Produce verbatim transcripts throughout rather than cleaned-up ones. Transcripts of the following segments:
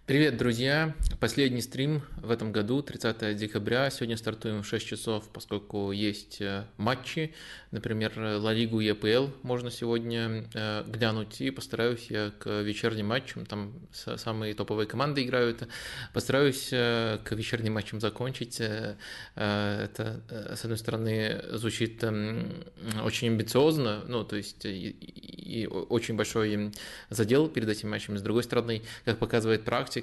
Привет, друзья! Последний стрим в этом году, тридцатого декабря. Сегодня стартуем в шесть часов, поскольку есть э, матчи. Например, Ла Лигу и А Пэ Эл можно сегодня э, глянуть. И постараюсь я к вечерним матчам, там с- самые топовые команды играют, постараюсь э, к вечерним матчам закончить. Э, э, Это, э, с одной стороны, звучит эм, очень амбициозно, ну, то есть и, и- и очень большой задел перед этими матчами. С другой стороны, как показывает практика,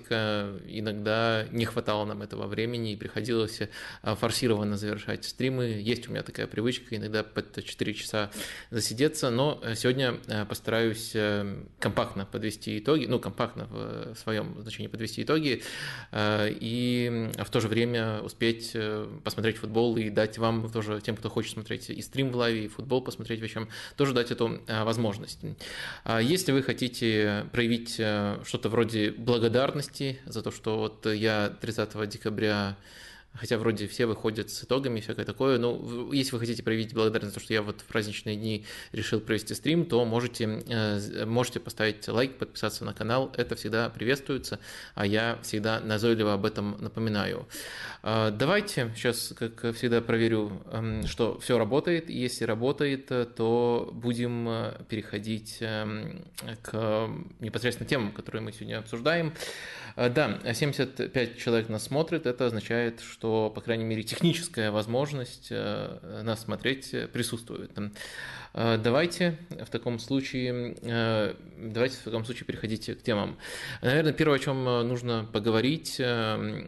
иногда не хватало нам этого времени и приходилось а, форсированно завершать стримы. Есть у меня такая привычка иногда под четыре часа засидеться, но сегодня а, постараюсь а, компактно подвести итоги, ну, компактно в своем значении подвести итоги, а, и в то же время успеть а, посмотреть футбол и дать вам тоже, тем, кто хочет смотреть и стрим в лайве, и футбол посмотреть в общем, тоже дать эту а, возможность. А Если вы хотите проявить а, что-то вроде благодарности за то, что вот я тридцатого декабря, хотя вроде все выходят с итогами и всякое такое, но в- если вы хотите проявить благодарность за то, что я вот в праздничные дни решил провести стрим, то можете, э, можете поставить лайк, подписаться на канал, это всегда приветствуется, а я всегда назойливо об этом напоминаю. А, Давайте сейчас, как всегда, проверю, эм, что все работает. И Если работает, э, то будем э, переходить эм, к непосредственно темам, которые мы сегодня обсуждаем. Э, Да, семьдесят пять человек нас смотрит. Это означает, что, по крайней мере, техническая возможность э, нас смотреть э, присутствует. Э, Давайте в таком случае, э, давайте в таком случае переходить к темам. Наверное, первое, о чем э, нужно поговорить, э,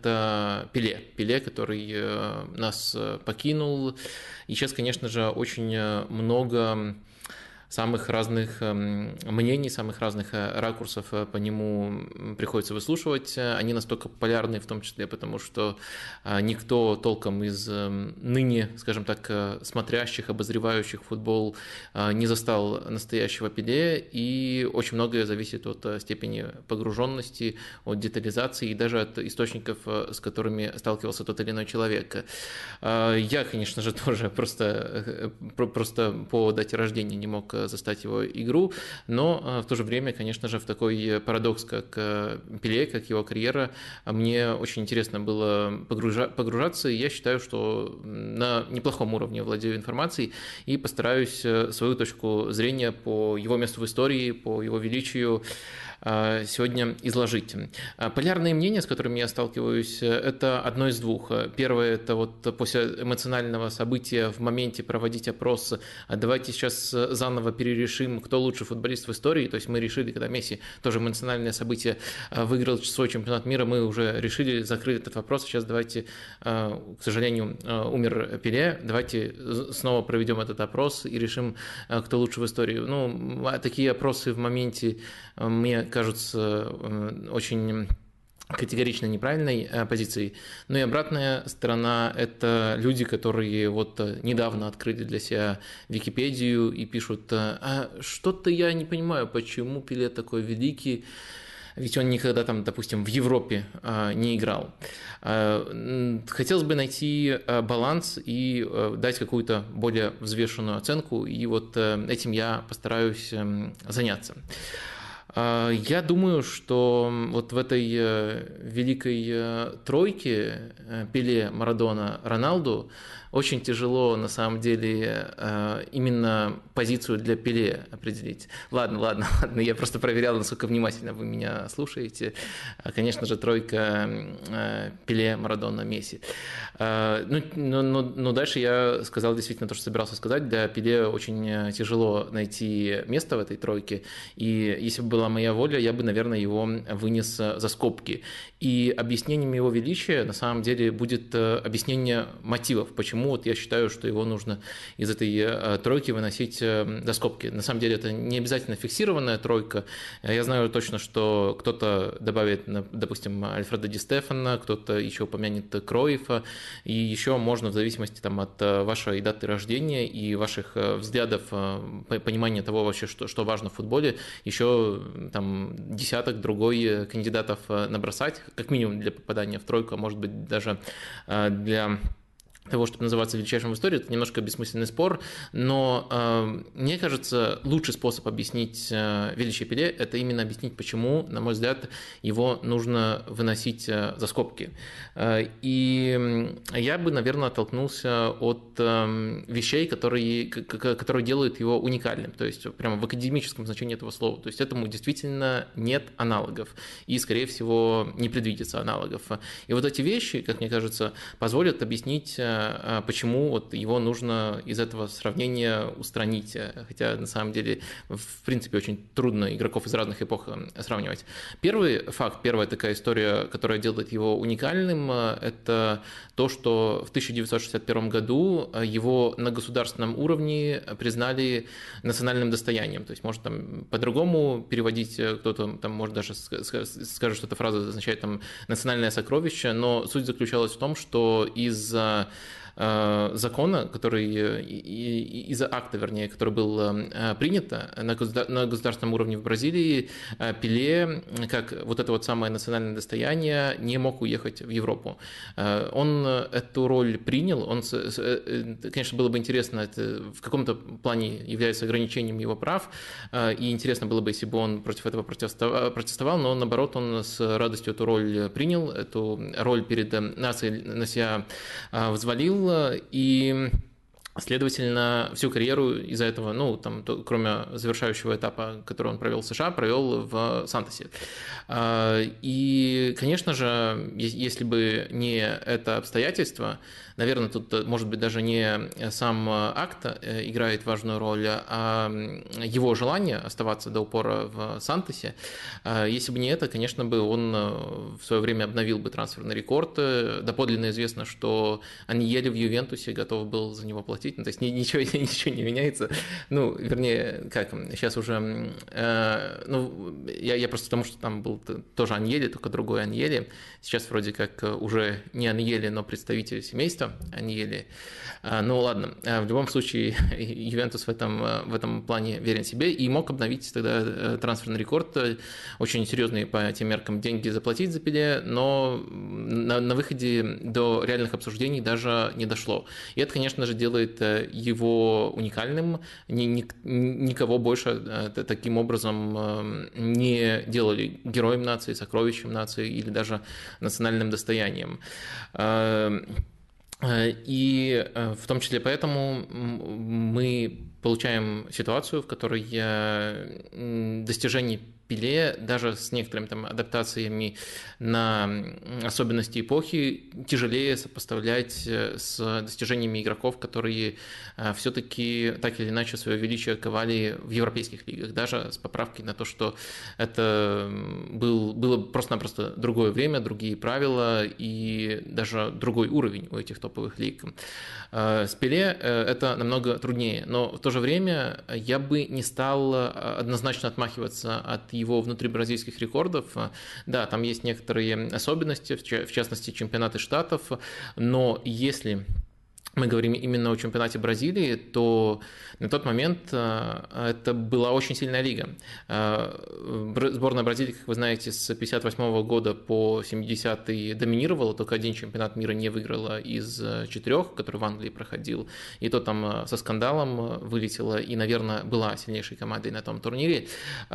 это Пеле. Пеле, который э, нас э, покинул. И сейчас, конечно же, очень э, много самых разных эм, мнений, самых разных э, ракурсов э, по нему м, приходится выслушивать. Э, Они настолько популярны, в том числе потому, что э, никто толком из эм, ныне, скажем так, э, смотрящих, обозревающих футбол э, не застал настоящего Пеле, и очень многое зависит от э, степени погруженности, от детализации и даже от источников, э, с которыми сталкивался тот или иной человек. Э, Я, конечно же, тоже просто, э, про- просто по дате рождения не мог э, застать его игру, но э, в то же время, конечно же, в такой парадокс, как э, Пеле, как его карьера, а мне очень интересно было погружа- погружаться, и я считаю, что на неплохом уровне владею информацией и постараюсь э, свою точку зрения по его месту в истории, по его величию э, сегодня изложить. А Полярные мнения, с которыми я сталкиваюсь, э, это одно из двух. Первое – это вот после эмоционального события в моменте проводить опрос, а давайте сейчас э, заново перерешим, кто лучший футболист в истории. То есть мы решили, когда Месси, тоже эмоциональное событие, э, выиграл свой чемпионат мира, мы уже решили закрыть этот вопрос. Сейчас давайте, э, к сожалению, э, умер Пеле, давайте снова проведем этот опрос и решим, э, кто лучше в истории. Ну, а такие опросы в моменте э, мне кажутся э, очень категорично неправильной э, позицией. Но и обратная сторона – это люди, которые вот э, недавно открыли для себя Википедию и пишут: э, а что-то я не понимаю, почему Пеле такой великий, ведь он никогда там, допустим, в Европе а, не играл. А, м, Хотелось бы найти а, баланс и а, дать какую-то более взвешенную оценку, и вот э, этим я постараюсь эм, заняться. А, Я думаю, что вот в этой э, великой э, тройке э, Пеле, Марадона, Роналду очень тяжело на самом деле э, именно позицию для Пеле определить. Ладно, ладно, ладно, я просто проверял, насколько внимательно вы меня слушаете. А, Конечно же, тройка э, Пеле, Марадона, Месси. Э, Ну, но, но, но дальше я сказал действительно то, что собирался сказать. Для Пеле очень э, тяжело найти место в этой тройке. И если бы была моя воля, я бы, наверное, его вынес э, за скобки. И объяснением его величия на самом деле будет э, объяснение мотивов, почему вот я считаю, что его нужно из этой э, тройки выносить э, за скобки. На самом деле это не обязательно фиксированная тройка. Я знаю точно, что кто-то добавит, на- допустим, Альфреда Ди Стефана, кто-то еще упомянет Кроифа, и еще можно в зависимости там, от э, вашей даты рождения и ваших э, взглядов, э, по- понимания того вообще, что, что важно в футболе, еще там десяток другой э, кандидатов э, набросать, как минимум для попадания в тройку, а может быть даже э, для того, чтобы называться величайшим в истории, это немножко бессмысленный спор, но э, мне кажется, лучший способ объяснить э, величие Пеле – это именно объяснить, почему, на мой взгляд, его нужно выносить э, за скобки. Э, и я бы, наверное, оттолкнулся от э, вещей, которые, которые делают его уникальным, то есть прямо в академическом значении этого слова. То есть этому действительно нет аналогов, и, скорее всего, не предвидится аналогов. И вот эти вещи, как мне кажется, позволят объяснить, почему вот его нужно из этого сравнения устранить, хотя на самом деле в принципе очень трудно игроков из разных эпох сравнивать. Первый факт, первая такая история, которая делает его уникальным, это то, что в тысяча девятьсот шестьдесят первом году его на государственном уровне признали национальным достоянием. То есть можно там по-другому переводить, кто-то там может даже скажет, что эта фраза означает там национальное сокровище, но суть заключалась в том, что из-за закона, который, из-за акта, вернее, который был принят на государственном уровне в Бразилии, Пеле, как вот это вот самое национальное достояние, не мог уехать в Европу. Он эту роль принял, он, конечно, было бы интересно, это в каком-то плане является ограничением его прав, и интересно было бы, если бы он против этого протестовал, но наоборот, он с радостью эту роль принял, эту роль перед нацией на себя взвалил, и, следовательно, всю карьеру из-за этого, ну, там, то, кроме завершающего этапа, который он провел в США, провел в Сантосе. И, конечно же, если бы не это обстоятельство, наверное, тут, может быть, даже не сам акт играет важную роль, а его желание оставаться до упора в Сантосе. Если бы не это, конечно бы он в свое время обновил бы трансферный рекорд. Доподлинно известно, что Аньелли в Ювентусе готов был за него платить. Ну, то есть ничего, ничего не меняется. Ну, вернее, как, сейчас уже... Э, ну, я, я просто потому, что там был тоже Аньелли, только другой Аньелли. Сейчас вроде как уже не Аньелли, но представитель семейства Аньелли. Ну ладно, в любом случае Ювентус в этом, в этом плане верен себе и мог обновить тогда трансферный рекорд. Очень серьезные по тем меркам деньги заплатить за Пеле, но на, на выходе до реальных обсуждений даже не дошло. И это, конечно же, делает его уникальным. Ни, ни, никого больше таким образом не делали героем нации, сокровищем нации или даже национальным достоянием. И в том числе поэтому мы получаем ситуацию, в которой достижения Пеле, даже с некоторыми там адаптациями на особенности эпохи, тяжелее сопоставлять с достижениями игроков, которые все-таки так или иначе свое величие ковали в европейских лигах, даже с поправкой на то, что это был, было просто-напросто другое время, другие правила и даже другой уровень у этих топовых лиг. С Пеле это намного труднее, но в то же время я бы не стал однозначно отмахиваться от его внутрибразильских рекордов. Да, там есть некоторые особенности, в частности, чемпионаты штатов, но если мы говорим именно о чемпионате Бразилии, то на тот момент это была очень сильная лига. Сборная Бразилии, как вы знаете, с пятьдесят восьмого года по семидесятый доминировала, только один чемпионат мира не выиграла из четырех, который в Англии проходил, и то там со скандалом вылетела и, наверное, была сильнейшей командой на том турнире.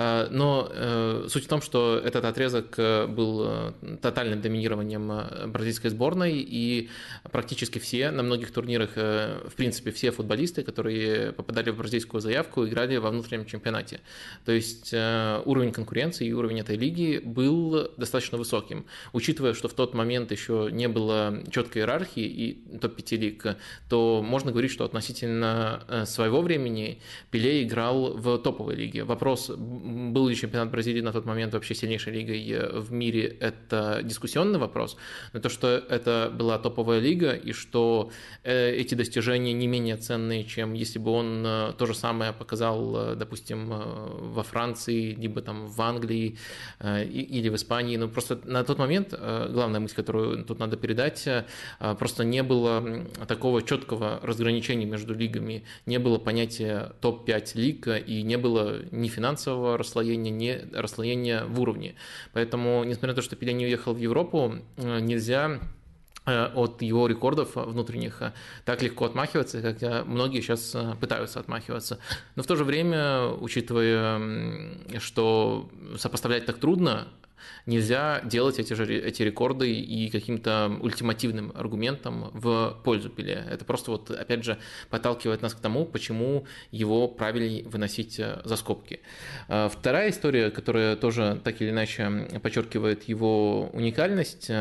Но суть в том, что этот отрезок был тотальным доминированием бразильской сборной, и практически все на многих турнирах, в принципе, все футболисты, которые попадали в бразильскую заявку, играли во внутреннем чемпионате. То есть уровень конкуренции и уровень этой лиги был достаточно высоким. Учитывая, что в тот момент еще не было четкой иерархии и топ пяти лиг, то можно говорить, что относительно своего времени Пеле играл в топовой лиге. Вопрос, был ли чемпионат Бразилии на тот момент вообще сильнейшей лигой в мире, это дискуссионный вопрос. Но то, что это была топовая лига и что эти достижения не менее ценные, чем если бы он то же самое показал, допустим, во Франции, либо там в Англии или в Испании. Но просто на тот момент, главная мысль, которую тут надо передать, просто не было такого четкого разграничения между лигами, не было понятия топ пять лиг и не было ни финансового расслоения, ни расслоения в уровне. Поэтому, несмотря на то, что Пеле не уехал в Европу, нельзя от его рекордов внутренних так легко отмахиваться, как многие сейчас пытаются отмахиваться. Но в то же время, учитывая, что сопоставлять так трудно, нельзя делать эти же эти рекорды и каким-то ультимативным аргументом в пользу Пеле. Это просто вот, опять же, подталкивает нас к тому, почему его правильнее выносить за скобки. Вторая история, которая тоже так или иначе подчеркивает его уникальность,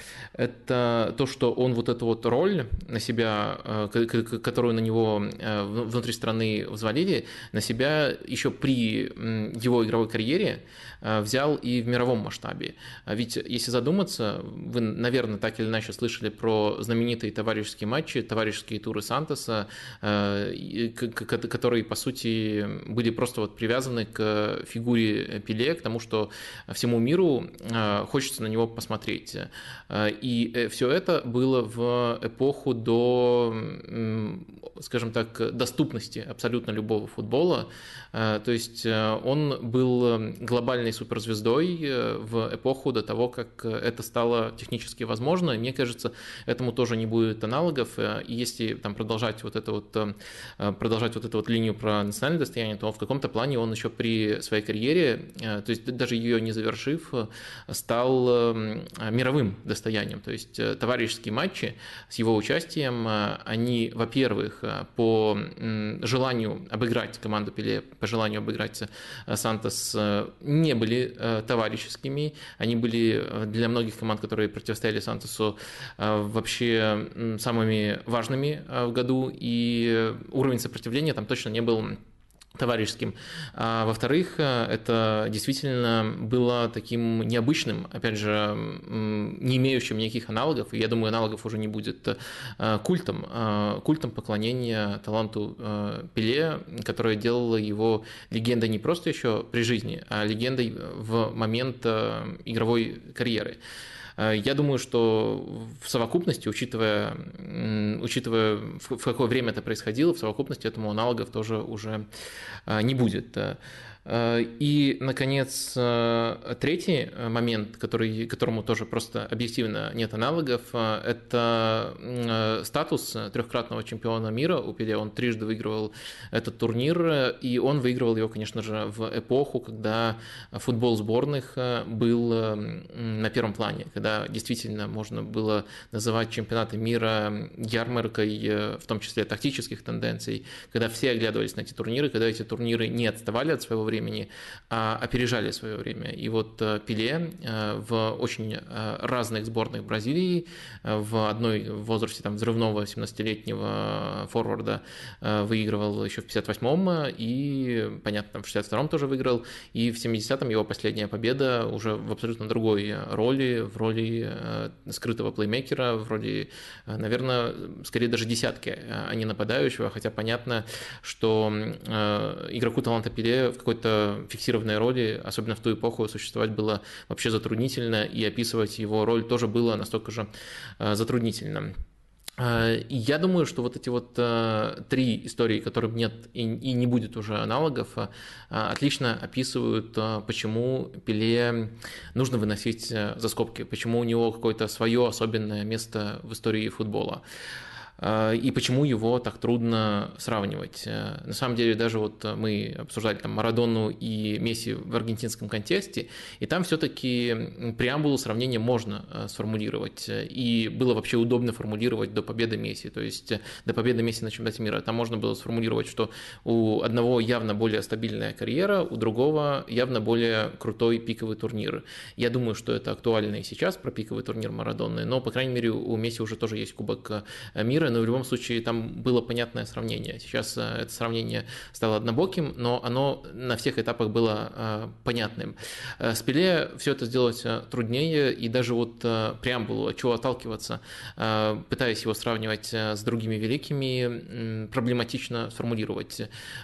это то, что он вот эту вот роль на себя, которую на него внутри страны взвалили, на себя еще при его игровой карьере взял и в мировом масштабе. Ведь, если задуматься, вы, наверное, так или иначе слышали про знаменитые товарищеские матчи, товарищеские туры Сантоса, которые, по сути, были просто вот привязаны к фигуре Пеле, к тому, что всему миру хочется на него посмотреть. И все это было в эпоху до, скажем так, доступности абсолютно любого футбола. То есть он был глобальной суперзвездой в эпоху до того, как это стало технически возможно. И мне кажется, этому тоже не будет аналогов. И если там продолжать вот это вот, продолжать вот эту вот линию про национальное достояние, то в каком-то плане он еще при своей карьере, то есть даже ее не завершив, стал мировым достоянием. То есть товарищеские матчи с его участием, они, во-первых, по желанию обыграть команду Пеле, по желанию обыграть Сантос, не были товарищескими, они были для многих команд, которые противостояли Сантосу, вообще самыми важными в году, и уровень сопротивления там точно не был товарищеским. А во-вторых, это действительно было таким необычным, опять же, не имеющим никаких аналогов, и я думаю, аналогов уже не будет, культом, культом поклонения таланту Пеле, которое делало его легендой не просто еще при жизни, а легендой в момент игровой карьеры. Я думаю, что в совокупности, учитывая, учитывая в какое время это происходило, в совокупности этому аналогов тоже уже не будет. И, наконец, третий момент, который, которому тоже просто объективно нет аналогов, это статус трехкратного чемпиона мира у Пеле. Он трижды выигрывал этот турнир, и он выигрывал его, конечно же, в эпоху, когда футбол сборных был на первом плане, когда действительно можно было называть чемпионаты мира ярмаркой, в том числе тактических тенденций, когда все оглядывались на эти турниры, когда эти турниры не отставали от своего времени, времени, а опережали свое время. И вот Пеле в очень разных сборных Бразилии, в одной в возрасте там, взрывного семнадцатилетнего форварда выигрывал еще в пятьдесят восьмом, и, понятно, в шестьдесят втором тоже выиграл, и в семидесятом его последняя победа уже в абсолютно другой роли, в роли скрытого плеймейкера, в роли, наверное, скорее даже десятки, а не нападающего, хотя понятно, что игроку таланта Пеле в какой-то фиксированной роли, особенно в ту эпоху, существовать было вообще затруднительно, и описывать его роль тоже было настолько же затруднительно. Я думаю, что вот эти вот три истории, которым нет и не будет уже аналогов, отлично описывают, почему Пеле нужно выносить за скобки, почему у него какое-то свое особенное место в истории футбола. И почему его так трудно сравнивать. На самом деле, даже вот мы обсуждали там Марадону и Месси в аргентинском контексте, и там все-таки преамбулу сравнения можно сформулировать, и было вообще удобно формулировать до победы Месси, то есть до победы Месси на чемпионате мира. Там можно было сформулировать, что у одного явно более стабильная карьера, у другого явно более крутой пиковый турнир. Я думаю, что это актуально и сейчас про пиковый турнир Марадоны, но, по крайней мере, у Месси уже тоже есть Кубок мира, но в любом случае там было понятное сравнение. Сейчас это сравнение стало однобоким, но оно на всех этапах было понятным. С Пеле все это сделать труднее, и даже вот преамбулу, от чего отталкиваться, пытаясь его сравнивать с другими великими, проблематично сформулировать.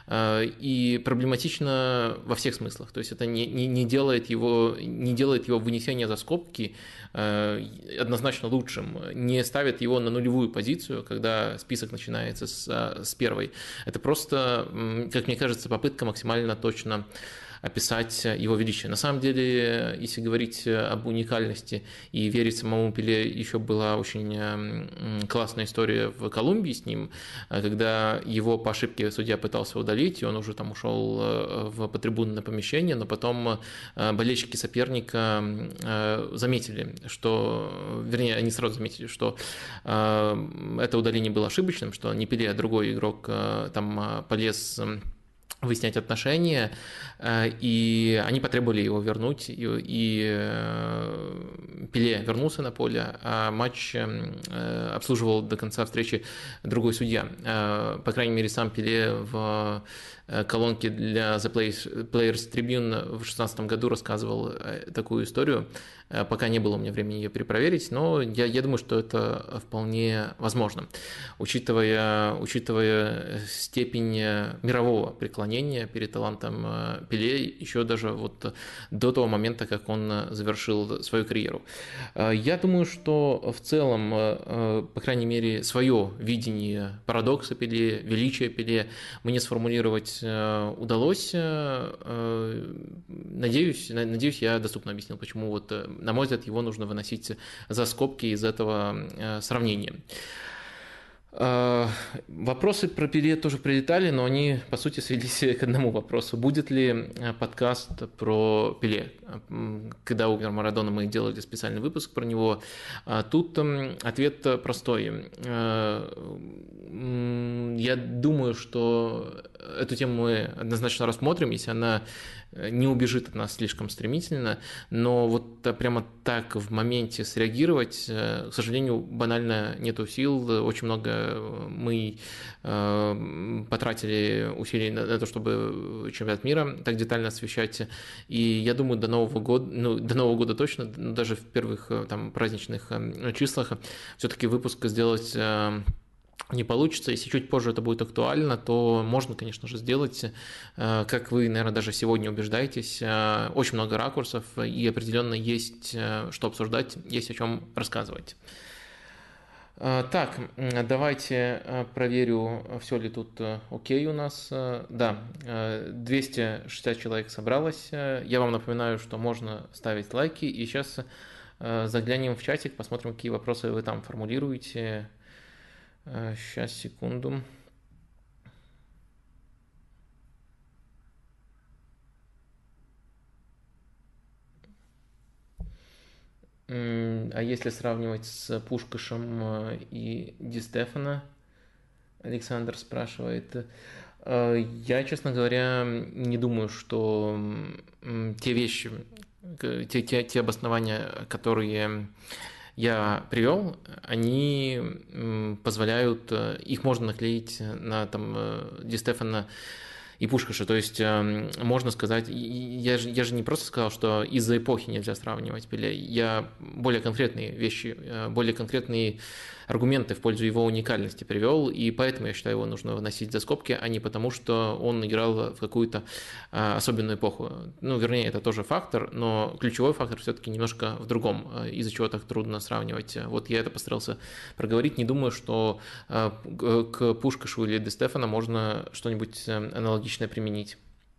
И проблематично во всех смыслах. То есть это не, не, не, делает, его, не делает его вынесение за скобки однозначно лучшим, не ставит его на нулевую позицию, когда список начинается с, с первой. Это просто, как мне кажется, попытка максимально точно описать его величие. На самом деле, если говорить об уникальности и верить самому Пеле, еще была очень классная история в Колумбии с ним, когда его по ошибке судья пытался удалить, и он уже там ушел в потрибунное помещение, но потом болельщики соперника заметили, что, вернее, они сразу заметили, что это удаление было ошибочным, что не Пеле, а другой игрок там полез выяснять отношения, и они потребовали его вернуть, и Пеле вернулся на поле, а матч обслуживал до конца встречи другой судья. По крайней мере, сам Пеле в колонке для The Players Tribune в две тысячи шестнадцатом году рассказывал такую историю. Пока не было у меня времени ее перепроверить, но я, я думаю, что это вполне возможно, учитывая, учитывая степень мирового преклонения перед талантом Пеле, еще даже вот до того момента, как он завершил свою карьеру. Я думаю, что в целом, по крайней мере, свое видение парадокса Пеле, величия Пеле мне сформулировать удалось. Надеюсь, надеюсь, я доступно объяснил, почему вот, на мой взгляд, его нужно выносить за скобки из этого сравнения. Вопросы про Пеле тоже прилетали, но они, по сути, свелись к одному вопросу. Будет ли подкаст про Пеле? Когда умер Марадона, мы делали специальный выпуск про него. Тут ответ простой. Я думаю, что эту тему мы однозначно рассмотрим, если она не убежит от нас слишком стремительно, но вот прямо так в моменте среагировать, к сожалению, банально нету сил. Очень много мы потратили усилий на то, чтобы чемпионат мира так детально освещать, и я думаю, до Нового года, ну, до Нового года точно, даже в первых там праздничных числах все-таки выпуск сделать не получится. Если чуть позже это будет актуально, то можно, конечно же, сделать, как вы, наверное, даже сегодня убеждаетесь, очень много ракурсов, и определенно есть что обсуждать, есть о чем рассказывать. Так, давайте проверю, все ли тут окей у нас. Да, двести шестьдесят человек собралось. Я вам напоминаю, что можно ставить лайки, и сейчас заглянем в чатик, посмотрим, какие вопросы вы там формулируете. Сейчас, секунду. А если сравнивать с Пушкашем и Ди Стефано, Александр спрашивает, я, честно говоря, не думаю, что те вещи, те, те, те обоснования, которые я привел, они позволяют, их можно наклеить на там Ди Стефано и Пушкаша. То есть можно сказать, я же, я же не просто сказал, что из-за эпохи нельзя сравнивать Пеле, я более конкретные вещи, более конкретные аргументы в пользу его уникальности привел, и поэтому я считаю, его нужно выносить за скобки, а не потому, что он играл в какую-то особенную эпоху. Ну, вернее, это тоже фактор, но ключевой фактор все-таки немножко в другом, из-за чего так трудно сравнивать. Вот я это постарался проговорить. Не думаю, что к Пушкашу или Ди Стефано можно что-нибудь аналогичное применить.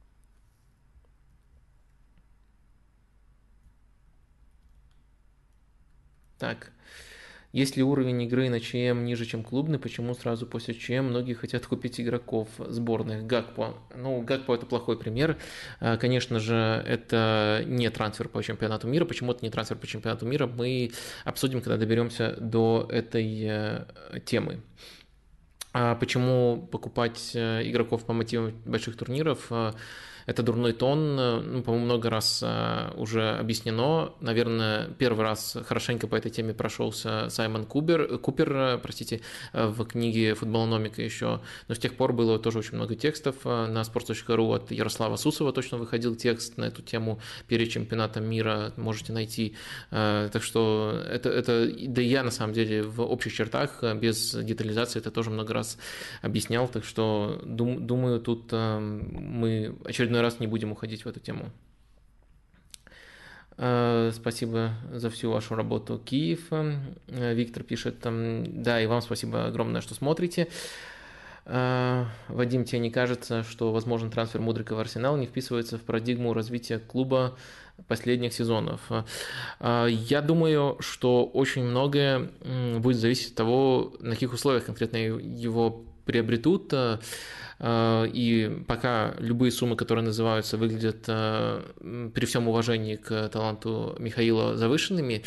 Так. Если уровень игры на ЧМ ниже, чем клубный, почему сразу после ЧМ многие хотят купить игроков сборных? Гакпо. Ну, Гакпо – это плохой пример. Конечно же, это не трансфер по чемпионату мира. Почему это не трансфер по чемпионату мира, мы обсудим, когда доберемся до этой темы. Почему покупать игроков по мотивам больших турниров? Это дурной тон, ну, по-моему, много раз уже объяснено. Наверное, первый раз хорошенько по этой теме прошелся Саймон Купер, Купер, простите, в книге «Футболономика» еще. Но с тех пор было тоже очень много текстов. На спортс точка ру от Ярослава Сусова точно выходил текст на эту тему перед чемпионатом мира. Можете найти. Так что это, это да и я, на самом деле, в общих чертах, без детализации, это тоже много раз объяснял. Так что, дум, думаю, тут мы очередной раз не будем уходить в эту тему. Спасибо за всю вашу работу, Киев. Виктор пишет, да, и вам спасибо огромное, что смотрите. Вадим, тебе не кажется, что возможен трансфер Мудрика в Арсенал не вписывается в парадигму развития клуба последних сезонов? Я думаю, что очень многое будет зависеть от того, на каких условиях конкретно его приобретут. И пока любые суммы, которые называются, выглядят при всем уважении к таланту Михаила завышенными.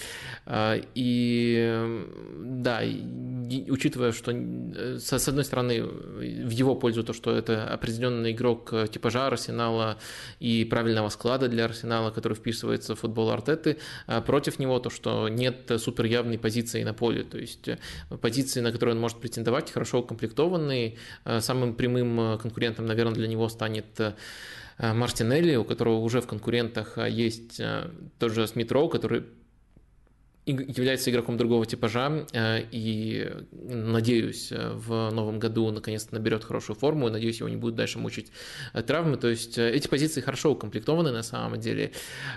И да, учитывая, что с одной стороны в его пользу то, что это определенный игрок типажа Арсенала и правильного склада для Арсенала, который вписывается в футбол Артеты, против него то, что нет супер явной позиции на поле. То есть позиции, на которые он может претендовать, хорошо укомплектованные. Самым прямым конкурентом, наверное, для него станет Мартинелли, у которого уже в конкурентах есть тот же Смит Роу, который является игроком другого типажа, и, надеюсь, в новом году наконец-то наберет хорошую форму, и, надеюсь, его не будут дальше мучить травмы. То есть эти позиции хорошо укомплектованы на самом деле,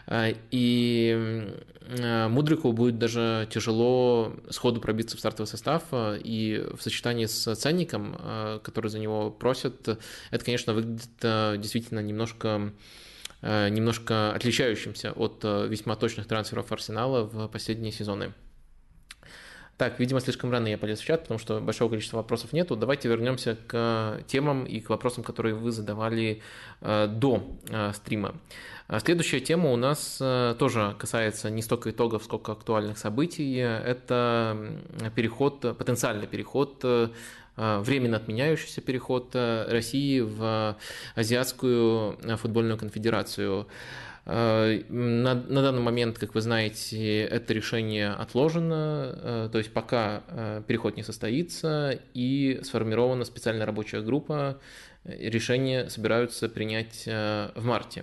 и Мудрику будет даже тяжело сходу пробиться в стартовый состав, и в сочетании с ценником, который за него просят, это, конечно, выглядит действительно немножко немножко отличающимся от весьма точных трансферов Арсенала в последние сезоны. Так, видимо, слишком рано я полез в чат, потому что большого количества вопросов нету. Давайте вернемся к темам и к вопросам, которые вы задавали до стрима. Следующая тема у нас тоже касается не столько итогов, сколько актуальных событий. Это переход, потенциальный переход, временно отменяющийся переход России в Азиатскую футбольную конфедерацию. На, на данный момент, как вы знаете, это решение отложено, то есть пока переход не состоится, и сформирована специальная рабочая группа, решение собираются принять в марте.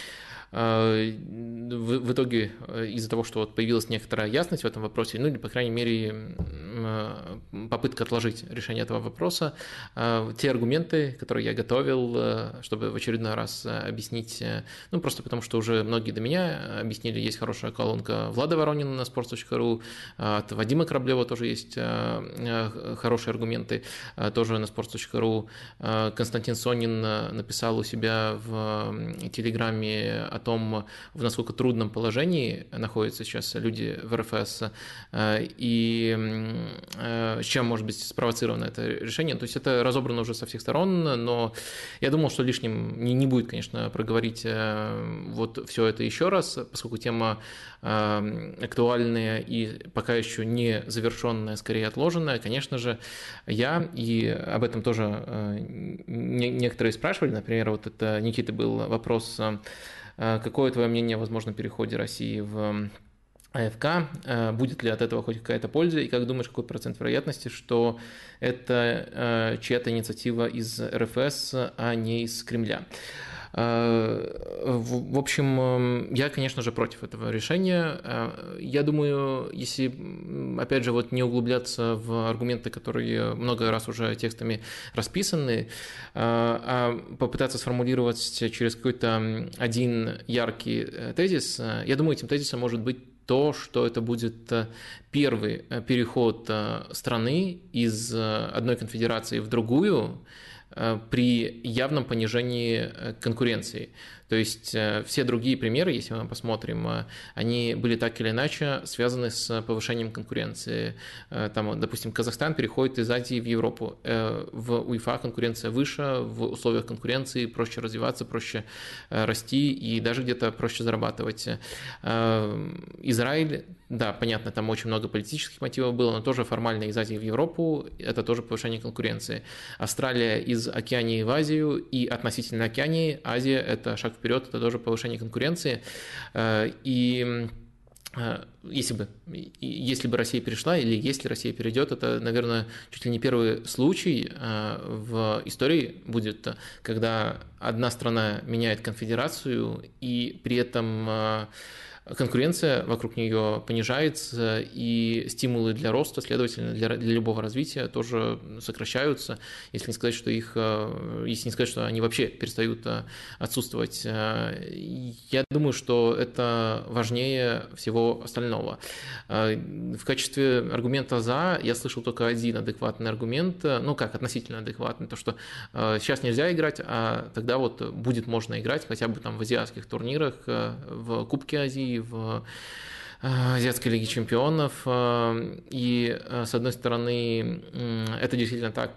В итоге, из-за того, что вот появилась некоторая ясность в этом вопросе, ну или, по крайней мере, попытка отложить решение этого вопроса, те аргументы, которые я готовил, чтобы в очередной раз объяснить, ну просто потому, что уже многие до меня объяснили, есть хорошая колонка Влада Воронина на sports точка ру, от Вадима Кораблева тоже есть хорошие аргументы, тоже на sports точка ру. Константин Сонин написал у себя в Телеграме о том, в насколько трудном положении находятся сейчас люди в РФС и с чем может быть спровоцировано это решение. То есть это разобрано уже со всех сторон, но я думал, что лишним не, не будет, конечно, проговорить вот все это еще раз, поскольку тема актуальная и пока еще не завершенная, скорее отложенная. Конечно же, я, и об этом тоже некоторые спрашивали, например, вот это Никиты был вопрос: какое твое мнение о возможном переходе России в АФК, будет ли от этого хоть какая-то польза, и как думаешь, какой процент вероятности, что это чья-то инициатива из РФС, а не из Кремля? В общем, я, конечно же, против этого решения. Я думаю, если, опять же, вот не углубляться в аргументы, которые много раз уже текстами расписаны, а попытаться сформулировать через какой-то один яркий тезис, я думаю, этим тезисом может быть то, что это будет первый переход страны из одной конфедерации в другую при явном понижении конкуренции. То есть все другие примеры, если мы посмотрим, они были так или иначе связаны с повышением конкуренции. Там, допустим, Казахстан переходит из Азии в Европу. В УЕФА конкуренция выше, в условиях конкуренции проще развиваться, проще расти и даже где-то проще зарабатывать. Израиль, да, понятно, там очень много политических мотивов было, но тоже формально из Азии в Европу, это тоже повышение конкуренции. Австралия из Океании в Азию, и относительно Океании Азия – это шаг вперед, это тоже повышение конкуренции. И если бы, если бы Россия перешла, или если Россия перейдет, это, наверное, чуть ли не первый случай в истории будет, когда одна страна меняет конфедерацию, и при этом конкуренция вокруг нее понижается, и стимулы для роста, следовательно, для, для любого развития тоже сокращаются, если не сказать, что их, если не сказать, что они вообще перестают отсутствовать. Я думаю, что это важнее всего остального. В качестве аргумента «за» я слышал только один адекватный аргумент, ну как, относительно адекватный, то, что сейчас нельзя играть, а тогда вот будет можно играть хотя бы там в азиатских турнирах, в Кубке Азии, в Азиатской лиге чемпионов. И, с одной стороны, это действительно так.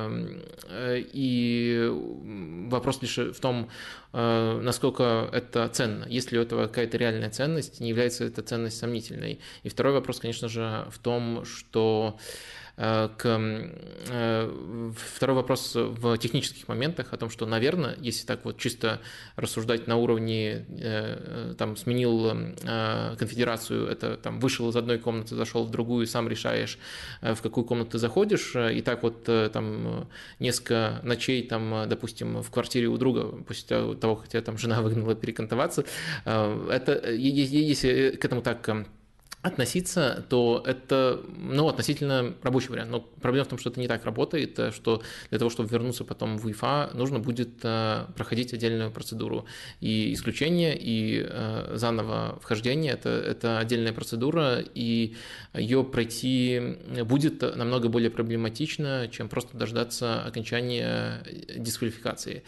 И вопрос лишь в том, насколько это ценно. Если у этого какая-то реальная ценность, не является эта ценность сомнительной. И второй вопрос, конечно же, в том, что К... Второй вопрос в технических моментах о том, что, наверное, если так вот чисто рассуждать на уровне, там, сменил конфедерацию, это там вышел из одной комнаты, зашел в другую, сам решаешь, в какую комнату ты заходишь, и так вот там несколько ночей, там, допустим, в квартире у друга, после того, как тебя там жена выгнала перекантоваться, это, если к этому так относиться, то это, ну, относительно рабочий вариант. Но проблема в том, что это не так работает, что для того, чтобы вернуться потом в УЕФА, нужно будет проходить отдельную процедуру. И исключение, и заново вхождение – это, это отдельная процедура, и ее пройти будет намного более проблематично, чем просто дождаться окончания дисквалификации,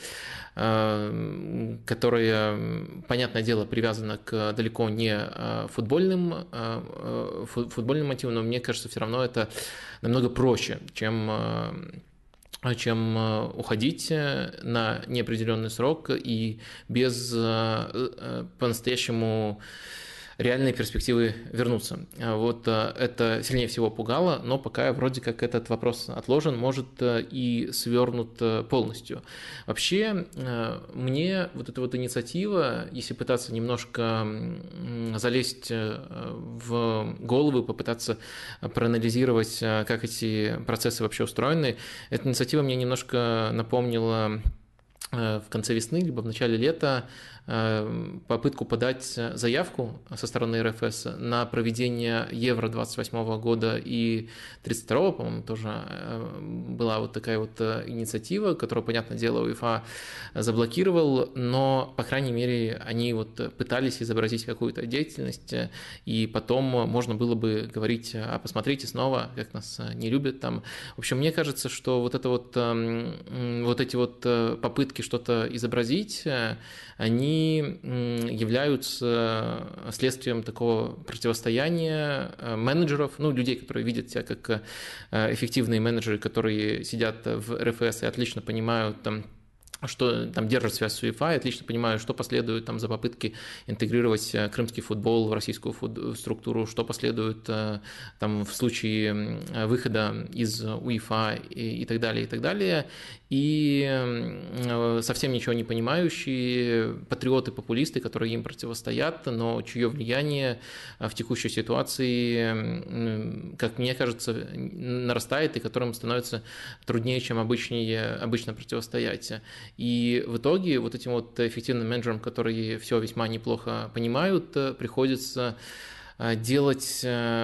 которая, понятное дело, привязана к далеко не футбольным футбольным мотивом, но мне кажется, все равно это намного проще, чем, чем уходить на неопределенный срок и без по-настоящему реальные перспективы вернуться. Вот это сильнее всего пугало, но пока вроде как этот вопрос отложен, может и свернут полностью. Вообще, мне вот эта вот инициатива, если пытаться немножко залезть в голову, попытаться проанализировать, как эти процессы вообще устроены, эта инициатива мне немножко напомнила в конце весны, либо в начале лета попытку подать заявку со стороны эр эф эс на проведение Евро двадцать восьмого года и тридцать второго, по-моему, тоже была вот такая вот инициатива, которую, понятное дело, УЕФА заблокировал, но, по крайней мере, они вот пытались изобразить какую-то деятельность, и потом можно было бы говорить: а посмотрите снова, как нас не любят там. В общем, мне кажется, что вот это вот, вот эти вот попытки что-то изобразить, они являются следствием такого противостояния менеджеров, ну, людей, которые видят себя как эффективные менеджеры, которые сидят в эр эф эс и отлично понимают, там, что там держат связь с УЕФА, и отлично понимаю, что последует там за попытки интегрировать крымский футбол в российскую фут- структуру, что последует там в случае выхода из УЕФА и, и так далее, и так далее. И совсем ничего не понимающие патриоты-популисты, которые им противостоят, но чье влияние в текущей ситуации, как мне кажется, нарастает, и которым становится труднее, чем обычнее, обычно противостоять. И в итоге вот этим вот эффективным менеджерам, которые все весьма неплохо понимают, приходится делать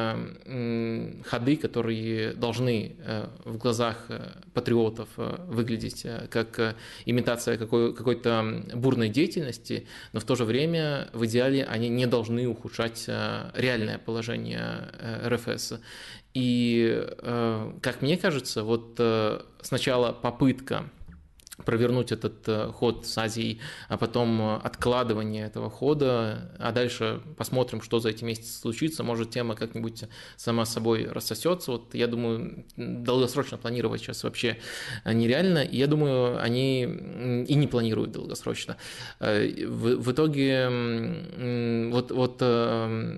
ходы, которые должны в глазах патриотов выглядеть как имитация какой- какой-то бурной деятельности, но в то же время в идеале они не должны ухудшать реальное положение эр эф эс. И, как мне кажется, вот сначала попытка провернуть этот ход с Азией, а потом откладывание этого хода, а дальше посмотрим, что за эти месяцы случится, может, тема как-нибудь сама собой рассосется. Вот я думаю, долгосрочно планировать сейчас вообще нереально, и я думаю, они и не планируют долгосрочно. В, в итоге вот, вот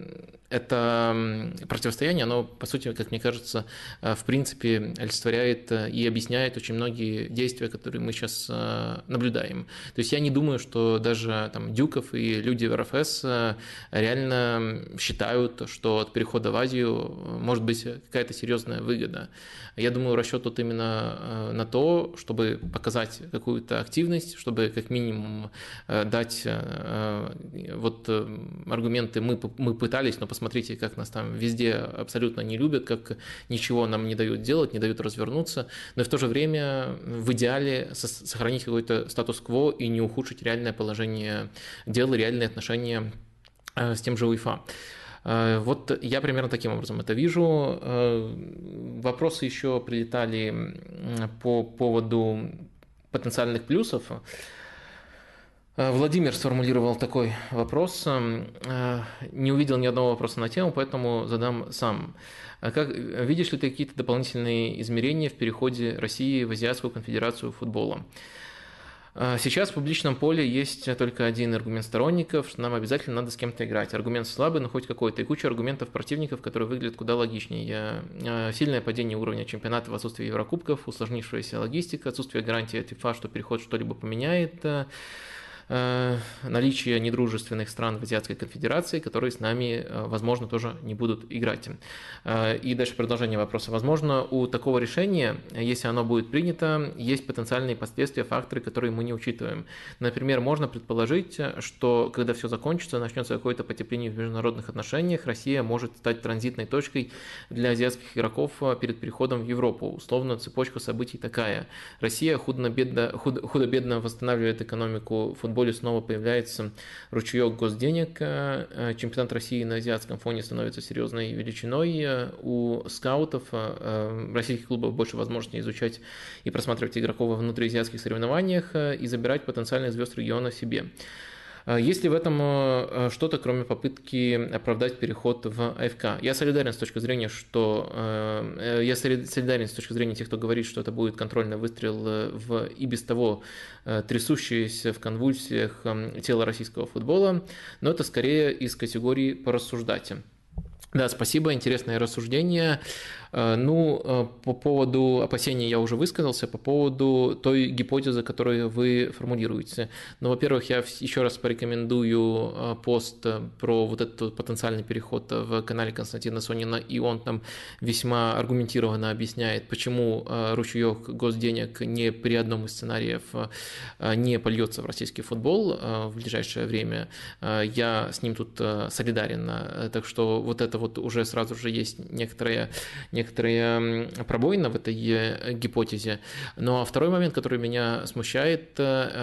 это противостояние, оно, по сути, как мне кажется, в принципе, олицетворяет и объясняет очень многие действия, которые мы сейчас наблюдаем. То есть я не думаю, что даже там Дюков и люди в эр эф эс реально считают, что от перехода в Азию может быть какая-то серьезная выгода. Я думаю, расчет тут именно на то, чтобы показать какую-то активность, чтобы как минимум дать вот аргументы «мы, мы пытались, но посмотрите, как нас там везде абсолютно не любят, как ничего нам не дают делать, не дают развернуться», но и в то же время в идеале сохранить какой-то статус-кво и не ухудшить реальное положение дел и реальные отношения с тем же УЕФА. Вот я примерно таким образом это вижу. Вопросы еще прилетали по поводу потенциальных плюсов. Владимир сформулировал такой вопрос. Не увидел ни одного вопроса на тему, поэтому задам сам. Как, видишь ли ты какие-то дополнительные измерения в переходе России в Азиатскую конфедерацию футбола? Сейчас в публичном поле есть только один аргумент сторонников, что нам обязательно надо с кем-то играть. Аргумент слабый, но хоть какой-то. И куча аргументов противников, которые выглядят куда логичнее. Сильное падение уровня чемпионата в отсутствии Еврокубков, усложнившаяся логистика, отсутствие гарантии от ФИФА, что переход что-либо поменяет, наличие недружественных стран в Азиатской конфедерации, которые с нами, возможно, тоже не будут играть. И дальше продолжение вопроса. Возможно, у такого решения, если оно будет принято, есть потенциальные последствия, факторы, которые мы не учитываем. Например, можно предположить, что когда все закончится, начнется какое-то потепление в международных отношениях, Россия может стать транзитной точкой для азиатских игроков перед переходом в Европу. Условно, цепочка событий такая. Россия худо-бедно, худо-бедно восстанавливает экономику футбола, снова появляется ручеек госденег, чемпионат России на азиатском фоне становится серьезной величиной, у скаутов российских клубов больше возможностей изучать и просматривать игроков во внутриазиатских соревнованиях и забирать потенциальных звезд региона себе. Есть ли в этом что-то, кроме попытки оправдать переход в АФК? Я солидарен с точки зрения, что я солидарен с точки зрения тех, кто говорит, что это будет контрольный выстрел в и без того трясущееся в конвульсиях тело российского футбола, но это скорее из категории порассуждать. Да, спасибо, интересное рассуждение. Ну, по поводу опасений я уже высказался, по поводу той гипотезы, которую вы формулируете. Ну, во-первых, я еще раз порекомендую пост про вот этот потенциальный переход в канале Константина Сонина, и он там весьма аргументированно объясняет, почему ручеек госденег ни при одном из сценариев не польется в российский футбол в ближайшее время. Я с ним тут солидарен, так что вот это вот уже сразу же есть некоторые некоторые пробоины в этой гипотезе. Ну а второй момент, который меня смущает,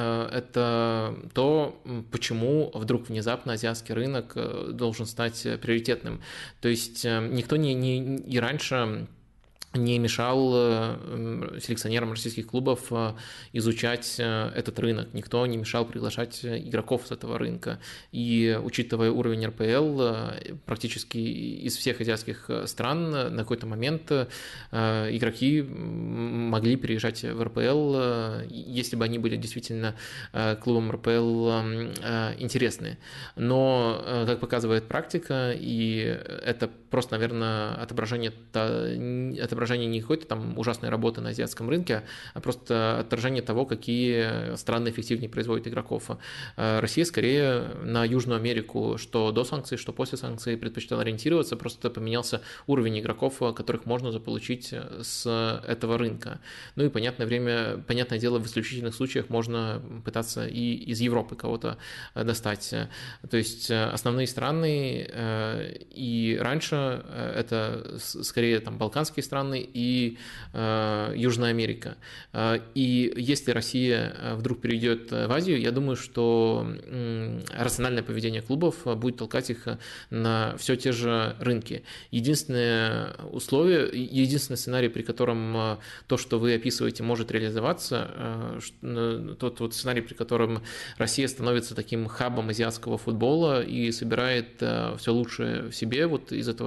это то, почему вдруг внезапно азиатский рынок должен стать приоритетным. То есть никто не, не и раньше не мешал селекционерам российских клубов изучать этот рынок, никто не мешал приглашать игроков с этого рынка. И учитывая уровень эр пэ эл, практически из всех азиатских стран на какой-то момент игроки могли переезжать в эр пэ эл, если бы они были действительно клубом эр пэ эл интересны. Но, как показывает практика, и это просто, наверное, отображение, отображение не какой-то там ужасной работы на азиатском рынке, а просто отражение того, какие страны эффективнее производят игроков. Россия скорее на Южную Америку, что до санкций, что после санкций, предпочитала ориентироваться, просто поменялся уровень игроков, которых можно заполучить с этого рынка. Ну и понятное время, понятное дело, в исключительных случаях можно пытаться и из Европы кого-то достать. То есть основные страны и раньше это скорее там балканские страны и э, Южная Америка. И если Россия вдруг перейдет в Азию, я думаю, что э, рациональное поведение клубов будет толкать их на все те же рынки. Единственное условие, единственный сценарий, при котором то, что вы описываете, может реализоваться, э, тот вот сценарий, при котором Россия становится таким хабом азиатского футбола и собирает э, все лучшее в себе вот из этого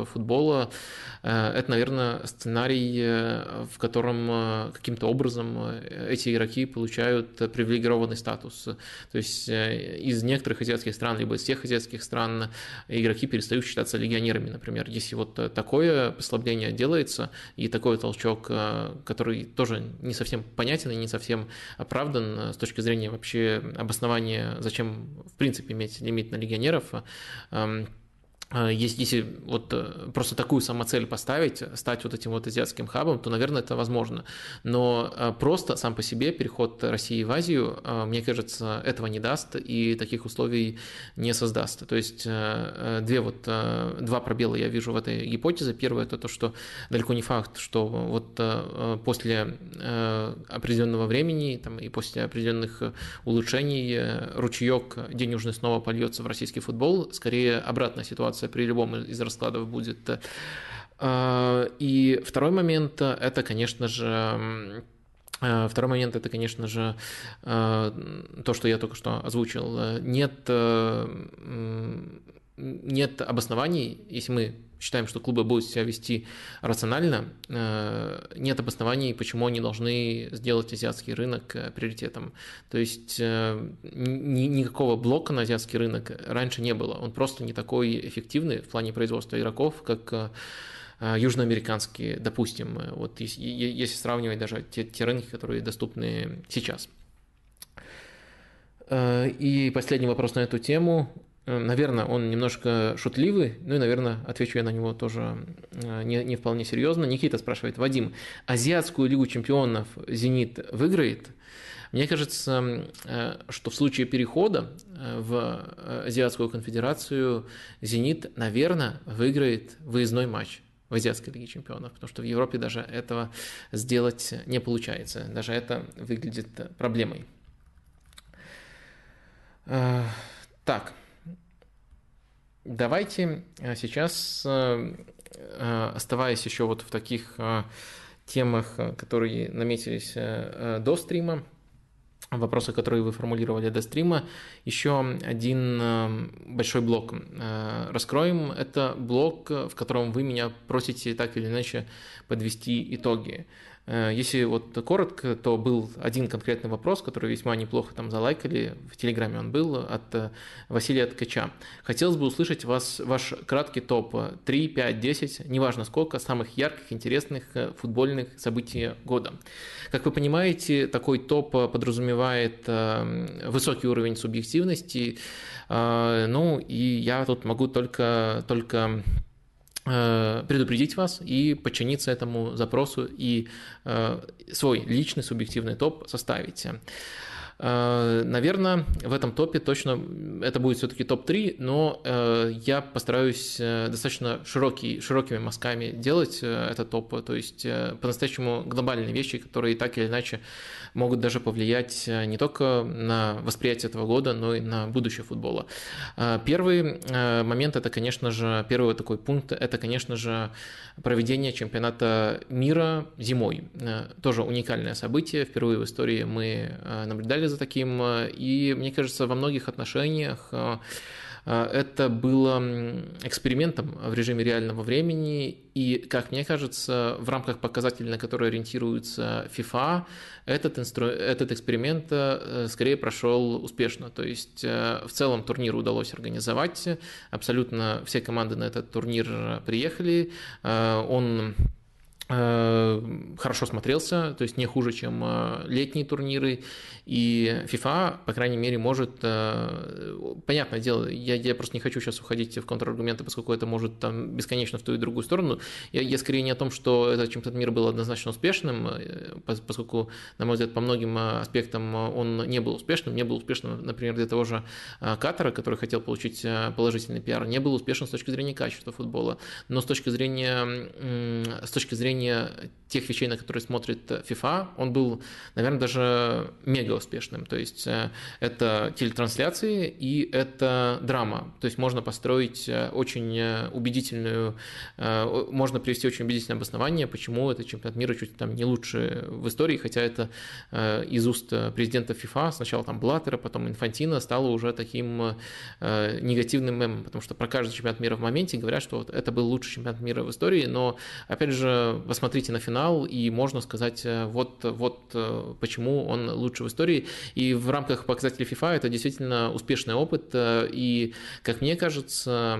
футбола, это, наверное, сценарий, в котором каким-то образом эти игроки получают привилегированный статус. То есть из некоторых азиатских стран, либо из всех азиатских стран игроки перестают считаться легионерами, например. Если вот такое послабление делается и такой толчок, который тоже не совсем понятен и не совсем оправдан с точки зрения вообще обоснования, зачем в принципе иметь лимит на легионеров, Если, если вот просто такую самоцель поставить, стать вот этим вот азиатским хабом, то, наверное, это возможно. Но просто сам по себе переход России в Азию, мне кажется, этого не даст и таких условий не создаст. То есть две вот, два пробела я вижу в этой гипотезе. Первое – это то, что далеко не факт, что вот после определенного времени там, и после определенных улучшений ручеек денежный снова польется в российский футбол. Скорее, обратная ситуация при любом из раскладов будет. И второй момент – это, конечно же, Второй момент – это, конечно же, то, что я только что озвучил. Нет, нет обоснований, если мы считаем, что клубы будут себя вести рационально, нет обоснований, почему они должны сделать азиатский рынок приоритетом. То есть никакого блока на азиатский рынок раньше не было. Он просто не такой эффективный в плане производства игроков, как южноамериканские, допустим, вот если, если сравнивать даже те, те рынки, которые доступны сейчас. И последний вопрос на эту тему. Наверное, он немножко шутливый, ну и, наверное, отвечу я на него тоже не, не вполне серьезно. Никита спрашивает: Вадим, азиатскую лигу чемпионов «Зенит» выиграет? Мне кажется, что в случае перехода в Азиатскую конфедерацию «Зенит», наверное, выиграет выездной матч в Азиатской лиге чемпионов, потому что в Европе даже этого сделать не получается. Даже это выглядит проблемой. Так. Давайте сейчас, оставаясь еще вот в таких темах, которые наметились до стрима, вопросы, которые вы формулировали до стрима, еще один большой блок раскроем. Это блок, в котором вы меня просите так или иначе подвести итоги. Если вот коротко, то был один конкретный вопрос, который весьма неплохо там залайкали, в Телеграме он был, от Василия Ткача. Хотелось бы услышать вас, ваш краткий топ три, пять, десять, неважно сколько, самых ярких, интересных футбольных событий года. Как вы понимаете, такой топ подразумевает высокий уровень субъективности, ну и я тут могу только, только предупредить вас и подчиниться этому запросу и свой личный субъективный топ составить. Наверное, в этом топе точно это будет все-таки топ три, но я постараюсь достаточно широкий, широкими мазками делать этот топ, то есть по-настоящему глобальные вещи, которые так или иначе могут даже повлиять не только на восприятие этого года, но и на будущее футбола. Первый момент, это, конечно же, первый такой пункт, это, конечно же, проведение чемпионата мира зимой. Тоже уникальное событие, впервые в истории мы наблюдали за таким, и, мне кажется, во многих отношениях это было экспериментом в режиме реального времени, и, как мне кажется, в рамках показателей, на которые ориентируется FIFA, этот, инстру... этот эксперимент скорее прошел успешно. То есть в целом турнир удалось организовать, абсолютно все команды на этот турнир приехали, он хорошо смотрелся, то есть не хуже, чем летние турниры, и FIFA, по крайней мере, может, понятное дело, я, я просто не хочу сейчас уходить в контраргументы, поскольку это может там бесконечно в ту и другую сторону, я, я скорее не о том, что этот чемпионат мира был однозначно успешным, поскольку, на мой взгляд, по многим аспектам он не был успешным, не был успешным, например, для того же Катара, который хотел получить положительный пиар, не был успешен с точки зрения качества футбола, но с точки зрения, с точки зрения зрения тех вещей, на которые смотрит FIFA, он был, наверное, даже мега успешным. То есть это телетрансляции и это драма. То есть можно построить очень убедительную, можно привести очень убедительное обоснование, почему этот чемпионат мира чуть там не лучше в истории, хотя это из уст президента FIFA, сначала там Блаттера, потом Инфантино, стало уже таким негативным мемом, потому что про каждый чемпионат мира в моменте говорят, что вот это был лучший чемпионат мира в истории, но, опять же, посмотрите на финал, и можно сказать, вот, вот почему он лучше в истории. И в рамках показателей FIFA это действительно успешный опыт. И, как мне кажется,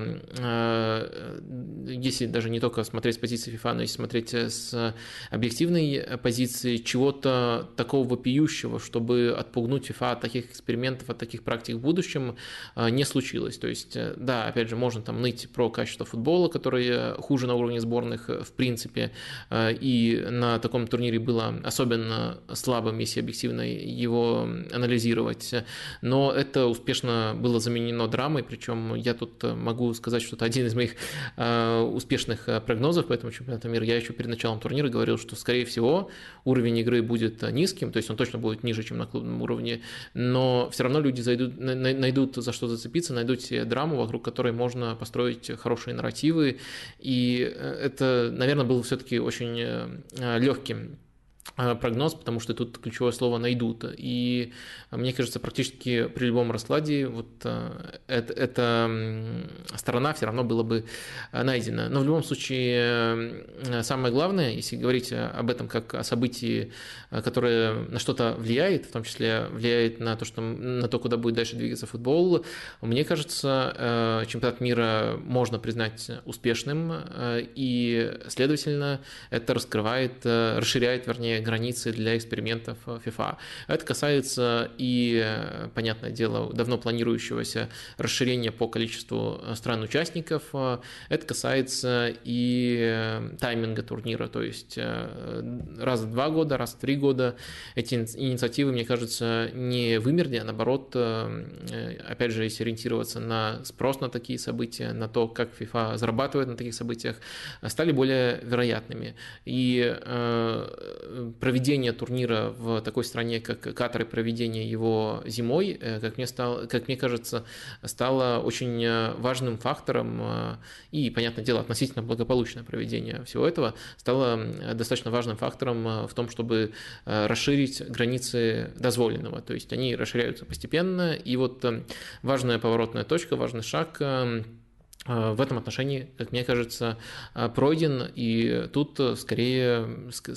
если даже не только смотреть с позиции FIFA, но если смотреть с объективной позиции, чего-то такого вопиющего, чтобы отпугнуть FIFA от таких экспериментов, от таких практик в будущем, не случилось. То есть, да, опять же, можно там ныть про качество футбола, который хуже на уровне сборных в принципе, и на таком турнире было особенно слабым, если объективно его анализировать. Но это успешно было заменено драмой, причем я тут могу сказать, что это один из моих успешных прогнозов по этому чемпионату мира. Я еще перед началом турнира говорил, что, скорее всего, уровень игры будет низким, то есть он точно будет ниже, чем на клубном уровне, но все равно люди зайдут, найдут за что зацепиться, найдут себе драму, вокруг которой можно построить хорошие нарративы, и это, наверное, был все-таки очень легким прогноз, потому что тут ключевое слово «найдут». И мне кажется, практически при любом раскладе вот это, эта сторона все равно была бы найдена. Но в любом случае самое главное, если говорить об этом как о событии, которое на что-то влияет, в том числе влияет на то, что, на то, куда будет дальше двигаться футбол, мне кажется, чемпионат мира можно признать успешным, и, следовательно, это раскрывает, расширяет, вернее, границы для экспериментов FIFA. Это касается и, понятное дело, давно планирующегося расширения по количеству стран-участников. Это касается и тайминга турнира, то есть раз в два года, раз в три года. Эти инициативы, мне кажется, не вымерли, а наоборот, опять же, если ориентироваться на спрос на такие события, на то, как FIFA зарабатывает на таких событиях, стали более вероятными. И проведение турнира в такой стране, как Катар, и проведение его зимой, как мне, стало, как мне кажется, стало очень важным фактором, и, понятное дело, относительно благополучное проведение всего этого стало достаточно важным фактором в том, чтобы расширить границы дозволенного. То есть они расширяются постепенно, и вот важная поворотная точка, важный шаг в этом отношении, как мне кажется, пройден, и тут скорее,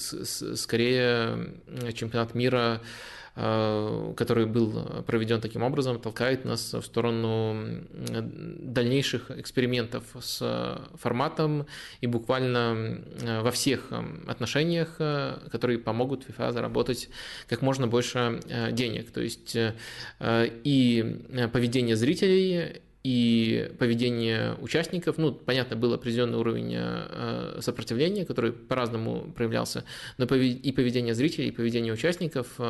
скорее чемпионат мира, который был проведен таким образом, толкает нас в сторону дальнейших экспериментов с форматом и буквально во всех отношениях, которые помогут FIFA заработать как можно больше денег. То есть и поведение зрителей, и поведение участников, ну, понятно, был определенный уровень сопротивления, который по-разному проявлялся, но и поведение зрителей, и поведение участников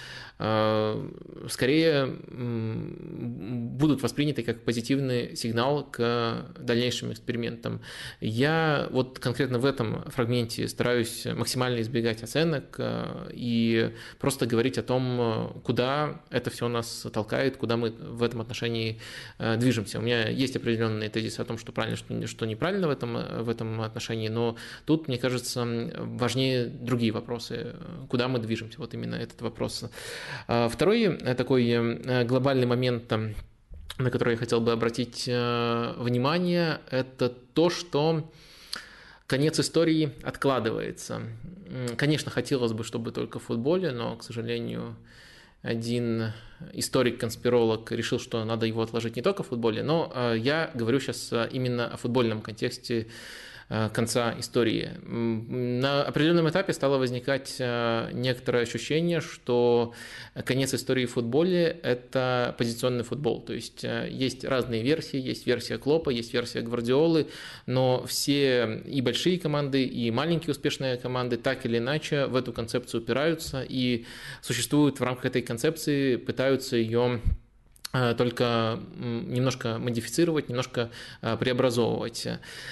скорее будут восприняты как позитивный сигнал к дальнейшим экспериментам. Я вот конкретно в этом фрагменте стараюсь максимально избегать оценок и просто говорить о том, куда это все нас толкает, куда мы в этом отношении движемся. У меня есть определенные тезисы о том, что правильно, что, что неправильно в этом, в этом отношении, но тут, мне кажется, важнее другие вопросы, куда мы движемся, вот именно этот вопрос. Второй такой глобальный момент, на который я хотел бы обратить внимание, это то, что конец истории откладывается. Конечно, хотелось бы, чтобы только в футболе, но, к сожалению, один историк-конспиролог решил, что надо его отложить не только в футболе, но я говорю сейчас именно о футбольном контексте конца истории. На определенном этапе стало возникать некоторое ощущение, что конец истории в футболе – это позиционный футбол. То есть есть разные версии, есть версия Клопа, есть версия Гвардиолы, но все и большие команды, и маленькие успешные команды так или иначе в эту концепцию упираются и существуют в рамках этой концепции, пытаются ее только немножко модифицировать, немножко преобразовывать.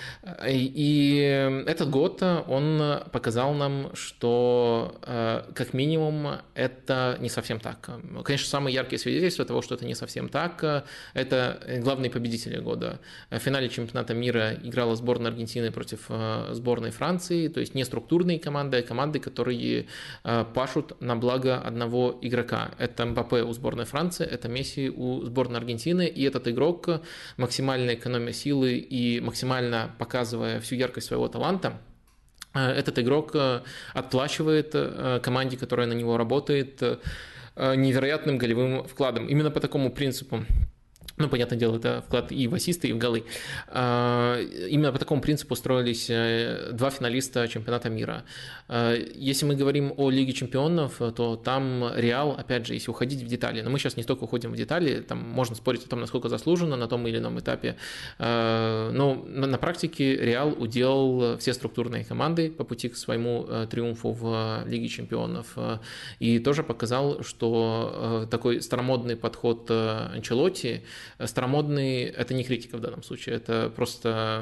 И этот год, он показал нам, что как минимум это не совсем так. Конечно, самые яркие свидетельства того, что это не совсем так, это главные победители года. В финале чемпионата мира играла сборная Аргентины против сборной Франции, то есть не структурные команды, а команды, которые пашут на благо одного игрока. Это Мбаппе у сборной Франции, это Месси у сборной Аргентины, и этот игрок, максимально экономя силы и максимально показывая всю яркость своего таланта, этот игрок отплачивает команде, которая на него работает, невероятным голевым вкладом. Именно по такому принципу. Ну, понятное дело, это вклад и в ассисты, и в голы. Именно по такому принципу строились два финалиста чемпионата мира. Если мы говорим о Лиге чемпионов, то там Реал, опять же, если уходить в детали, но мы сейчас не столько уходим в детали, там можно спорить о том, насколько заслуженно на том или ином этапе, но на практике Реал уделал все структурные команды по пути к своему триумфу в Лиге чемпионов и тоже показал, что такой старомодный подход Анчелотти, старомодный — это не критика в данном случае, это просто,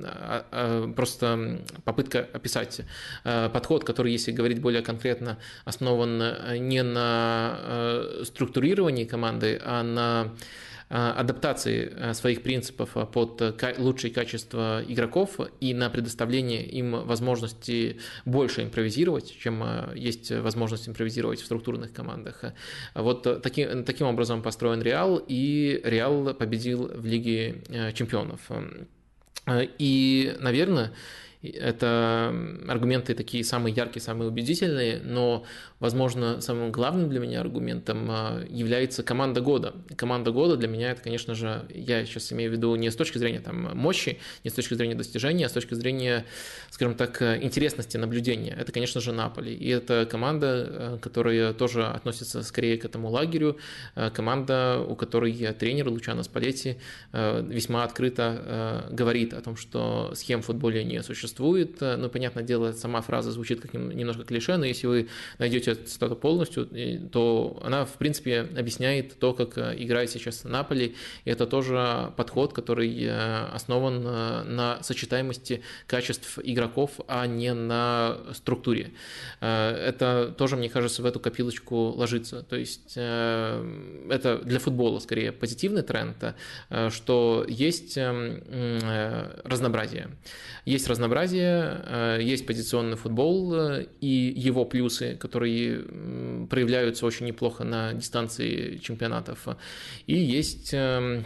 просто попытка описать подход, который, если говорить более конкретно, основан не на структурировании команды, а на адаптации своих принципов под лучшие качества игроков и на предоставление им возможности больше импровизировать, чем есть возможность импровизировать в структурных командах. Вот таким, таким образом построен Реал, и Реал победил в Лиге чемпионов. И, наверное, это аргументы такие самые яркие, самые убедительные, но, возможно, самым главным для меня аргументом является команда года. Команда года для меня это, конечно же, я сейчас имею в виду не с точки зрения там, мощи, не с точки зрения достижения, а с точки зрения, скажем так, интересности наблюдения. Это, конечно же, Наполи. И это команда, которая тоже относится скорее к этому лагерю, команда, у которой тренер Лучано Спалетти весьма открыто говорит о том, что схем в футболе не существует. Ну, понятное дело, сама фраза звучит как немножко клише, но если вы найдете цитату полностью, то она, в принципе, объясняет то, как играет сейчас Наполи. И это тоже подход, который основан на сочетаемости качеств игроков, а не на структуре. Это тоже, мне кажется, в эту копилочку ложится. То есть это для футбола, скорее, позитивный тренд, что есть разнообразие. Есть разнообразие, есть позиционный футбол и его плюсы, которые проявляются очень неплохо на дистанции чемпионатов. И есть...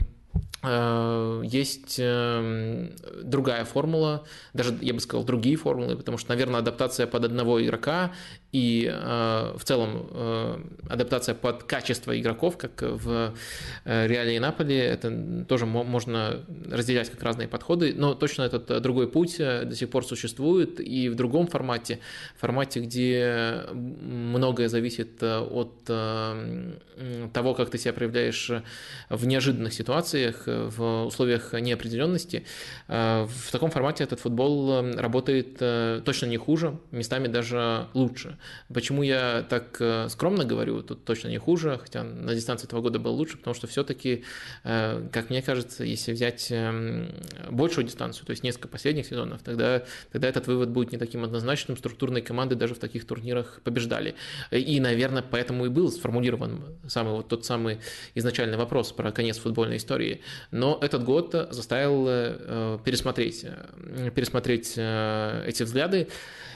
Есть другая формула, даже, я бы сказал, другие формулы, потому что, наверное, адаптация под одного игрока и в целом адаптация под качество игроков, как в Реале и Наполи, это тоже можно разделять как разные подходы, но точно этот другой путь до сих пор существует и в другом формате, в формате, где многое зависит от того, как ты себя проявляешь в неожиданных ситуациях, в условиях неопределенности. В таком формате этот футбол работает точно не хуже, местами даже лучше. Почему я так скромно говорю, тут точно не хуже, хотя на дистанции этого года было лучше, потому что все-таки, как мне кажется, если взять большую дистанцию, то есть несколько последних сезонов, тогда, тогда этот вывод будет не таким однозначным. Структурные команды даже в таких турнирах побеждали. И, наверное, поэтому и был сформулирован самый, вот тот самый изначальный вопрос про конец футбольной истории. Но этот год заставил пересмотреть, пересмотреть эти взгляды.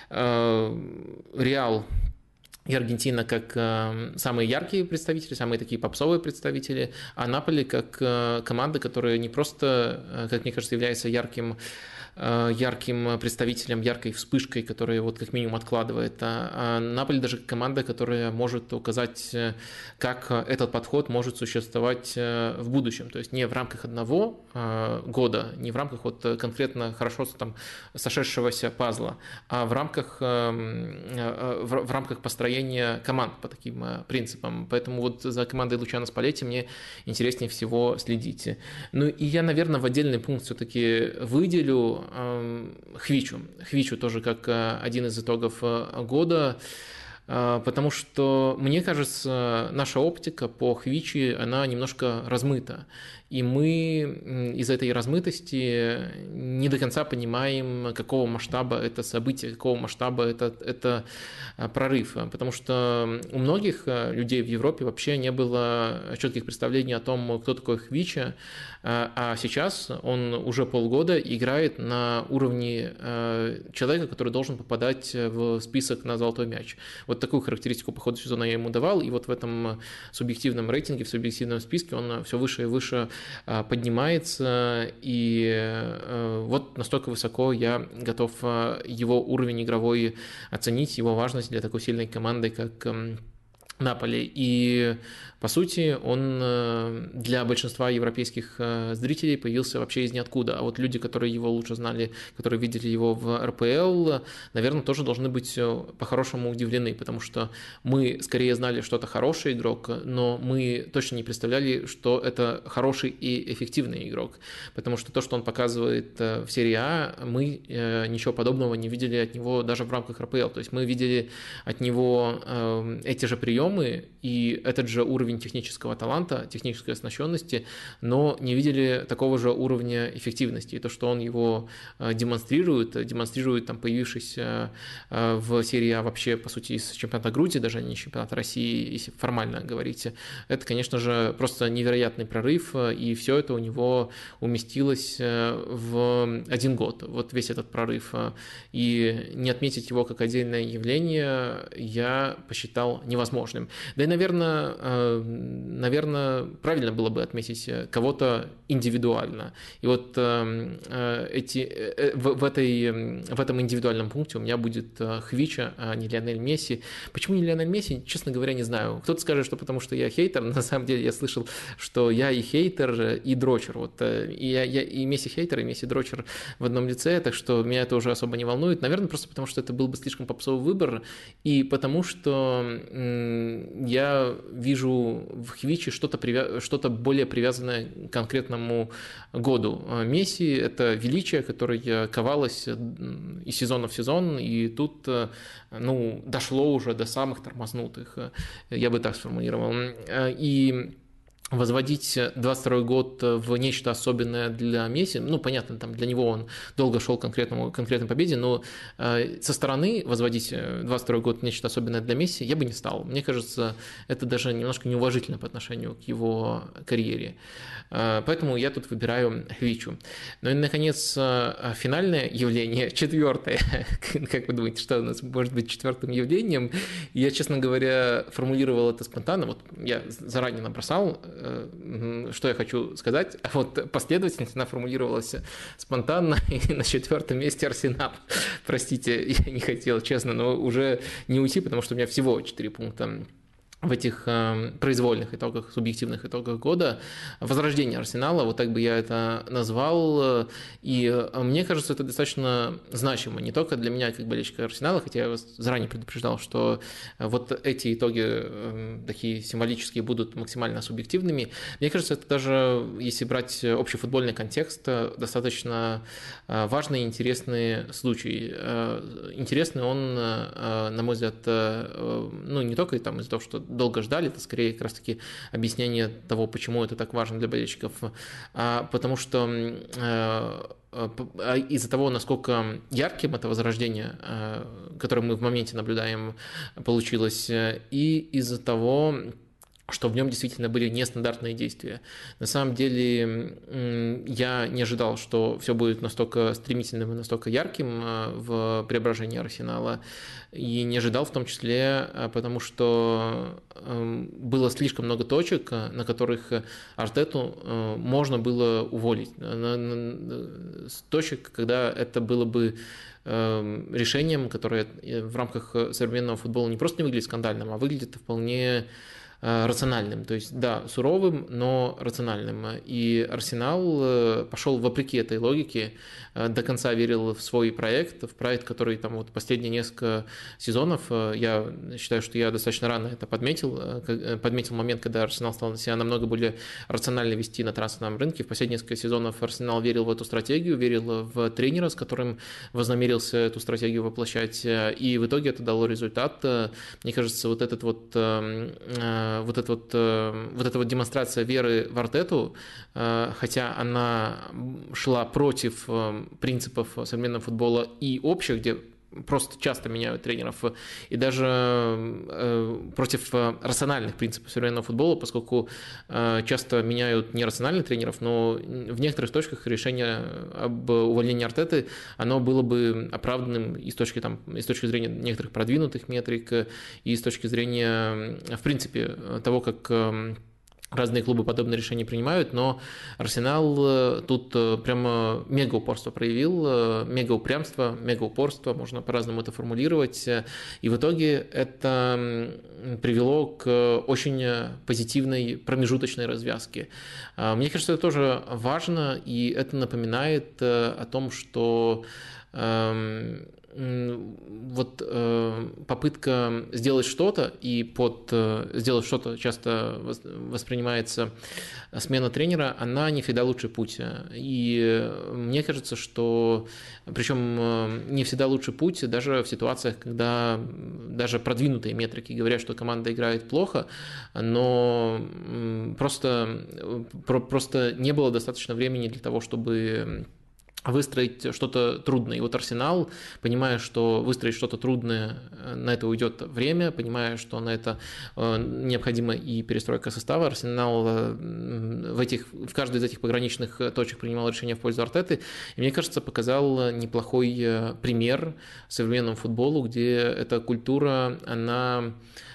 Реал и Аргентина как самые яркие представители, самые такие попсовые представители, а Наполи как команда, которая не просто, как мне кажется, является ярким ярким представителем, яркой вспышкой, которая вот как минимум откладывает. А Наполи даже команда, которая может указать, как этот подход может существовать в будущем. То есть не в рамках одного года, не в рамках вот конкретно хорошо там сошедшегося пазла, а в рамках, в рамках построения команд по таким принципам. Поэтому вот за командой Лучано Спалетти мне интереснее всего следить. Ну и я, наверное, в отдельный пункт все-таки выделю Хвичу. Хвичу тоже как один из итогов года. потому что, мне кажется, наша оптика по Хвичи, она немножко размыта. И мы из этой размытости не до конца понимаем, какого масштаба это событие, какого масштаба это, это прорыв. Потому что у многих людей в Европе вообще не было четких представлений о том, кто такой Хвича, а сейчас он уже полгода играет на уровне человека, который должен попадать в список на золотой мяч. Вот такую характеристику по ходу сезона я ему давал, и вот в этом субъективном рейтинге, в субъективном списке он все выше и выше поднимается, и вот настолько высоко я готов его уровень игровой оценить, его важность для такой сильной команды, как Наполи. И, по сути, он для большинства европейских зрителей появился вообще из ниоткуда. А вот люди, которые его лучше знали, которые видели его в эр пэ эл, наверное, тоже должны быть по-хорошему удивлены, потому что мы скорее знали, что это хороший игрок, но мы точно не представляли, что это хороший и эффективный игрок. Потому что то, что он показывает в серии А, мы ничего подобного не видели от него даже в рамках эр пэ эл. То есть мы видели от него эти же приемы, и этот же уровень технического таланта, технической оснащенности, но не видели такого же уровня эффективности. И то, что он его демонстрирует, демонстрирует там появившийся в серии А вообще, по сути, из чемпионата Грузии, даже не из чемпионата России, если формально говорить, это, конечно же, просто невероятный прорыв, и все это у него уместилось в один год, вот весь этот прорыв. И не отметить его как отдельное явление я посчитал невозможным. Да и, наверное, наверное, правильно было бы отметить кого-то индивидуально. И вот эти, в, в, этой, в этом индивидуальном пункте у меня будет Хвича, а не Лионель Месси. Почему не Лионель Месси, честно говоря, не знаю. Кто-то скажет, что потому что я хейтер. На самом деле я слышал, что я и хейтер, и дрочер. Вот, и, я, я, и Месси хейтер, и Месси дрочер в одном лице, так что меня это уже особо не волнует. Наверное, просто потому что это был бы слишком попсовый выбор, и потому что я вижу в Хвиче что-то, привя... что-то более привязанное к конкретному году. Месси – это величие, которое ковалось из сезона в сезон, и тут ну, дошло уже до самых тормознутых, я бы так сформулировал. И возводить двадцать второй год в нечто особенное для Месси, ну, понятно, там для него он долго шел к конкретному, конкретной победе, но э, со стороны возводить двадцать второй год в нечто особенное для Месси я бы не стал. Мне кажется, это даже немножко неуважительно по отношению к его карьере. Э, поэтому я тут выбираю Хвичу. Ну и, наконец, финальное явление, четвертое. Как вы думаете, что у нас может быть четвертым явлением? Я, честно говоря, формулировал это спонтанно. Вот я заранее набросал, что я хочу сказать, а вот последовательность она формулировалась спонтанно, и на четвертом месте Арсенал. Простите, я не хотел, честно, но уже не уйти, потому что у меня всего четыре пункта в этих э, произвольных итогах, субъективных итогах года. Возрождение Арсенала, вот так бы я это назвал, и мне кажется, это достаточно значимо, не только для меня, как болельщика Арсенала, хотя я вас заранее предупреждал, что вот эти итоги э, такие символические будут максимально субъективными. Мне кажется, это даже, если брать общефутбольный контекст, достаточно важный и интересный случай. Интересный он, на мой взгляд, ну, не только там из-за того, что долго ждали, это скорее как раз-таки объяснение того, почему это так важно для болельщиков, а потому что из-за того, насколько ярким это возрождение, которое мы в моменте наблюдаем, получилось, и из-за того, что в нем действительно были нестандартные действия. На самом деле я не ожидал, что все будет настолько стремительным и настолько ярким в преображении Арсенала, и не ожидал в том числе, потому что было слишком много точек, на которых Артету можно было уволить. С точек, когда это было бы решением, которое в рамках современного футбола не просто не выглядит скандальным, а выглядит вполне рациональным. То есть, да, суровым, но рациональным. И Арсенал пошел вопреки этой логике, до конца верил в свой проект, в проект, который там вот последние несколько сезонов, я считаю, что я достаточно рано это подметил, подметил момент, когда Арсенал стал себя намного более рационально вести на трансферном рынке. В последние несколько сезонов Арсенал верил в эту стратегию, верил в тренера, с которым вознамерился эту стратегию воплощать, и в итоге это дало результат. Мне кажется, вот этот вот, вот, этот вот, вот эта вот демонстрация веры в Артету, хотя она шла против принципов современного футбола и общих, где просто часто меняют тренеров, и даже э, против рациональных принципов современного футбола, поскольку э, часто меняют не рациональных тренеров, но в некоторых точках решение об увольнении Артеты, оно было бы оправданным и с точки, там, и с точки зрения некоторых продвинутых метрик, и с точки зрения, в принципе, того, как разные клубы подобные решения принимают, но Арсенал тут прямо мега упорство проявил, мега упрямство, мега упорство, можно по-разному это формулировать, и в итоге это привело к очень позитивной промежуточной развязке. Мне кажется, это тоже важно, и это напоминает о том, что вот э, попытка сделать что-то, и под э, сделать что-то часто воспринимается смена тренера, она не всегда лучший путь. И мне кажется, что, причем не всегда лучший путь, даже в ситуациях, когда даже продвинутые метрики говорят, что команда играет плохо, но просто, просто не было достаточно времени для того, чтобы выстроить что-то трудное. И вот Арсенал, понимая, что выстроить что-то трудное, на это уйдет время, понимая, что на это необходима и перестройка состава, Арсенал в, этих, в каждой из этих пограничных точек принимал решение в пользу Артеты. И, мне кажется, показал неплохой пример современному футболу, где эта культура, она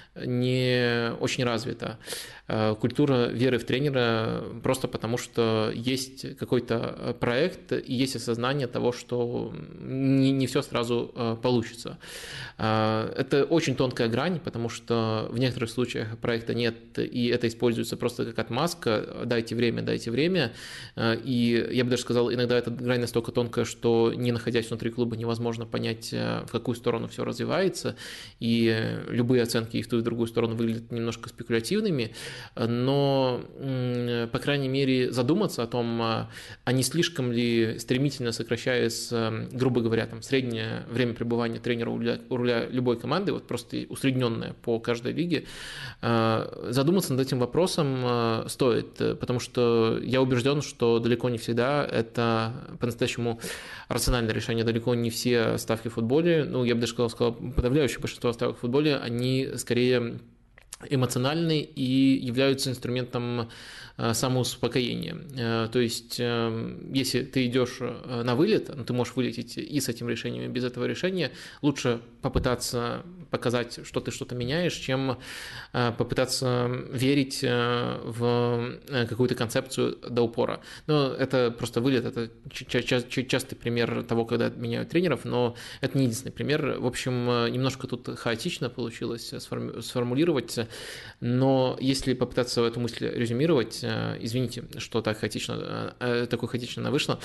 не очень развита. Культура веры в тренера просто потому, что есть какой-то проект и есть осознание того, что не, не все сразу получится. Это очень тонкая грань, потому что в некоторых случаях проекта нет, и это используется просто как отмазка. Дайте время, дайте время. И я бы даже сказал, иногда эта грань настолько тонкая, что, не находясь внутри клуба, невозможно понять, в какую сторону все развивается. И любые оценки и в ту, и в другую сторону выглядят немножко спекулятивными. Но, по крайней мере, задуматься о том, а не слишком ли стремительно сокращается, грубо говоря, там, среднее время пребывания тренера у руля, у руля любой команды, вот просто усредненное по каждой лиге, задуматься над этим вопросом стоит, потому что я убежден, что далеко не всегда это по-настоящему рациональное решение, далеко не все ставки в футболе, ну, я бы даже сказал, сказал подавляющее большинство ставок в футболе, они скорее эмоциональны и являются инструментом самоуспокоения. То есть, если ты идешь на вылет, ты можешь вылететь и с этим решением, и без этого решения, лучше попытаться показать, что ты что-то меняешь, чем попытаться верить в какую-то концепцию до упора. Но это просто вылет, это частый пример того, когда меняют тренеров, но это не единственный пример. В общем, немножко тут хаотично получилось сформулировать, но если попытаться эту мысль резюмировать, извините, что так хаотично, такой хаотично она вышла,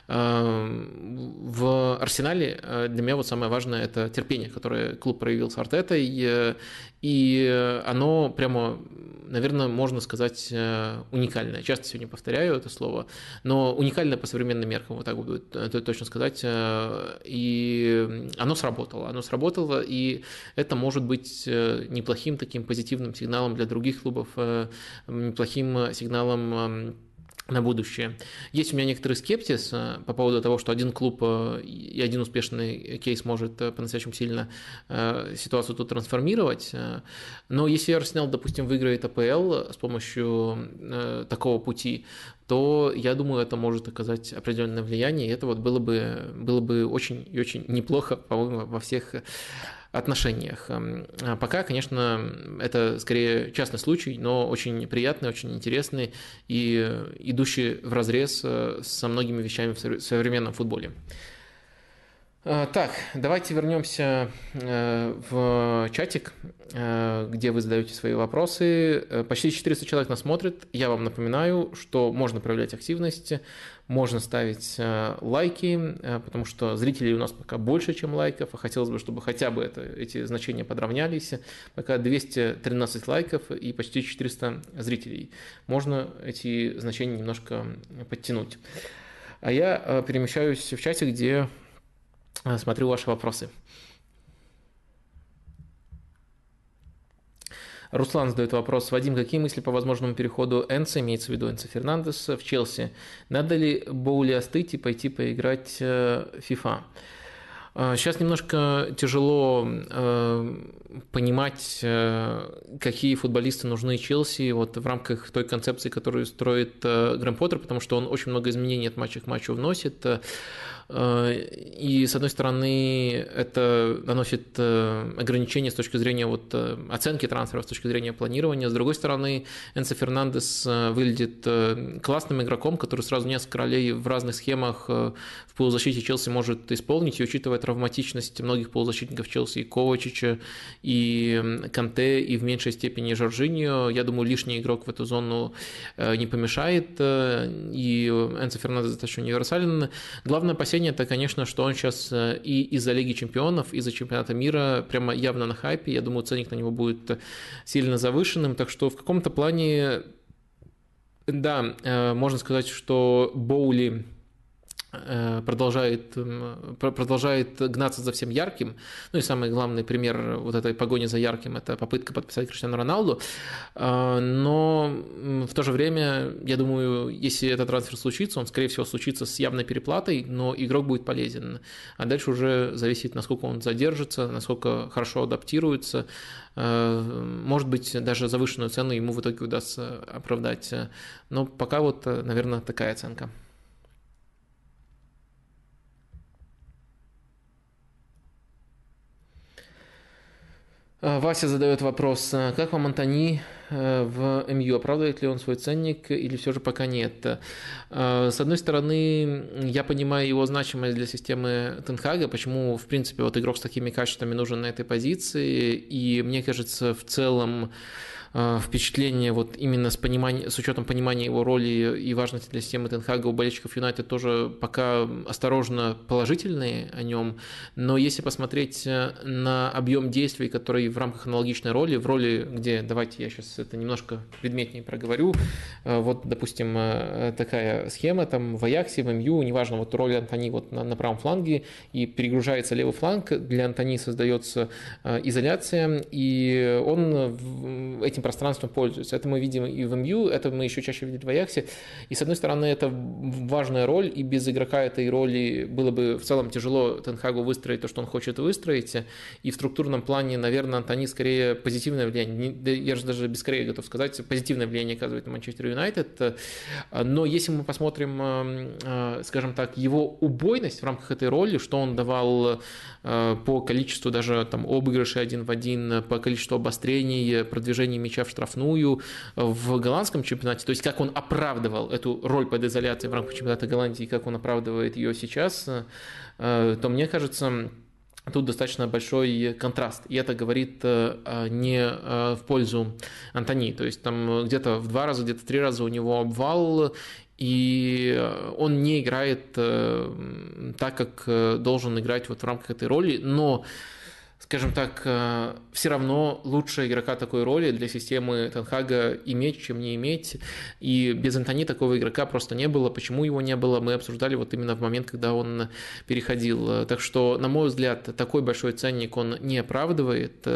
в Арсенале для меня вот самое важное – это терпение, которое клуб проявил с Артетой, и оно прямо, наверное, можно сказать, уникальное. Часто сегодня повторяю это слово, но уникальное по современным меркам, вот так буду точно сказать, и оно сработало, оно сработало, и это может быть неплохим таким позитивным сигналом для других клубов, неплохим сигналом на будущее. Есть у меня некоторый скепсис по поводу того, что один клуб и один успешный кейс может по-настоящему сильно ситуацию тут трансформировать, но если Арсенал, допустим, выиграет АПЛ с помощью такого пути, то, я думаю, это может оказать определенное влияние, и это вот было бы, было бы очень и очень неплохо, по-моему, во всех отношениях. Пока, конечно, это скорее частный случай, но очень приятный, очень интересный и идущий вразрез со многими вещами в современном футболе. А, Так, давайте вернемся э, в чатик, э, где вы задаете свои вопросы. Э, Почти четыреста человек нас смотрит. Я вам напоминаю, что можно проявлять активность, можно ставить э, лайки, э, потому что зрителей у нас пока больше, чем лайков, а хотелось бы, чтобы хотя бы это, эти значения подравнялись. Пока двести тринадцать лайков и почти четыреста зрителей. Можно эти значения немножко подтянуть. А я э, перемещаюсь в чатик, где смотрю ваши вопросы. Руслан задает вопрос. Вадим, какие мысли по возможному переходу Энца, имеется в виду Энца Фернандеса, в Челси? Надо ли Боули остыть и пойти поиграть в FIFA? Сейчас немножко тяжело э, понимать, э, какие футболисты нужны Челси вот в рамках той концепции, которую строит э, Грэм Поттер, потому что он очень много изменений от матча к матчу вносит. И, с одной стороны, это наносит ограничения с точки зрения вот оценки трансферов, с точки зрения планирования. С другой стороны, Энцо Фернандес выглядит классным игроком, который сразу несколько ролей в разных схемах в полузащите Челси может исполнить. И учитывая травматичность многих полузащитников Челси, и Ковачича, и Канте, и в меньшей степени Жоржиньо, я думаю, лишний игрок в эту зону не помешает. И Энцо Фернандес достаточно универсален. Главное опасение это, конечно, что он сейчас и из-за Лиги Чемпионов, из-за Чемпионата мира прямо явно на хайпе. Я думаю, ценник на него будет сильно завышенным. Так что в каком-то плане, да, можно сказать, что Боули продолжает, продолжает гнаться за всем ярким. Ну и самый главный пример вот этой погони за ярким – это попытка подписать Криштиану Роналду. Но в то же время, я думаю, если этот трансфер случится, он, скорее всего, случится с явной переплатой, но игрок будет полезен. А дальше уже зависит, насколько он задержится, насколько хорошо адаптируется. Может быть, даже завышенную цену ему в итоге удастся оправдать. Но пока вот, наверное, такая оценка. Вася задает вопрос, как вам Антони в МЮ, оправдывает ли он свой ценник или все же пока нет? С одной стороны, я понимаю его значимость для системы Тен Хага, почему, в принципе, вот игрок с такими качествами нужен на этой позиции, и мне кажется, в целом, впечатление вот именно с, пониманием, с учетом понимания его роли и важности для системы Тен Хага у болельщиков Юнайтед тоже пока осторожно положительные о нем, но если посмотреть на объем действий, который в рамках аналогичной роли, в роли, где, давайте я сейчас это немножко предметнее проговорю, вот, допустим, такая схема, там в Аяксе, в МЮ, неважно, вот роль Антони вот на, на правом фланге, и перегружается левый фланг, для Антони создается изоляция, и он этим пространством пользуется. Это мы видим и в МЮ, это мы еще чаще видим в Аяксе. И, с одной стороны, это важная роль, и без игрока этой роли было бы в целом тяжело Тен Хагу выстроить то, что он хочет выстроить. И в структурном плане, наверное, Антони скорее позитивное влияние, я же даже без скорее готов сказать, позитивное влияние оказывает на Манчестер Юнайтед. Но если мы посмотрим, скажем так, его убойность в рамках этой роли, что он давал по количеству даже там обыгрышей один в один, по количеству обострений, продвижений мяча в штрафную в голландском чемпионате, то есть как он оправдывал эту роль под изоляцией в рамках чемпионата Голландии, как он оправдывает ее сейчас, то мне кажется, тут достаточно большой контраст, и это говорит не в пользу Антони, то есть там где-то в два раза, где-то в три раза у него обвал, и он не играет так, как должен играть вот в рамках этой роли, но, скажем так, все равно лучше игрока такой роли для системы Тен Хага иметь, чем не иметь. И без Антони такого игрока просто не было. Почему его не было, мы обсуждали вот именно в момент, когда он переходил. Так что, на мой взгляд, такой большой ценник он не оправдывает.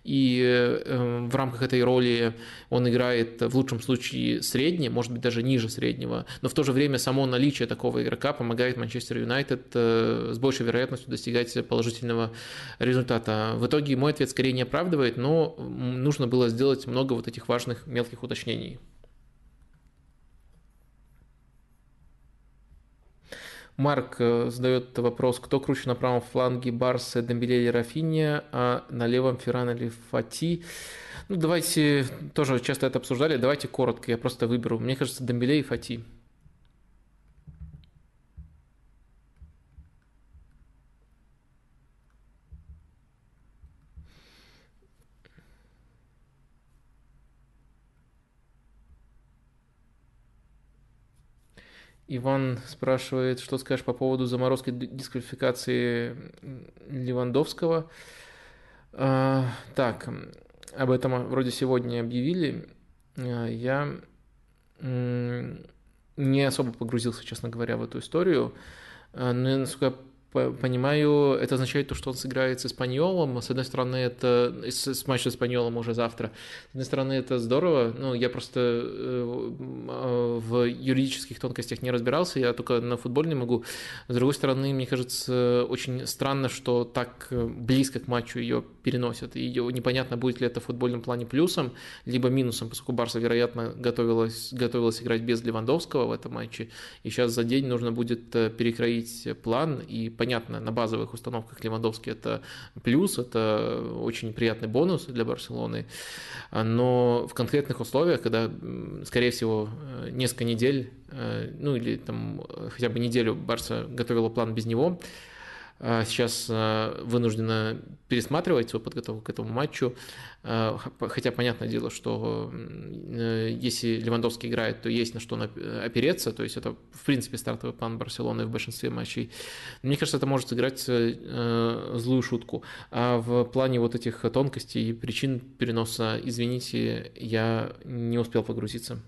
И в рамках этой роли он играет в лучшем случае средне, может быть, даже ниже среднего. Но в то же время само наличие такого игрока помогает Манчестер Юнайтед с большей вероятностью достигать положительного результата. В итоге мой ответ скорее не оправдывает, но нужно было сделать много вот этих важных мелких уточнений. Марк задает вопрос, кто круче на правом фланге, Барса, Дембеле или Рафинья, а на левом Ферран или Фати? Ну, давайте, тоже часто это обсуждали, давайте коротко, я просто выберу. Мне кажется, Дембеле и Фати. Иван спрашивает, что скажешь по поводу заморозки дисквалификации Левандовского. А, так, об этом вроде сегодня объявили. Я не особо погрузился, честно говоря, в эту историю. Но, насколько я понимаю, это означает то, что он сыграет с Эспаньолом. С одной стороны, это с, с матчем с Эспаньолом уже завтра. С одной стороны, это здорово. Ну, я просто э, в юридических тонкостях не разбирался, я только на футбольный могу. С другой стороны, мне кажется, очень странно, что так близко к матчу ее переносят. И непонятно, будет ли это в футбольном плане плюсом, либо минусом, поскольку Барса, вероятно, готовилась, готовилась играть без Левандовского в этом матче. И сейчас за день нужно будет перекроить план. И понятно, на базовых установках Левандовский это плюс, это очень приятный бонус для Барселоны, но в конкретных условиях, когда, скорее всего, несколько недель, ну или там хотя бы неделю Барса готовила план без него, сейчас вынуждена пересматривать свою подготовку к этому матчу, хотя понятное дело, что если Левандовский играет, то есть на что опереться, то есть это в принципе стартовый план Барселоны в большинстве матчей. Мне кажется, это может сыграть злую шутку. А в плане вот этих тонкостей и причин переноса, извините, я не успел погрузиться.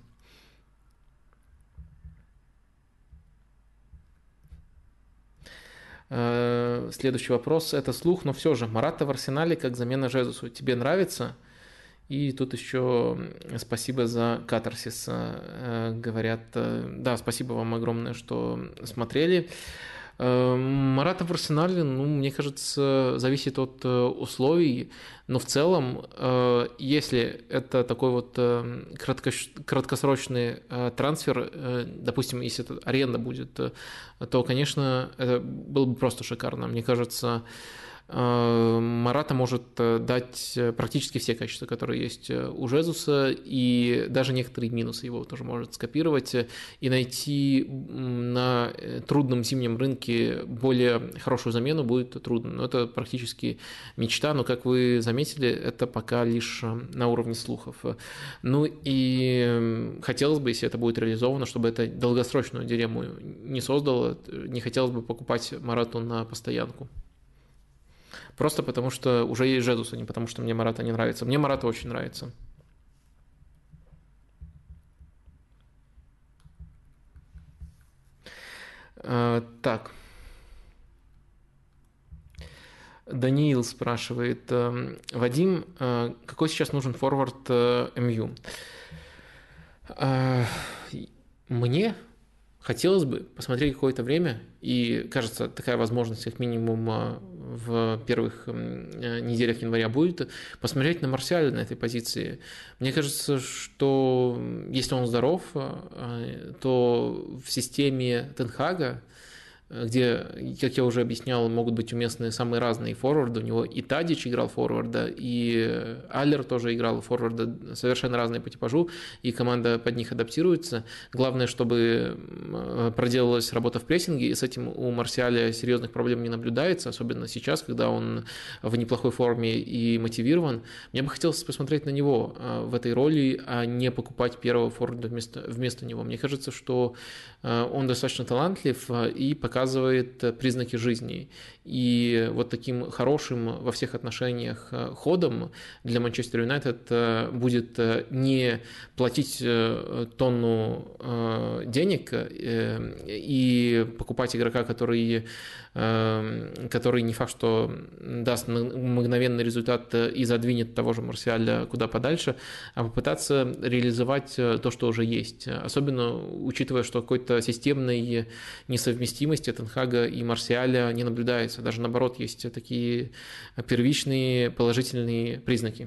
Следующий вопрос. Это слух, но все же. Марата в Арсенале как замена Жезусу. Тебе нравится? И тут еще спасибо за катарсис. Говорят, да, спасибо вам огромное, что смотрели. Марата в Арсенале, ну, мне кажется, зависит от условий, но в целом, если это такой вот краткосрочный трансфер, допустим, если это аренда будет, то, конечно, это было бы просто шикарно. Мне кажется, Марата может дать практически все качества, которые есть у Жезуса, и даже некоторые минусы его тоже может скопировать, и найти на трудном зимнем рынке более хорошую замену будет трудно. Но это практически мечта, но, как вы заметили, это пока лишь на уровне слухов. Ну и хотелось бы, если это будет реализовано, чтобы это долгосрочную дилемму не создало, не хотелось бы покупать Марату на постоянку. Просто потому, что уже есть Жезус, а не потому, что мне Марата не нравится. Мне Марата очень нравится. Так. Даниил спрашивает. Вадим, какой сейчас нужен форвард МЮ? Мне хотелось бы посмотреть какое-то время, и, кажется, такая возможность как минимум в первых неделях января будет, посмотреть на Марсиаля на этой позиции. Мне кажется, что если он здоров, то в системе Тен Хага, где, как я уже объяснял, могут быть уместны самые разные форварды. У него и Тадич играл форварда, и Аллер тоже играл форварда, совершенно разные по типажу, и команда под них адаптируется. Главное, чтобы проделалась работа в прессинге, и с этим у Марсиаля серьезных проблем не наблюдается, особенно сейчас, когда он в неплохой форме и мотивирован. Мне бы хотелось посмотреть на него в этой роли, а не покупать первого форварда вместо, вместо него. Мне кажется, что он достаточно талантлив и показывает признаки жизни. И вот таким хорошим во всех отношениях ходом для Манчестер Юнайтед будет не платить тонну денег и покупать игрока, который, который не факт, что даст мгновенный результат и задвинет того же Марсиаля куда подальше, а попытаться реализовать то, что уже есть. Особенно учитывая, что какой-то системной несовместимости Тен Хага и Марсиаля не наблюдается. Даже наоборот, есть такие первичные положительные признаки.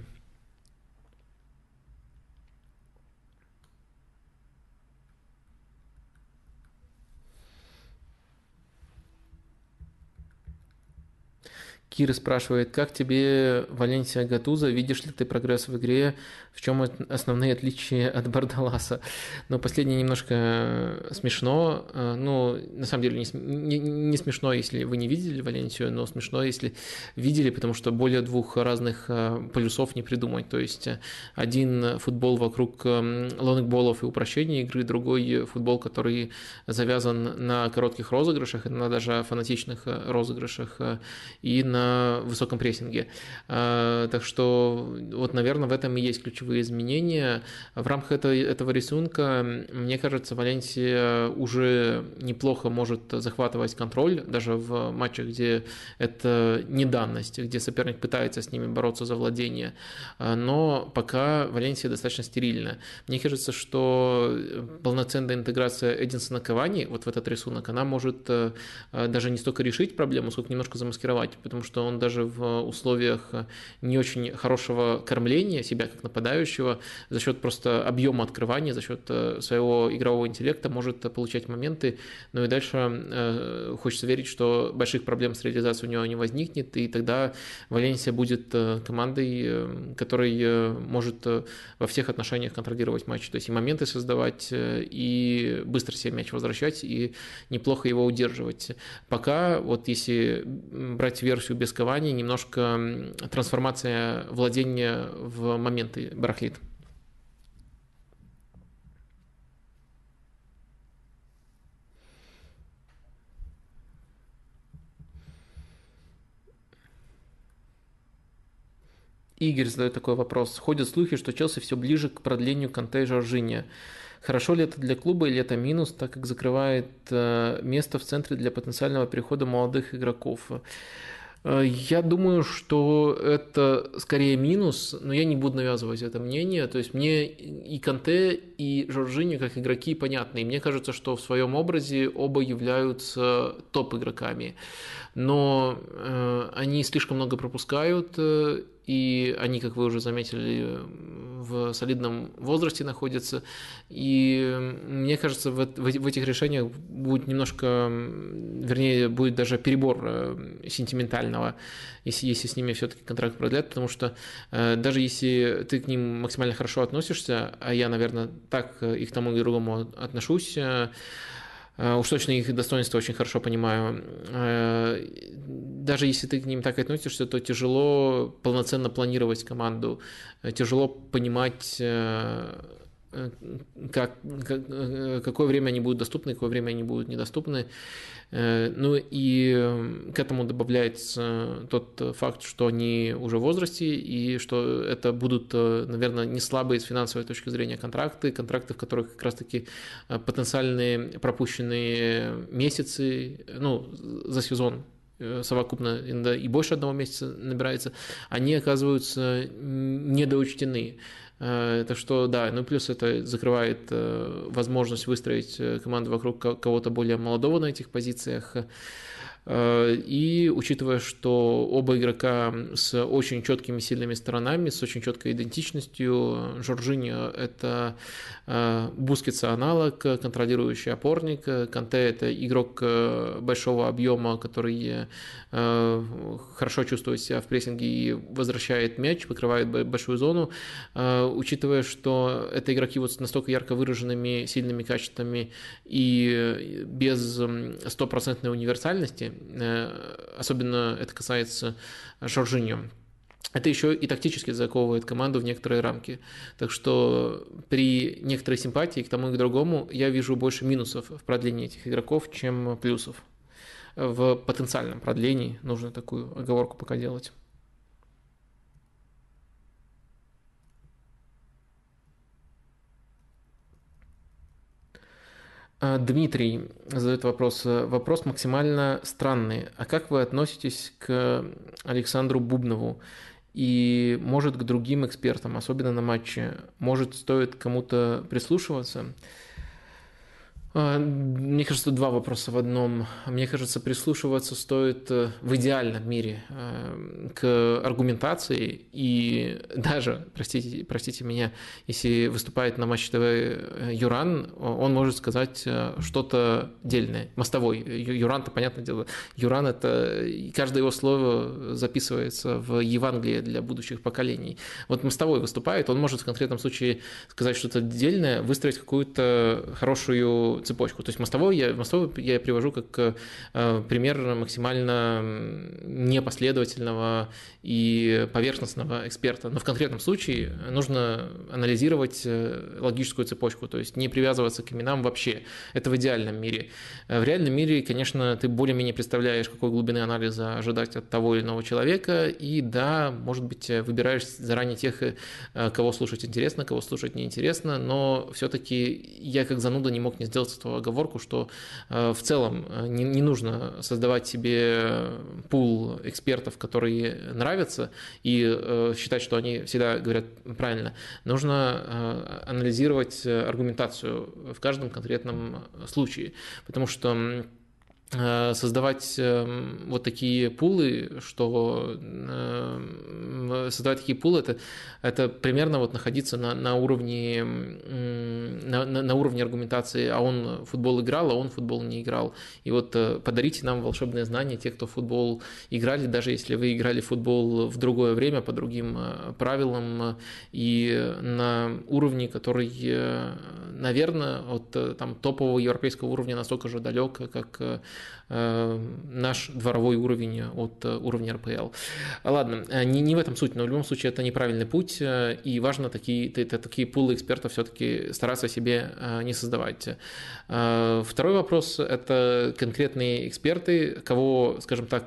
Кира спрашивает, как тебе Валенсия Гатузо, видишь ли ты прогресс в игре, в чем основные отличия от Бардаласа? Ну, последнее немножко смешно, ну, на самом деле не, не, не смешно, если вы не видели Валенсию, но смешно, если видели, потому что более двух разных полюсов не придумать, то есть один футбол вокруг лонгболов и упрощения игры, другой футбол, который завязан на коротких розыгрышах, на даже фанатичных розыгрышах и на высоком прессинге. Так что, вот, наверное, в этом и есть ключевые изменения. В рамках этого, этого рисунка, мне кажется, Валенсия уже неплохо может захватывать контроль, даже в матчах, где это не данность, где соперник пытается с ними бороться за владение. Но пока Валенсия достаточно стерильна. Мне кажется, что полноценная интеграция Эдинсона Кавани вот в этот рисунок, она может даже не столько решить проблему, сколько немножко замаскировать, потому что он даже в условиях не очень хорошего кормления себя как нападающего за счет просто объема открывания, за счет своего игрового интеллекта может получать моменты, ну и дальше хочется верить, что больших проблем с реализацией у него не возникнет, и тогда Валенсия будет командой, которая может во всех отношениях контролировать матч, то есть и моменты создавать, и быстро себе мяч возвращать, и неплохо его удерживать. Пока, вот если брать версию без Кавани, немножко трансформация владения в моменты барахлит. Игорь задает такой вопрос. Ходят слухи, что Челси все ближе к продлению Канте и Жоржиньо. Хорошо ли это для клуба или это минус, так как закрывает место в центре для потенциального перехода молодых игроков? Я думаю, что это скорее минус, но я не буду навязывать это мнение. То есть мне и Канте, и Жоржиньо как игроки понятны. И мне кажется, что в своем образе оба являются топ-игроками. Но э, они слишком много пропускают, э, и они, как вы уже заметили, в солидном возрасте находятся. И мне кажется, в, в, в этих решениях будет немножко, вернее, будет даже перебор э, сентиментального, если, если с ними все-таки контракт продлят, потому что э, даже если ты к ним максимально хорошо относишься, а я, наверное, так и к тому и к другому отношусь, э, уж точно их достоинства очень хорошо понимаю. Даже если ты к ним так относишься, то тяжело полноценно планировать команду, тяжело понимать, как, как, какое время они будут доступны, какое время они будут недоступны. Ну и к этому добавляется тот факт, что они уже в возрасте, и что это будут, наверное, не слабые с финансовой точки зрения контракты, контракты, в которых как раз-таки потенциальные пропущенные месяцы, ну, за сезон совокупно иногда и больше одного месяца набирается, они оказываются недоучтены. Так что да, ну плюс это закрывает возможность выстроить команду вокруг кого-то более молодого на этих позициях. И учитывая, что оба игрока с очень четкими сильными сторонами, с очень четкой идентичностью, Жоржиньо – это Бускетса аналог, контролирующий опорник, Канте – это игрок большого объема, который хорошо чувствует себя в прессинге и возвращает мяч, покрывает большую зону. Учитывая, что это игроки вот с настолько ярко выраженными сильными качествами и без стопроцентной универсальности, особенно это касается Жоржиньо, это еще и тактически заковывает команду в некоторые рамки. Так что при некоторой симпатии к тому и к другому я вижу больше минусов в продлении этих игроков, чем плюсов. В потенциальном продлении нужно такую оговорку пока делать. Дмитрий задает вопрос. Вопрос максимально странный. А как вы относитесь к Александру Бубнову и, может, к другим экспертам, особенно на матче? Может, стоит кому-то прислушиваться? Мне кажется, два вопроса в одном. Мне кажется, прислушиваться стоит в идеальном мире к аргументации, и даже, простите, простите меня, если выступает на Матч ТВ Юран, он может сказать что-то дельное. Мостовой. Юран-то, понятное дело, Юран — это каждое его слово записывается в Евангелие для будущих поколений. Вот Мостовой выступает, он может в конкретном случае сказать что-то дельное, выстроить какую-то хорошую цепочку. То есть мостовой я, мостовой я привожу как э, пример максимально непоследовательного и поверхностного эксперта. Но в конкретном случае нужно анализировать логическую цепочку, то есть не привязываться к именам вообще. Это в идеальном мире. В реальном мире, конечно, ты более-менее представляешь, какой глубины анализа ожидать от того или иного человека, и да, может быть, выбираешь заранее тех, кого слушать интересно, кого слушать неинтересно, но все-таки я как зануда не мог не сделать эту оговорку, что в целом не, не нужно создавать себе пул экспертов, которые нравятся, и считать, что они всегда говорят правильно. Нужно анализировать аргументацию в каждом конкретном случае, потому что создавать вот такие пулы, что создавать такие пулы, это, это примерно вот находиться на, на, уровне, на, на уровне аргументации, а он в футбол играл, а он в футбол не играл. И вот подарите нам волшебные знания, те, кто в футбол играли, даже если вы играли в футбол в другое время, по другим правилам, и на уровне, который, наверное, от там, топового европейского уровня настолько же далек, как наш дворовой уровень от уровня эр пэ эл. Ладно, не, не в этом суть, но в любом случае это неправильный путь, и важно такие, такие пулы экспертов все-таки стараться себе не создавать. Второй вопрос – это конкретные эксперты, кого, скажем так,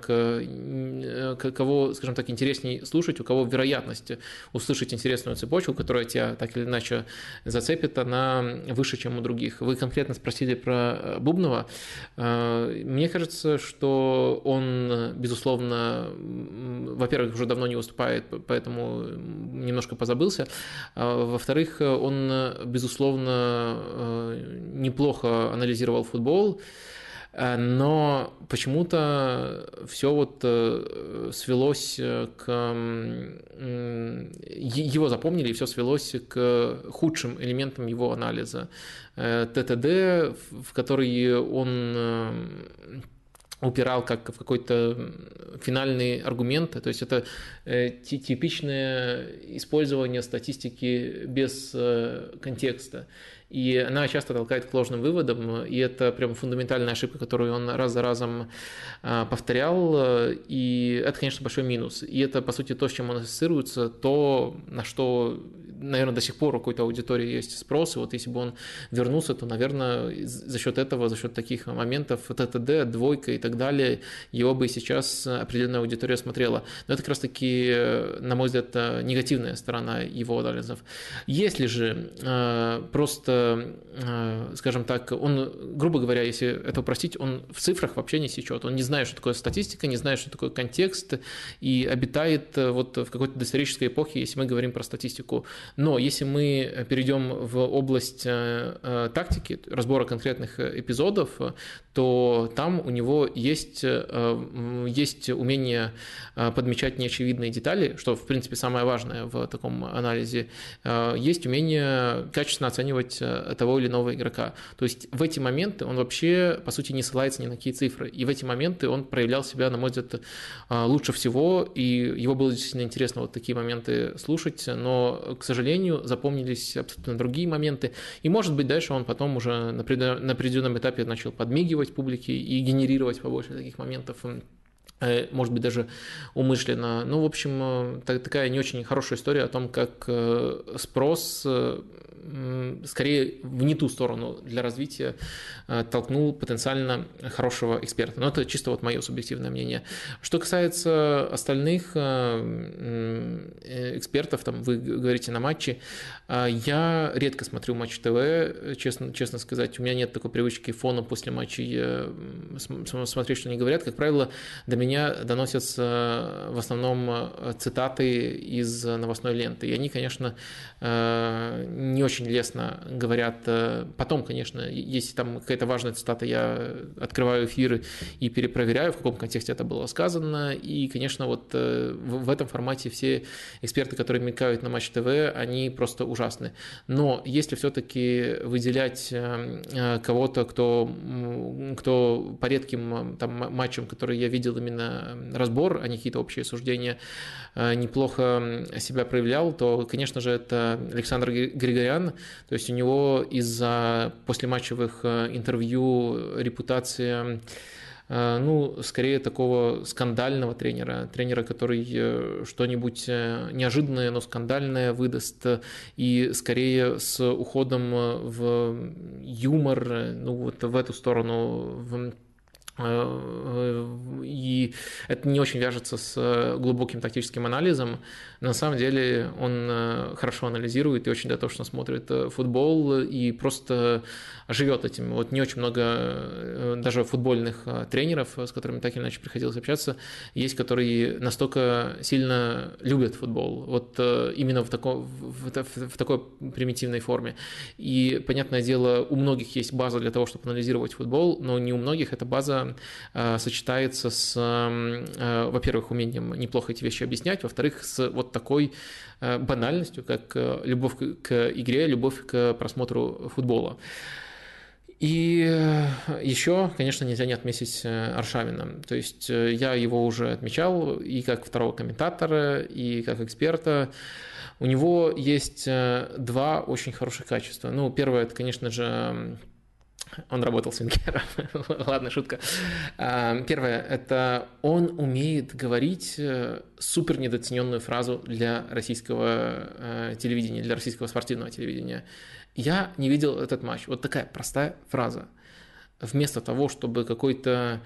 кого, скажем так, интереснее слушать, у кого вероятность услышать интересную цепочку, которая тебя так или иначе зацепит, она выше, чем у других. Вы конкретно спросили про Бубнова. Мне кажется, что он, безусловно, во-первых, уже давно не выступает, поэтому немножко позабылся. Во-вторых, он, безусловно, неплохо анализировал футбол, но почему-то все вот свелось к... Его запомнили, и все свелось к худшим элементам его анализа. тэ тэ дэ, в который он упирал как в какой-то финальный аргумент, то есть это типичное использование статистики без контекста. И она часто толкает к ложным выводам, и это прям фундаментальная ошибка, которую он раз за разом повторял, и это, конечно, большой минус. И это, по сути, то, с чем он ассоциируется, то, на что, наверное, до сих пор у какой-то аудитории есть спрос, и вот если бы он вернулся, то, наверное, за счет этого, за счет таких моментов тэ тэ дэ, двойка и так далее, его бы сейчас определенная аудитория смотрела. Но это как раз-таки, на мой взгляд, негативная сторона его анализов. Если же просто, скажем так, он, грубо говоря, если это упростить, он в цифрах вообще не сечет, он не знает, что такое статистика, не знает, что такое контекст, и обитает вот в какой-то доисторической эпохе, если мы говорим про статистику. Но если мы перейдем в область тактики, разбора конкретных эпизодов, то там у него есть, есть умение подмечать неочевидные детали, что, в принципе, самое важное в таком анализе. Есть умение качественно оценивать того или иного игрока. То есть в эти моменты он вообще, по сути, не ссылается ни на какие цифры. И в эти моменты он проявлял себя, на мой взгляд, лучше всего, и его было действительно интересно вот такие моменты слушать, но, к сожалению, запомнились абсолютно другие моменты. И, может быть, дальше он потом уже на определенном этапе начал подмигивать публике и генерировать побольше таких моментов, может быть, даже умышленно. Ну, в общем, такая не очень хорошая история о том, как спрос скорее в не ту сторону для развития толкнул потенциально хорошего эксперта. Но это чисто вот мое субъективное мнение. Что касается остальных экспертов, там вы говорите на матче, я редко смотрю Матч ТВ, честно, честно сказать. У меня нет такой привычки фоном после матчей смотреть, что они говорят. Как правило, до меня доносятся в основном цитаты из новостной ленты. И они, конечно, не очень очень лестно говорят. Потом, конечно, если там какая-то важная цитата, я открываю эфиры и перепроверяю, в каком контексте это было сказано. И, конечно, вот в этом формате все эксперты, которые мелькают на Матч ТВ, они просто ужасны. Но если все-таки выделять кого-то, кто, кто по редким там, матчам, которые я видел именно разбор, а не какие-то общие суждения, неплохо себя проявлял, то, конечно же, это Александр Григорян. То есть у него из-за послематчевых интервью репутация, ну, скорее такого скандального тренера, тренера, который что-нибудь неожиданное, но скандальное выдаст, и скорее с уходом в юмор, ну, вот в эту сторону, в и это не очень вяжется с глубоким тактическим анализом. На самом деле он хорошо анализирует и очень дотошно смотрит футбол и просто живет этим. Вот не очень много даже футбольных тренеров, с которыми так или иначе приходилось общаться, есть, которые настолько сильно любят футбол. Вот именно в, тако, в, в такой примитивной форме. И, понятное дело, у многих есть база для того, чтобы анализировать футбол, но не у многих эта база сочетается с, во-первых, умением неплохо эти вещи объяснять, во-вторых, с вот такой банальностью, как любовь к игре, любовь к просмотру футбола. И еще, конечно, нельзя не отметить Аршавина. То есть я его уже отмечал и как второго комментатора, и как эксперта. У него есть два очень хороших качества. Ну, первое, это, конечно же, он работал с Венгером. Ладно, шутка. Первое, это он умеет говорить супер недооцененную фразу для российского телевидения, для российского спортивного телевидения. Я не видел этот матч. Вот такая простая фраза. Вместо того, чтобы какой-то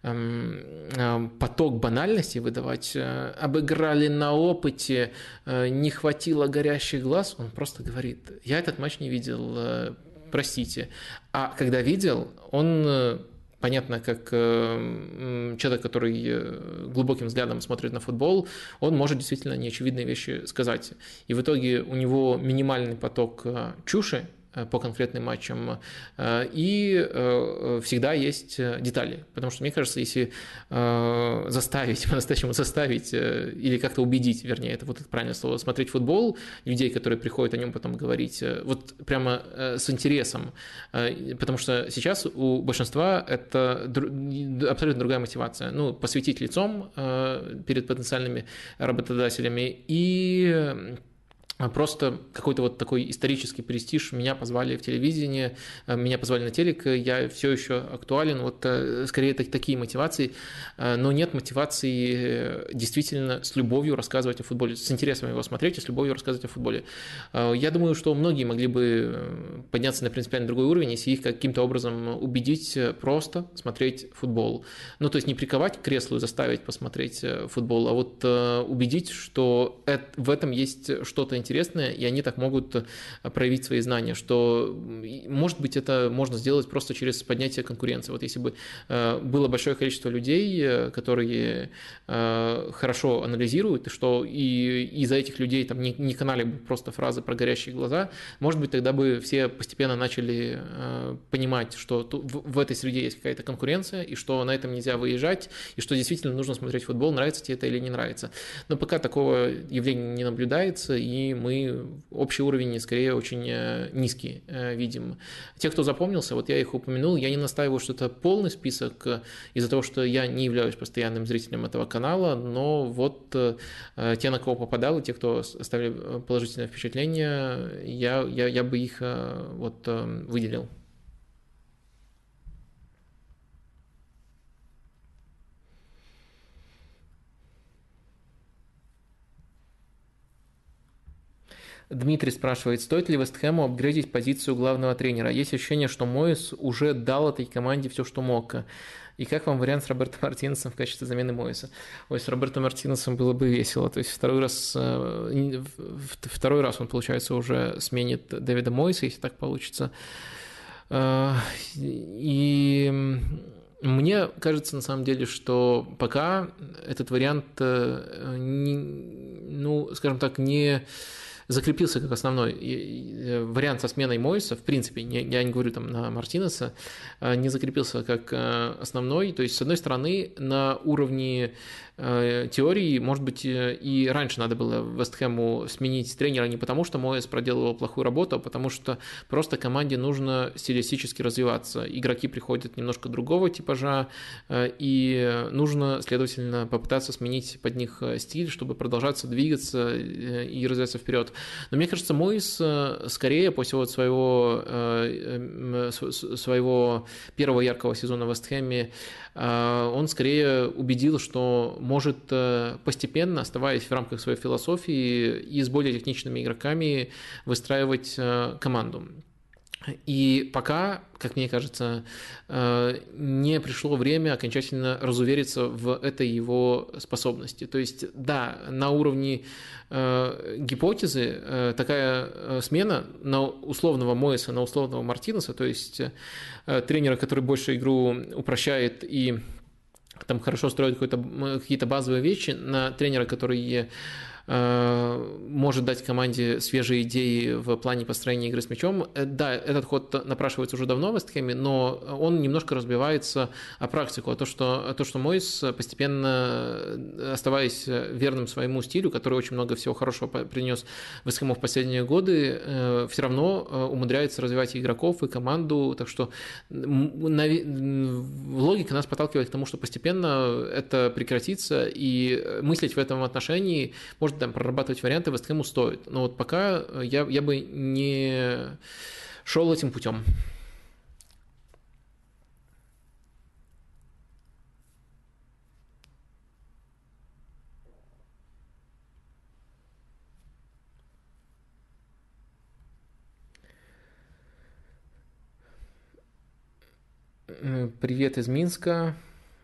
поток банальностей выдавать, обыграли на опыте, не хватило горящих глаз, он просто говорит: я этот матч не видел, простите. А когда видел, он, понятно, как человек, который глубоким взглядом смотрит на футбол, он может действительно неочевидные вещи сказать. И в итоге у него минимальный поток чуши по конкретным матчам, и всегда есть детали. Потому что, мне кажется, если заставить, по-настоящему заставить, или как-то убедить, вернее, это вот это правильное слово, смотреть футбол, людей, которые приходят о нем потом говорить, вот прямо с интересом, потому что сейчас у большинства это абсолютно другая мотивация. Ну, посвятить лицом перед потенциальными работодателями и просто какой-то вот такой исторический престиж. Меня позвали в телевидение, меня позвали на телек, я все еще актуален. Вот скорее такие мотивации, но нет мотивации действительно с любовью рассказывать о футболе, с интересом его смотреть и с любовью рассказывать о футболе. Я думаю, что многие могли бы подняться на принципиально другой уровень, если их каким-то образом убедить просто смотреть футбол. Ну, то есть не приковать к креслу и заставить посмотреть футбол, а вот убедить, что в этом есть что-то интересное, и они так могут проявить свои знания, что, может быть, это можно сделать просто через поднятие конкуренции. Вот если бы было большое количество людей, которые хорошо анализируют, и что и из-за этих людей там не, не канали бы просто фразы про горящие глаза, может быть, тогда бы все постепенно начали понимать, что в этой среде есть какая-то конкуренция, и что на этом нельзя выезжать, и что действительно нужно смотреть футбол, нравится тебе это или не нравится. Но пока такого явления не наблюдается, и мы общий уровень скорее очень низкий видим. Те, кто запомнился, вот я их упомянул, я не настаиваю, что это полный список из-за того, что я не являюсь постоянным зрителем этого канала, но вот те, на кого попадал, и те, кто оставили положительное впечатление, я, я, я бы их вот выделил. Дмитрий спрашивает, стоит ли Вест Хэму апгрейдить позицию главного тренера? Есть ощущение, что Моэс уже дал этой команде все, что мог. И как вам вариант с Роберто Мартинесом в качестве замены Моэса? Ой, с Роберто Мартинесом было бы весело. То есть второй раз, второй раз он, получается, уже сменит Дэвида Моэса, если так получится. И мне кажется, на самом деле, что пока этот вариант, ну, скажем так, не закрепился как основной вариант со сменой Мойса, в принципе, не, я не говорю там на Мартинеса, не закрепился как основной. То есть, с одной стороны, на уровне теории, может быть, и раньше надо было Вест Хэму сменить тренера не потому, что Моэс проделывал плохую работу, а потому что просто команде нужно стилистически развиваться. Игроки приходят немножко другого типажа, и нужно, следовательно, попытаться сменить под них стиль, чтобы продолжаться двигаться и развиваться вперед. Но мне кажется, Моэс скорее после вот своего, своего первого яркого сезона в Вест Хэме, он скорее убедил, что может постепенно, оставаясь в рамках своей философии и с более техничными игроками, выстраивать команду. И пока, как мне кажется, не пришло время окончательно разувериться в этой его способности. То есть, да, на уровне гипотезы такая смена на условного Моэса, на условного Мартинеса, то есть тренера, который больше игру упрощает и там хорошо строит какие-то базовые вещи, на тренера, который может дать команде свежие идеи в плане построения игры с мячом. Да, этот ход напрашивается уже давно в Вест Хэме, но он немножко разбивается о практику, о том, что, о том, что Мойс, постепенно оставаясь верным своему стилю, который очень много всего хорошего принес Вест Хэму в последние годы, все равно умудряется развивать и игроков, и команду, так что логика нас подталкивает к тому, что постепенно это прекратится, и мыслить в этом отношении может там прорабатывать варианты Вест Хэму стоит. Но вот пока я, я бы не шел этим путем. Привет из Минска.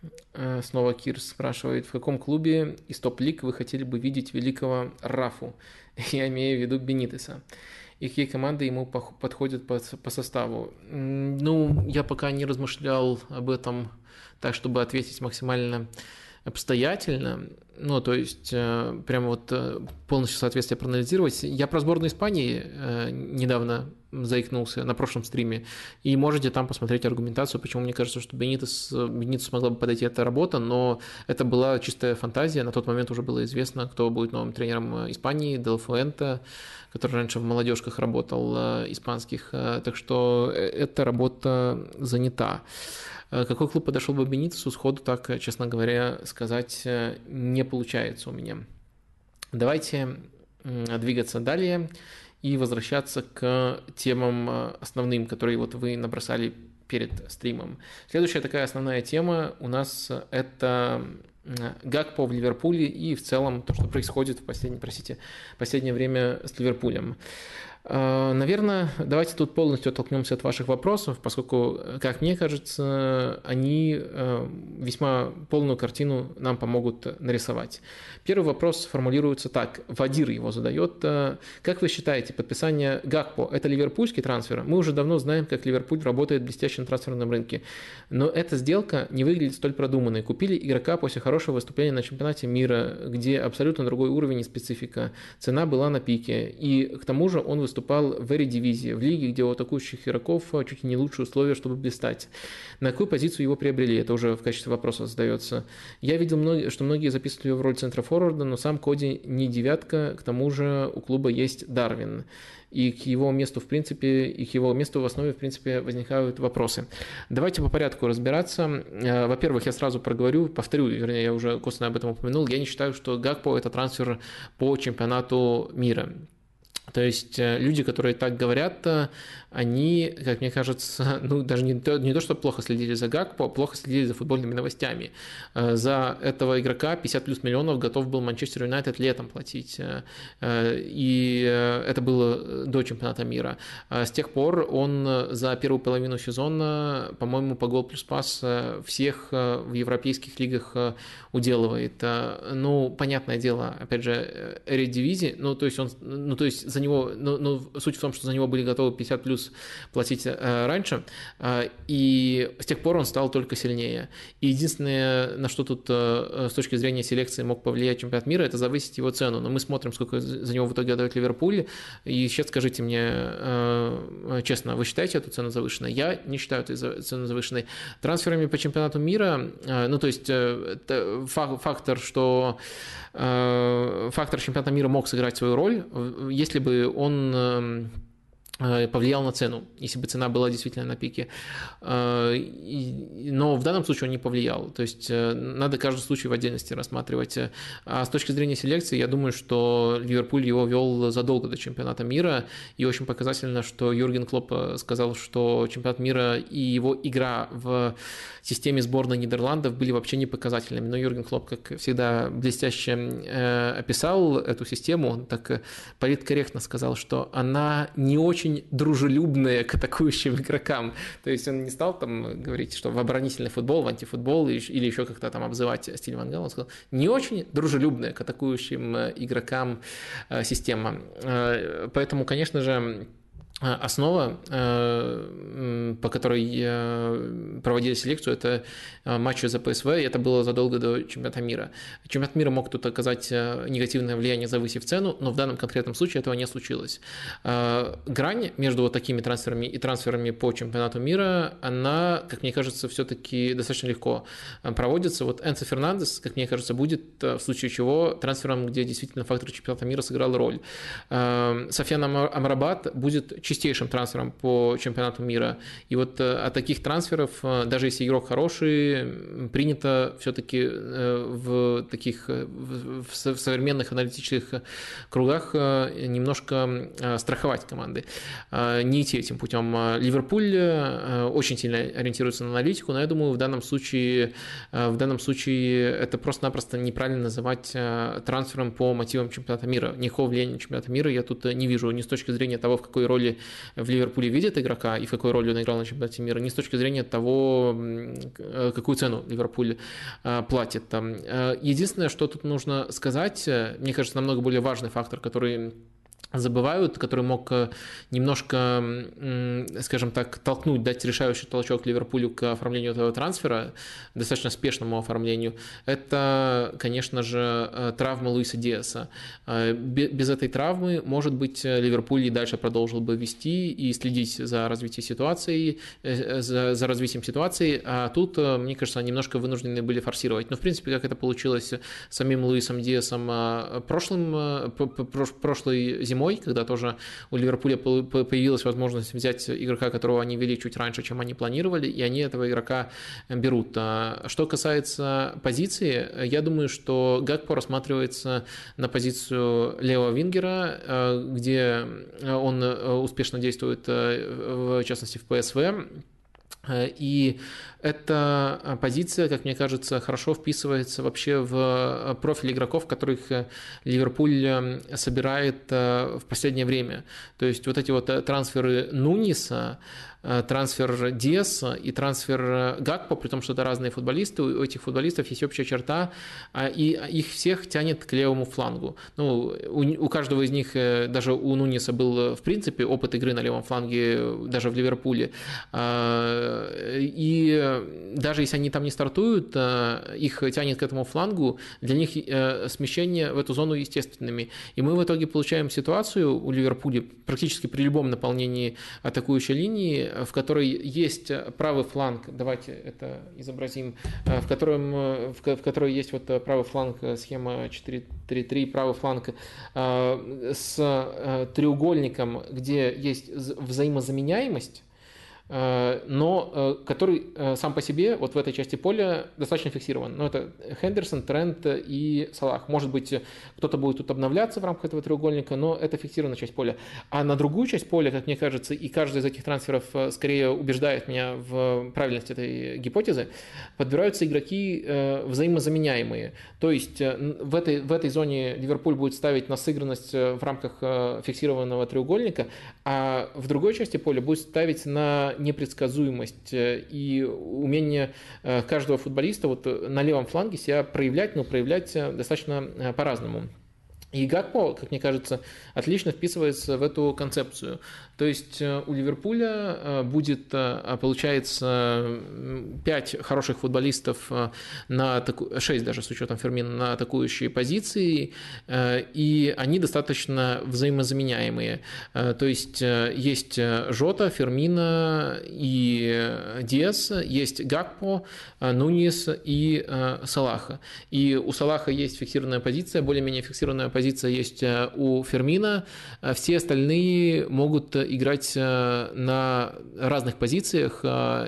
Снова Кир спрашивает, в каком клубе из топ-лиг вы хотели бы видеть великого Рафу? Я имею в виду Бенитеса. И какие команды ему подходят по, по составу? Ну, я пока не размышлял об этом так, чтобы ответить максимально обстоятельно. Ну, то есть, прямо вот полностью соответствие проанализировать. Я про сборную Испании недавно заикнулся на прошлом стриме, и можете там посмотреть аргументацию, почему мне кажется, что Бенитес, Бенитесу смогла бы подойти эта работа, но это была чистая фантазия, на тот момент уже было известно, кто будет новым тренером Испании, Дел Фуэнте, который раньше в молодежках работал, испанских, так что эта работа занята. Какой клуб подошел бы Бенитесу, сходу так, честно говоря, сказать не получается у меня. Давайте двигаться далее и возвращаться к темам основным, которые вот вы набросали перед стримом. Следующая такая основная тема у нас – это Гакпо в Ливерпуле и в целом то, что происходит в последнее, простите, последнее время с Ливерпулем. Наверное, давайте тут полностью оттолкнемся от ваших вопросов, поскольку, как мне кажется, они весьма полную картину нам помогут нарисовать. Первый вопрос формулируется так, Вадир его задает. Как вы считаете, подписание Гакпо – это ливерпульский трансфер? Мы уже давно знаем, как Ливерпуль работает в блестящем трансферном рынке, но эта сделка не выглядит столь продуманной. Купили игрока после хорошего выступления на чемпионате мира, где абсолютно другой уровень и специфика. Цена была на пике, и к тому же он выступал в Эрedivisie, в лиге, где у атакующих игроков чуть ли не лучшие условия, чтобы блистать. На какую позицию его приобрели? Это уже в качестве вопроса задается. Я видел, что многие записывали его в роль центра-форварда, но сам Коди не девятка, к тому же у клуба есть Дарвин. И к его месту, в принципе, и к его месту в основе, в принципе, возникают вопросы. Давайте по порядку разбираться. Во-первых, я сразу проговорю, повторю, вернее, я уже косвенно об этом упомянул, я не считаю, что Гакпо – это трансфер по чемпионату мира. То есть люди, которые так говорят, они, как мне кажется, ну, даже не то, не то, что плохо следили за Гакпо, плохо следили за футбольными новостями. За этого игрока пятьдесят плюс миллионов готов был Манчестер Юнайтед летом платить. И это было до чемпионата мира. С тех пор он за первую половину сезона, по-моему, по гол плюс пас всех в европейских лигах уделывает. Ну, понятное дело, опять же, Эрedivisie, ну, то есть он, ну, то есть за него, ну, ну, суть в том, что за него были готовы пятьдесят плюс платить раньше, и с тех пор он стал только сильнее. И единственное, на что тут с точки зрения селекции мог повлиять чемпионат мира, это завысить его цену. Но мы смотрим, сколько за него в итоге отдает Ливерпуль, и сейчас скажите мне честно, вы считаете эту цену завышенной? Я не считаю эту цену завышенной. Трансферами по чемпионату мира, ну, то есть фактор, что фактор чемпионата мира мог сыграть свою роль, если бы он повлиял на цену, если бы цена была действительно на пике. Но в данном случае он не повлиял. То есть надо каждый случай в отдельности рассматривать. А с точки зрения селекции, я думаю, что Ливерпуль его вел задолго до чемпионата мира. И очень показательно, что Юрген Клопп сказал, что чемпионат мира и его игра в системе сборной Нидерландов были вообще не показательными. Но Юрген Клопп, как всегда, блестяще описал эту систему. Он так политкорректно сказал, что она не очень дружелюбная к атакующим игрокам. То есть он не стал там говорить, что в оборонительный футбол, в антифутбол или еще как-то там обзывать стиль Ван Гала. Он сказал, не очень дружелюбная к атакующим игрокам система. Поэтому, конечно же, основа, по которой проводили селекцию, это матчи за ПСВ, и это было задолго до чемпионата мира. Чемпионат мира мог тут оказать негативное влияние, завысив цену, но в данном конкретном случае этого не случилось. Грань между вот такими трансферами и трансферами по чемпионату мира, она, как мне кажется, все-таки достаточно легко проводится. Вот Энцо Фернандес, как мне кажется, будет в случае чего трансфером, где действительно фактор чемпионата мира сыграл роль. Софьян Амрабат будет чистейшим трансфером по чемпионату мира. И вот от таких трансферов, даже если игрок хороший, принято все-таки в таких в современных аналитических кругах немножко страховать команды. Не идти этим путем. Ливерпуль очень сильно ориентируется на аналитику, но я думаю, в данном случае, в данном случае это просто-напросто неправильно называть трансфером по мотивам чемпионата мира. Никакого влияния на чемпионат мира я тут не вижу, ни с точки зрения того, в какой роли в Ливерпуле видят игрока и в какой роли он играл на чемпионате мира, не с точки зрения того, какую цену Ливерпуль платит. Единственное, что тут нужно сказать, мне кажется, намного более важный фактор, который забывают, который мог немножко, скажем так, толкнуть, дать решающий толчок Ливерпулю к оформлению этого трансфера, достаточно спешному оформлению, это, конечно же, травма Луиса Диаса. Без этой травмы, может быть, Ливерпуль и дальше продолжил бы вести и следить за развитием ситуации, за, за развитием ситуации, а тут, мне кажется, немножко вынуждены были форсировать. Но, в принципе, как это получилось с самим Луисом Диасом прошлым, прошлой зимой, когда тоже у Ливерпуля появилась возможность взять игрока, которого они вели чуть раньше, чем они планировали, и они этого игрока берут. Что касается позиции, я думаю, что Гакпо рассматривается на позицию левого вингера, где он успешно действует, в частности, в ПСВ. И эта позиция, как мне кажется, хорошо вписывается вообще в профиль игроков, которых Ливерпуль собирает в последнее время. То есть вот эти вот трансферы Нуниса, трансфер Диаса и трансфер Гакпо, при том, что это разные футболисты, у этих футболистов есть общая черта, и их всех тянет к левому флангу. Ну, у, у каждого из них, даже у Нуниса был, в принципе, опыт игры на левом фланге, даже в Ливерпуле. И даже если они там не стартуют, их тянет к этому флангу, для них смещения в эту зону естественными. И мы в итоге получаем ситуацию у Ливерпуля практически при любом наполнении атакующей линии, в которой есть правый фланг, давайте это изобразим, в, котором, в которой есть вот правый фланг, схема четыре три три, правый фланг с треугольником, где есть взаимозаменяемость, но который сам по себе вот в этой части поля достаточно фиксирован. Но это Хендерсон, Трент и Салах. Может быть, кто-то будет тут обновляться в рамках этого треугольника, но это фиксированная часть поля. А на другую часть поля, как мне кажется, и каждый из этих трансферов скорее убеждает меня в правильности этой гипотезы, подбираются игроки взаимозаменяемые. То есть в этой, в этой зоне Ливерпуль будет ставить на сыгранность в рамках фиксированного треугольника, а в другой части поля будет ставить на непредсказуемость и умение каждого футболиста вот на левом фланге себя проявлять, но проявлять достаточно по-разному. И Гакпо, как мне кажется, отлично вписывается в эту концепцию. То есть у Ливерпуля будет, получается, пять хороших футболистов, на таку... шесть даже с учетом Фермина, на атакующие позиции, и они достаточно взаимозаменяемые. То есть есть Жота, Фермина и Диас, есть Гакпо, Нуньес и Салаха. И у Салаха есть фиксированная позиция, более-менее фиксированная позиция есть у Фермина. Все остальные могут играть на разных позициях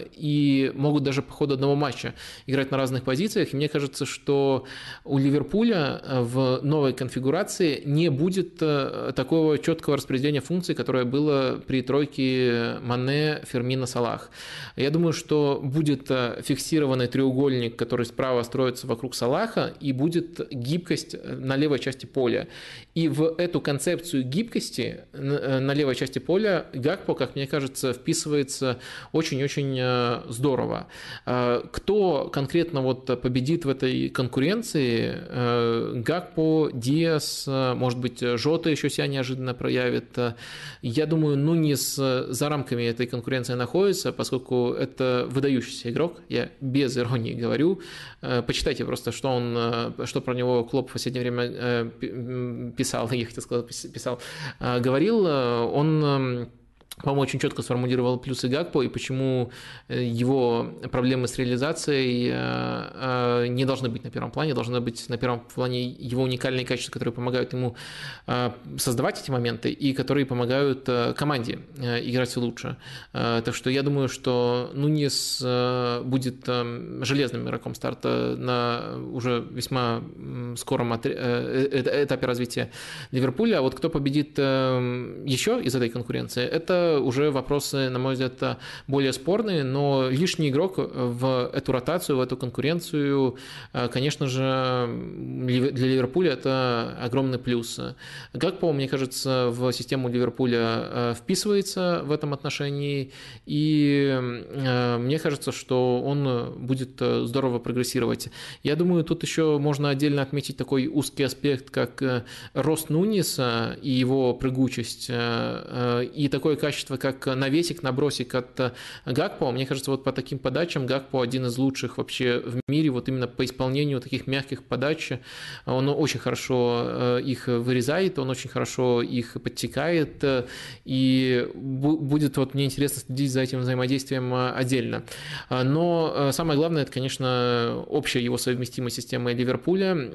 и могут даже по ходу одного матча играть на разных позициях. И мне кажется, что у Ливерпуля в новой конфигурации не будет такого четкого распределения функций, которое было при тройке Мане, Фермина, Салах. Я думаю, что будет фиксированный треугольник, который справа строится вокруг Салаха, и будет гибкость на левой части поля. И в эту концепцию гибкости на левой части поля Гакпо, как мне кажется, вписывается очень-очень здорово. Кто конкретно вот победит в этой конкуренции? Гакпо, Диас, может быть, Жота еще себя неожиданно проявит. Я думаю, Нуньес за рамками этой конкуренции находится, поскольку это выдающийся игрок, я без иронии говорю. Почитайте просто, что он, что про него Клоп в последнее время писал, я хотел сказать, писал, говорил. Он, по-моему, очень четко сформулировал плюсы Гакпо и почему его проблемы с реализацией не должны быть на первом плане, должны быть на первом плане его уникальные качества, которые помогают ему создавать эти моменты и которые помогают команде играть все лучше. Так что я думаю, что Нуньес будет железным игроком старта на уже весьма скором этапе развития Ливерпуля. А вот кто победит еще из этой конкуренции, это уже вопросы, на мой взгляд, более спорные, но лишний игрок в эту ротацию, в эту конкуренцию, конечно же, для Ливерпуля это огромный плюс. Гакпо, мне кажется, в систему Ливерпуля вписывается в этом отношении, и мне кажется, что он будет здорово прогрессировать. Я думаю, тут еще можно отдельно отметить такой узкий аспект, как рост Нуньеса и его прыгучесть, и такое качество, как навесик, набросик от Гакпо. Мне кажется, вот по таким подачам Гакпо один из лучших вообще в мире, вот именно по исполнению таких мягких подач. Он очень хорошо их вырезает, он очень хорошо их подтекает, и будет вот мне интересно следить за этим взаимодействием отдельно. Но самое главное, это, конечно, общая его совместимость с системой Ливерпуля.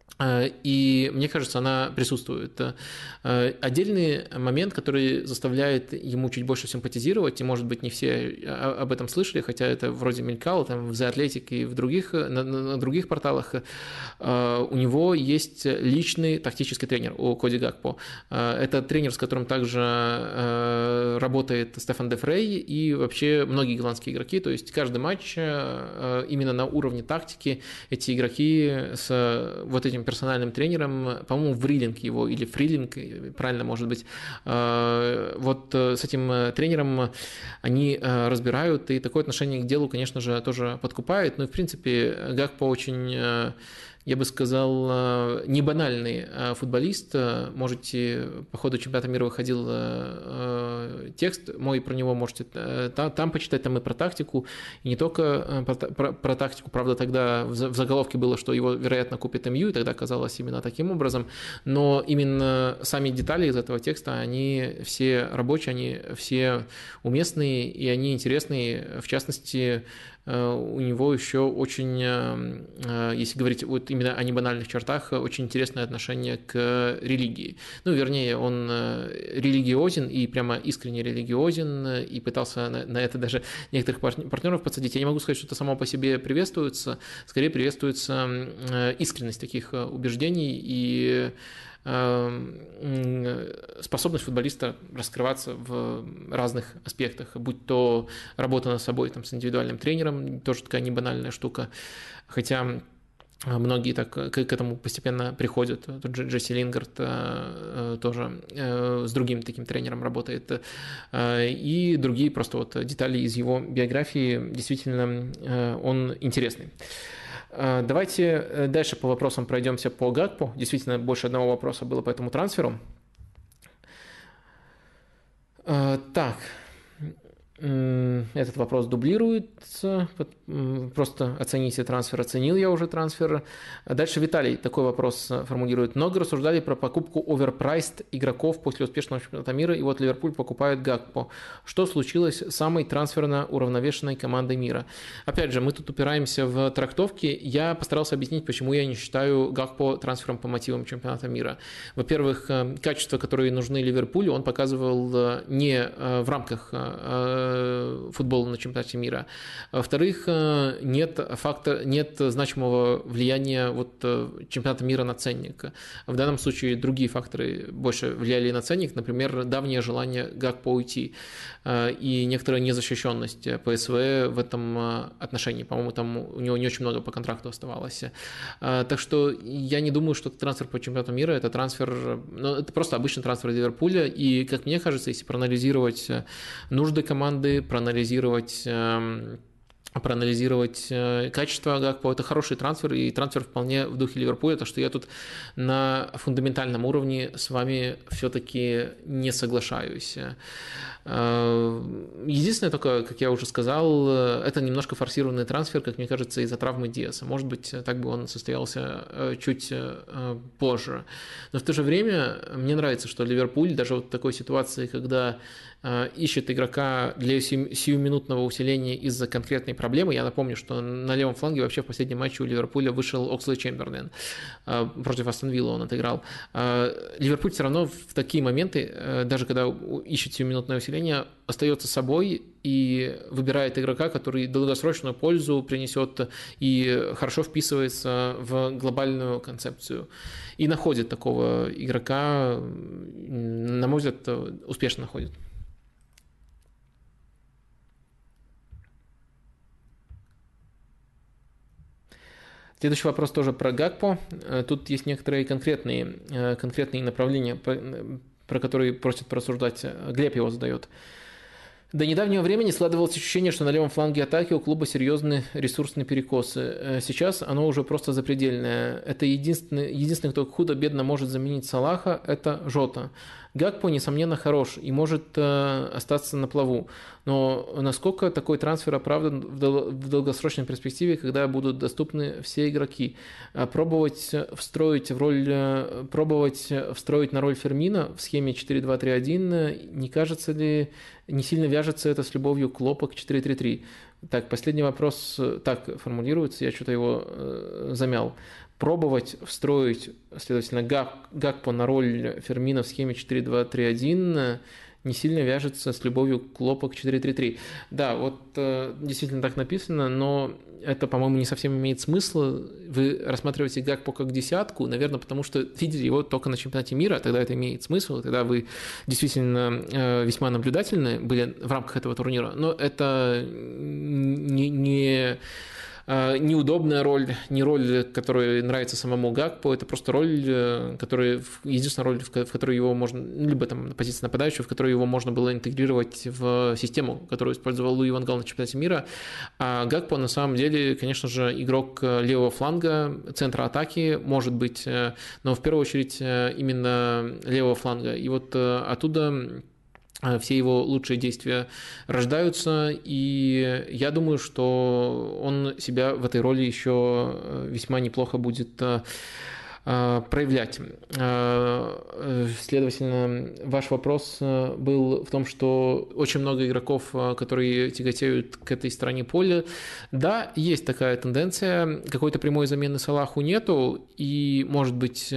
И мне кажется, она присутствует. Отдельный момент, который заставляет ему чуть больше симпатизировать, и, может быть, не все об этом слышали, хотя это вроде мелькало там, в The Athletic и в других, на, на других порталах, у него есть личный тактический тренер у Коди Гакпо. Это тренер, с которым также работает Стефан де Фрей и вообще многие голландские игроки, то есть каждый матч именно на уровне тактики эти игроки с вот этим персональным тренером, по-моему, Врилинг его, или Фрилинг, правильно, может быть, вот с этим тренером они разбирают, и такое отношение к делу, конечно же, тоже подкупает, но, в принципе, Гакпо очень... я бы сказал, не банальный футболист. Можете, по ходу чемпионата мира выходил текст мой про него, можете там, там почитать, там и про тактику, и не только про, про, про тактику, правда, тогда в заголовке было, что его, вероятно, купит эм ю, и тогда казалось именно таким образом, но именно сами детали из этого текста, они все рабочие, они все уместные, и они интересные, в частности, у него еще очень, если говорить вот именно о небанальных чертах, очень интересное отношение к религии. Ну, вернее, он религиозен и прямо искренне религиозен, и пытался на это даже некоторых партнеров подсадить. Я не могу сказать, что это само по себе приветствуется, скорее приветствуется искренность таких убеждений и способность футболиста раскрываться в разных аспектах, будь то работа над собой там, с индивидуальным тренером, тоже такая небанальная штука, хотя многие так к этому постепенно приходят. Тут же Джесси Лингард тоже с другим таким тренером работает. И другие просто вот детали из его биографии, действительно, он интересный. Давайте дальше по вопросам пройдемся по Гакпо. Действительно, больше одного вопроса было по этому трансферу. Так, этот вопрос дублируется. Просто оцените трансфер. Оценил я уже трансфер. Дальше Виталий такой вопрос формулирует. Много рассуждали про покупку оверпрайсд игроков после успешного чемпионата мира, и вот Ливерпуль покупает Гакпо. Что случилось с самой трансферно уравновешенной командой мира? Опять же, мы тут упираемся в трактовки. Я постарался объяснить, почему я не считаю Гакпо трансфером по мотивам чемпионата мира. Во-первых, качества, которые нужны Ливерпулю, он показывал не в рамках футбола на чемпионате мира. Во-вторых, нет факта, нет значимого влияния вот чемпионата мира на ценник. В данном случае другие факторы больше влияли на ценник, например, давнее желание Гакпо уйти и некоторая незащищенность ПСВ в этом отношении. По-моему, там у него не очень много по контракту оставалось. Так что я не думаю, что это трансфер по чемпионату мира, это трансфер, ну, это просто обычный трансфер Ливерпуля, и, как мне кажется, если проанализировать нужды команды, проанализировать проанализировать качество Гакпо. Это хороший трансфер, и трансфер вполне в духе Ливерпуля, так что я тут на фундаментальном уровне с вами все-таки не соглашаюсь. Единственное только, как я уже сказал, это немножко форсированный трансфер, как мне кажется, из-за травмы Диаса. Может быть, так бы он состоялся чуть позже. Но в то же время мне нравится, что Ливерпуль даже вот в такой ситуации, когда ищет игрока для сиюминутного усиления из-за конкретной проблемы. Я напомню, что на левом фланге вообще в последнем матче у Ливерпуля вышел Окслей Чемберлен. Против Астон Вилла он отыграл. Ливерпуль все равно в такие моменты, даже когда ищет сиюминутное усиление, остается собой и выбирает игрока, который долгосрочную пользу принесет и хорошо вписывается в глобальную концепцию. И находит такого игрока, на мой взгляд, успешно находит. Следующий вопрос тоже про Гакпо. Тут есть некоторые конкретные, конкретные направления, про которые просят порассуждать. Глеб его задает. До недавнего времени складывалось ощущение, что на левом фланге атаки у клуба серьезные ресурсные перекосы. Сейчас оно уже просто запредельное. Это единственный, единственный, кто худо-бедно может заменить Салаха, это Жота. Гакпо, несомненно, хорош и может э, остаться на плаву. Но насколько такой трансфер оправдан в, дол- в долгосрочной перспективе, когда будут доступны все игроки? Пробовать встроить в роль, пробовать встроить на роль Фермина в схеме четыре два три один, не кажется ли, не сильно вяжется это с любовью Клопа к четыре три три? Так, последний вопрос так формулируется, я что-то его э, замял. Пробовать встроить, следовательно, Гак, Гакпо на роль Фермина в схеме четыре два три один не сильно вяжется с любовью Клопа к четыре три три. Да, вот э, действительно так написано, но это, по-моему, не совсем имеет смысла. Вы рассматриваете Гакпо как десятку, наверное, потому что видели его только на чемпионате мира, тогда это имеет смысл, тогда вы действительно э, весьма наблюдательны были в рамках этого турнира, но это не... не неудобная роль, не роль, которая нравится самому Гакпо, это просто роль, которая, единственная роль, в которой его можно, либо там позиция нападающего, в которой его можно было интегрировать в систему, которую использовал Луи ван Гал на чемпионате мира. А Гакпо на самом деле, конечно же, игрок левого фланга, центра атаки, может быть, но в первую очередь именно левого фланга. И вот оттуда все его лучшие действия рождаются, и я думаю, что он себя в этой роли еще весьма неплохо будет проявлять. Следовательно, ваш вопрос был в том, что очень много игроков, которые тяготеют к этой стороне поля. Да, есть такая тенденция, какой-то прямой замены Салаху нету, и, может быть,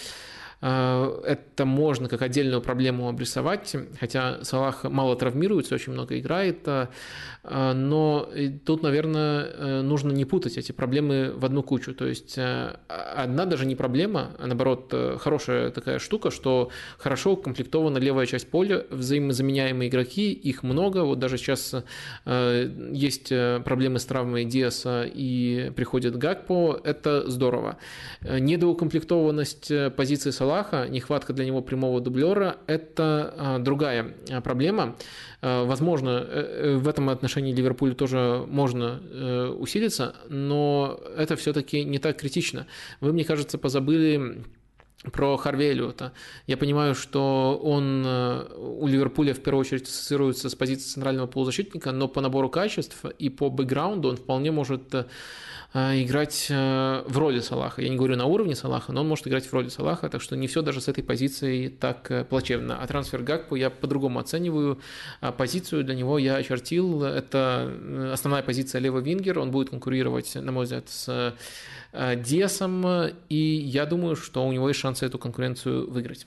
это можно как отдельную проблему обрисовать, хотя Салах мало травмируется, очень много играет, но тут, наверное, нужно не путать эти проблемы в одну кучу. То есть одна даже не проблема, а наоборот хорошая такая штука, что хорошо укомплектована левая часть поля, взаимозаменяемые игроки, их много. Вот даже сейчас есть проблемы с травмой Диаса и приходит Гакпо, это здорово. Недоукомплектованность позиции Салаха Салаха, нехватка для него прямого дублера – это другая проблема. Возможно, в этом отношении Ливерпулю тоже можно усилиться, но это все-таки не так критично. Вы, мне кажется, позабыли про Харви Эллиота. Я понимаю, что он у Ливерпуля в первую очередь ассоциируется с позицией центрального полузащитника, но по набору качеств и по бэкграунду он вполне может играть в роли Салаха. Я не говорю на уровне Салаха, но он может играть в роли Салаха, так что не все даже с этой позицией так плачевно. А трансфер Гакпо я по-другому оцениваю. Позицию для него я очертил. Это основная позиция левый вингер. Он будет конкурировать, на мой взгляд, с Диасом, и я думаю, что у него есть шансы эту конкуренцию выиграть.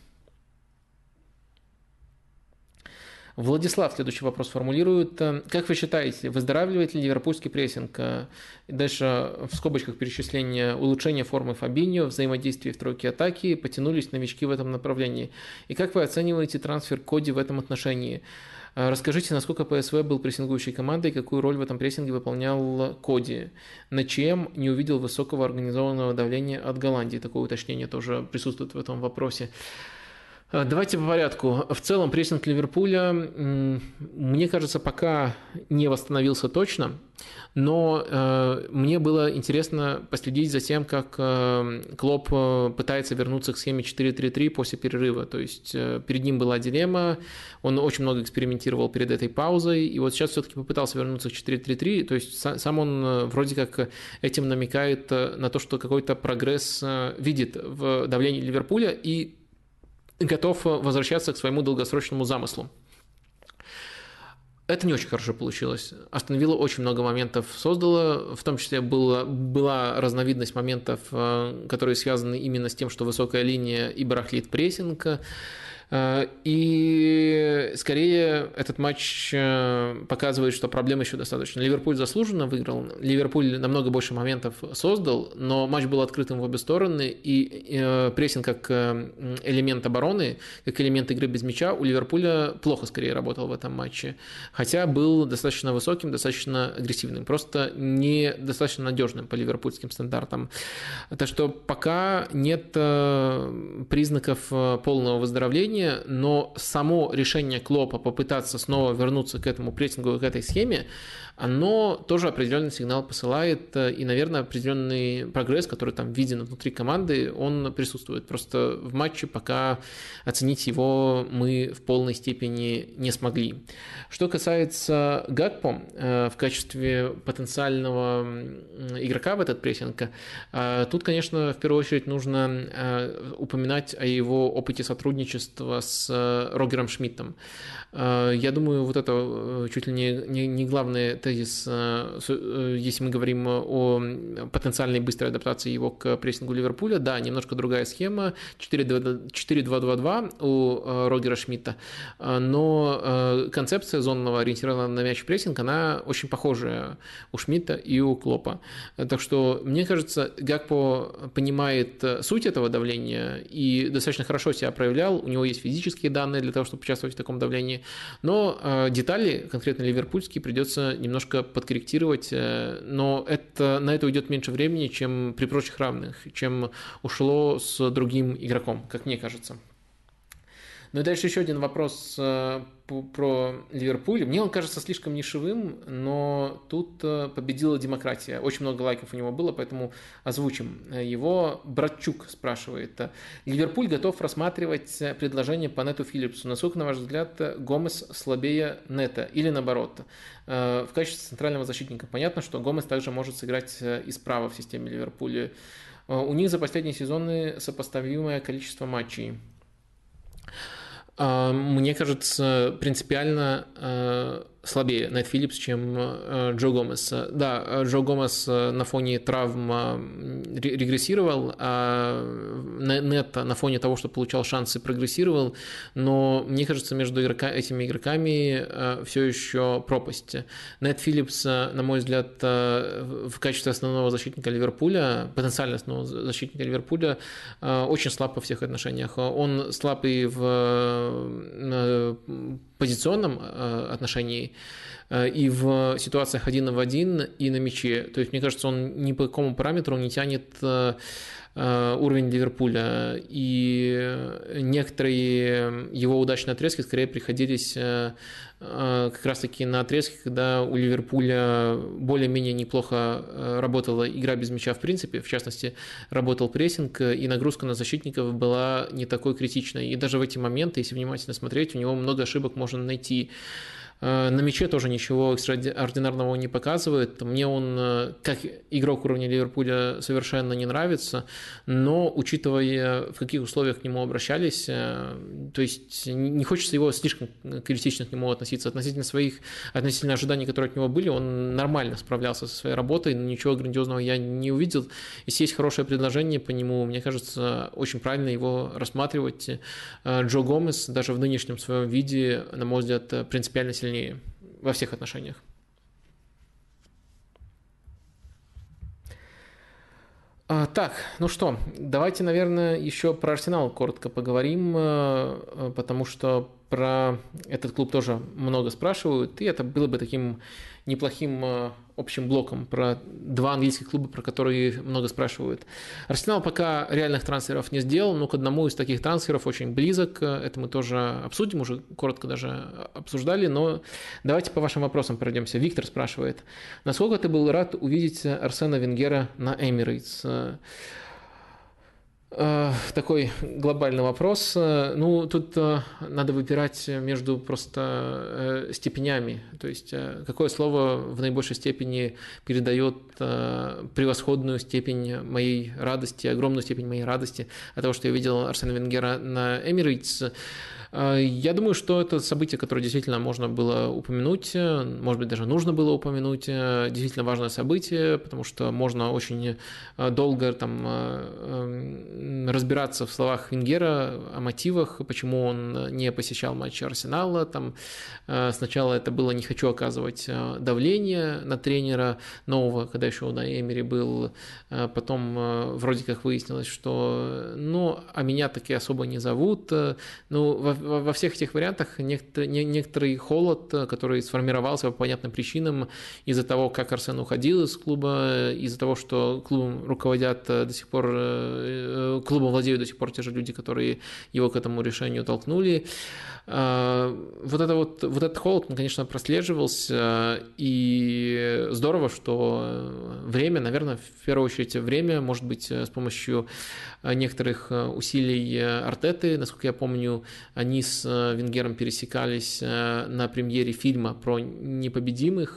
Владислав следующий вопрос формулирует. Как вы считаете, выздоравливает ли ливерпульский прессинг? Дальше в скобочках перечисления улучшения формы Фабиньо, взаимодействие в тройке атаки, потянулись новички в этом направлении. И как вы оцениваете трансфер Коди в этом отношении? Расскажите, насколько ПСВ был прессингующей командой, какую роль в этом прессинге выполнял Коди? На ЧМ не увидел высокого организованного давления от Голландии. Такое уточнение тоже присутствует в этом вопросе. Давайте по порядку. В целом прессинг Ливерпуля, мне кажется, пока не восстановился точно, но э, мне было интересно последить за тем, как э, Клоп пытается вернуться к схеме четыре три три после перерыва. То есть э, перед ним была дилемма, он очень много экспериментировал перед этой паузой, и вот сейчас все-таки попытался вернуться к четыре три три, то есть сам он вроде как этим намекает на то, что какой-то прогресс видит в давлении Ливерпуля и готов возвращаться к своему долгосрочному замыслу. Это не очень хорошо получилось. Астон Вилла очень много моментов создала, в том числе была, была разновидность моментов, которые связаны именно с тем, что высокая линия и барахлит прессинг. И скорее этот матч показывает, что проблем еще достаточно. Ливерпуль заслуженно выиграл, Ливерпуль намного больше моментов создал, но матч был открытым в обе стороны, и прессинг как элемент обороны, как элемент игры без мяча у Ливерпуля плохо скорее работал в этом матче, хотя был достаточно высоким, достаточно агрессивным, просто не достаточно надежным по ливерпульским стандартам. Так что пока нет признаков полного выздоровления, но само решение Клопа попытаться снова вернуться к этому прессингу, к этой схеме, оно тоже определенный сигнал посылает, и, наверное, определенный прогресс, который там виден внутри команды, он присутствует. Просто в матче пока оценить его мы в полной степени не смогли. Что касается Гакпо в качестве потенциального игрока в этот прессинг, тут, конечно, в первую очередь нужно упоминать о его опыте сотрудничества с Рогером Шмидтом. Я думаю, вот это чуть ли не, не, не главный тезис, если мы говорим о потенциальной быстрой адаптации его к прессингу Ливерпуля. Да, немножко другая схема, четыре два два два у Рогера Шмидта, но концепция зонного ориентированного на мяч прессинг, она очень похожая у Шмидта и у Клопа. Так что, мне кажется, Гакпо понимает суть этого давления и достаточно хорошо себя проявлял, у него есть физические данные для того, чтобы участвовать в таком давлении, но э, детали, конкретно ливерпульские, придется немножко подкорректировать, э, но это, на это уйдет меньше времени, чем при прочих равных, чем ушло с другим игроком, как мне кажется. Ну и дальше еще один вопрос э, про Ливерпуль. Мне он кажется слишком нишевым, но тут победила демократия. Очень много лайков у него было, поэтому озвучим его. Братчук спрашивает. Ливерпуль готов рассматривать предложение по Нету Филлипсу. Насколько, на ваш взгляд, Гомес слабее Нета или наоборот? В качестве центрального защитника понятно, что Гомес также может сыграть и справа в системе Ливерпуля. У них за последние сезоны сопоставимое количество матчей. Мне кажется, принципиально слабее Нет Филлипс, чем Джо Гомес. Да, Джо Гомес на фоне травм регрессировал, а Нет на фоне того, что получал шансы, прогрессировал, но мне кажется, между игрока, этими игроками все еще пропасть. Нет Филлипс, на мой взгляд, в качестве основного защитника Ливерпуля, потенциально основного защитника Ливерпуля, очень слаб во всех отношениях. Он слаб и в позиционном отношении, и в ситуациях один в один, и на мяче. То есть, мне кажется, он ни по какому параметру не тянет уровень Ливерпуля, и некоторые его удачные отрезки скорее приходились как раз-таки на отрезке, когда у Ливерпуля более-менее неплохо работала игра без мяча в принципе, в частности, работал прессинг, и нагрузка на защитников была не такой критичной. И даже в эти моменты, если внимательно смотреть, у него много ошибок можно найти. На мяче тоже ничего экстраординарного не показывает. Мне он, как игрок уровня Ливерпуля, совершенно не нравится, но, учитывая, в каких условиях к нему обращались, то есть не хочется его слишком критично к нему относиться. Относительно своих, относительно ожиданий, которые от него были, он нормально справлялся со своей работой, ничего грандиозного я не увидел. Если есть хорошее предложение по нему, мне кажется, очень правильно его рассматривать. Джо Гомес даже в нынешнем своем виде, на мой взгляд, принципиально сильнее во всех отношениях. А, так, ну что, давайте, наверное, еще про Арсенал коротко поговорим, потому что про этот клуб тоже много спрашивают, и это было бы таким неплохим общим блоком про два английских клуба, про которые много спрашивают. Арсенал пока реальных трансферов не сделал, но к одному из таких трансферов очень близок. Это мы тоже обсудим, уже коротко даже обсуждали, но давайте по вашим вопросам пройдемся. Виктор спрашивает, насколько ты был рад увидеть Арсена Венгера на Эмирейтс? Такой глобальный вопрос. Ну, тут надо выбирать между просто степенями. То есть, какое слово в наибольшей степени передает превосходную степень моей радости, огромную степень моей радости от того, что я видел Арсена Венгера на Эмирейтс. Я думаю, что это событие, которое действительно можно было упомянуть, может быть, даже нужно было упомянуть, действительно важное событие, потому что можно очень долго там разбираться в словах Венгера, о мотивах, почему он не посещал матчи Арсенала. Там сначала это было «не хочу оказывать давление на тренера нового», когда еще на Эмери был, потом вроде как выяснилось, что ну, а меня таки особо не зовут. Ну, во всех этих вариантах некоторый, некоторый холод, который сформировался по понятным причинам из-за того, как Арсен уходил из клуба, из-за того, что клубом руководят до сих пор, клубом владеют до сих пор те же люди, которые его к этому решению толкнули. Вот, это вот, вот этот холод, он, конечно, прослеживался, и здорово, что время, наверное, в первую очередь время, может быть, с помощью некоторых усилий Артеты, насколько я помню, они с Венгером пересекались на премьере фильма про непобедимых,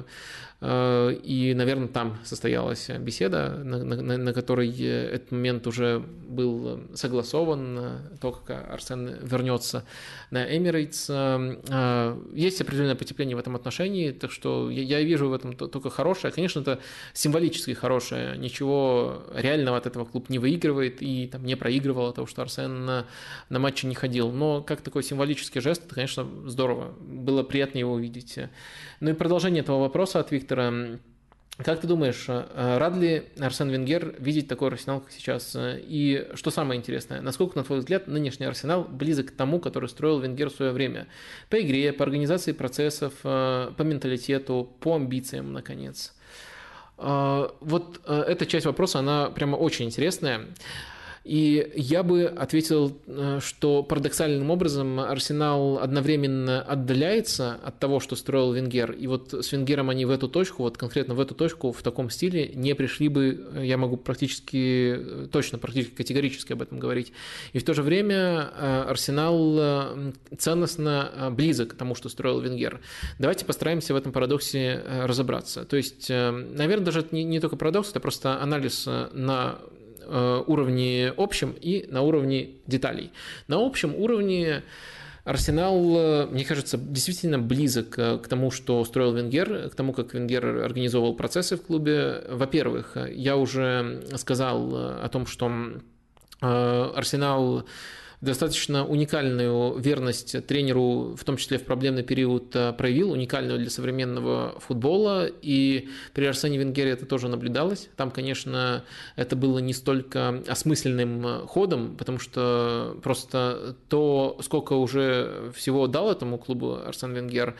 и, наверное, там состоялась беседа, на, на, на которой этот момент уже был согласован, то, как Арсен вернется на Эмирейтс. Есть определенное потепление в этом отношении, так что я вижу в этом только хорошее. Конечно, это символически хорошее, ничего реального от этого клуб не выигрывает и там, не проигрывал от того, что Арсен на, на матче не ходил. Но как такой символический жест, это, конечно, здорово. Было приятно его увидеть. Ну и продолжение этого вопроса от Виктора. Как ты думаешь, рад ли Арсен Венгер видеть такой Арсенал, как сейчас? И что самое интересное, насколько, на твой взгляд, нынешний Арсенал близок к тому, который строил Венгер в свое время? По игре, по организации процессов, по менталитету, по амбициям, наконец. Вот эта часть вопроса, она прямо очень интересная. И я бы ответил, что парадоксальным образом Арсенал одновременно отдаляется от того, что строил Венгер, и вот с Венгером они в эту точку, вот конкретно в эту точку, в таком стиле не пришли бы, я могу практически, точно, практически категорически об этом говорить. И в то же время Арсенал ценностно близок к тому, что строил Венгер. Давайте постараемся в этом парадоксе разобраться. То есть, наверное, даже это не, не только парадокс, это просто анализ на уровне общем и на уровне деталей. На общем уровне Арсенал, мне кажется, действительно близок к тому, что строил Венгер, к тому, как Венгер организовывал процессы в клубе. Во-первых, я уже сказал о том, что Арсенал достаточно уникальную верность тренеру, в том числе в проблемный период, проявил, уникальную для современного футбола, и при Арсене Венгере это тоже наблюдалось. Там, конечно, это было не столько осмысленным ходом, потому что просто то, сколько уже всего дал этому клубу Арсен Венгер,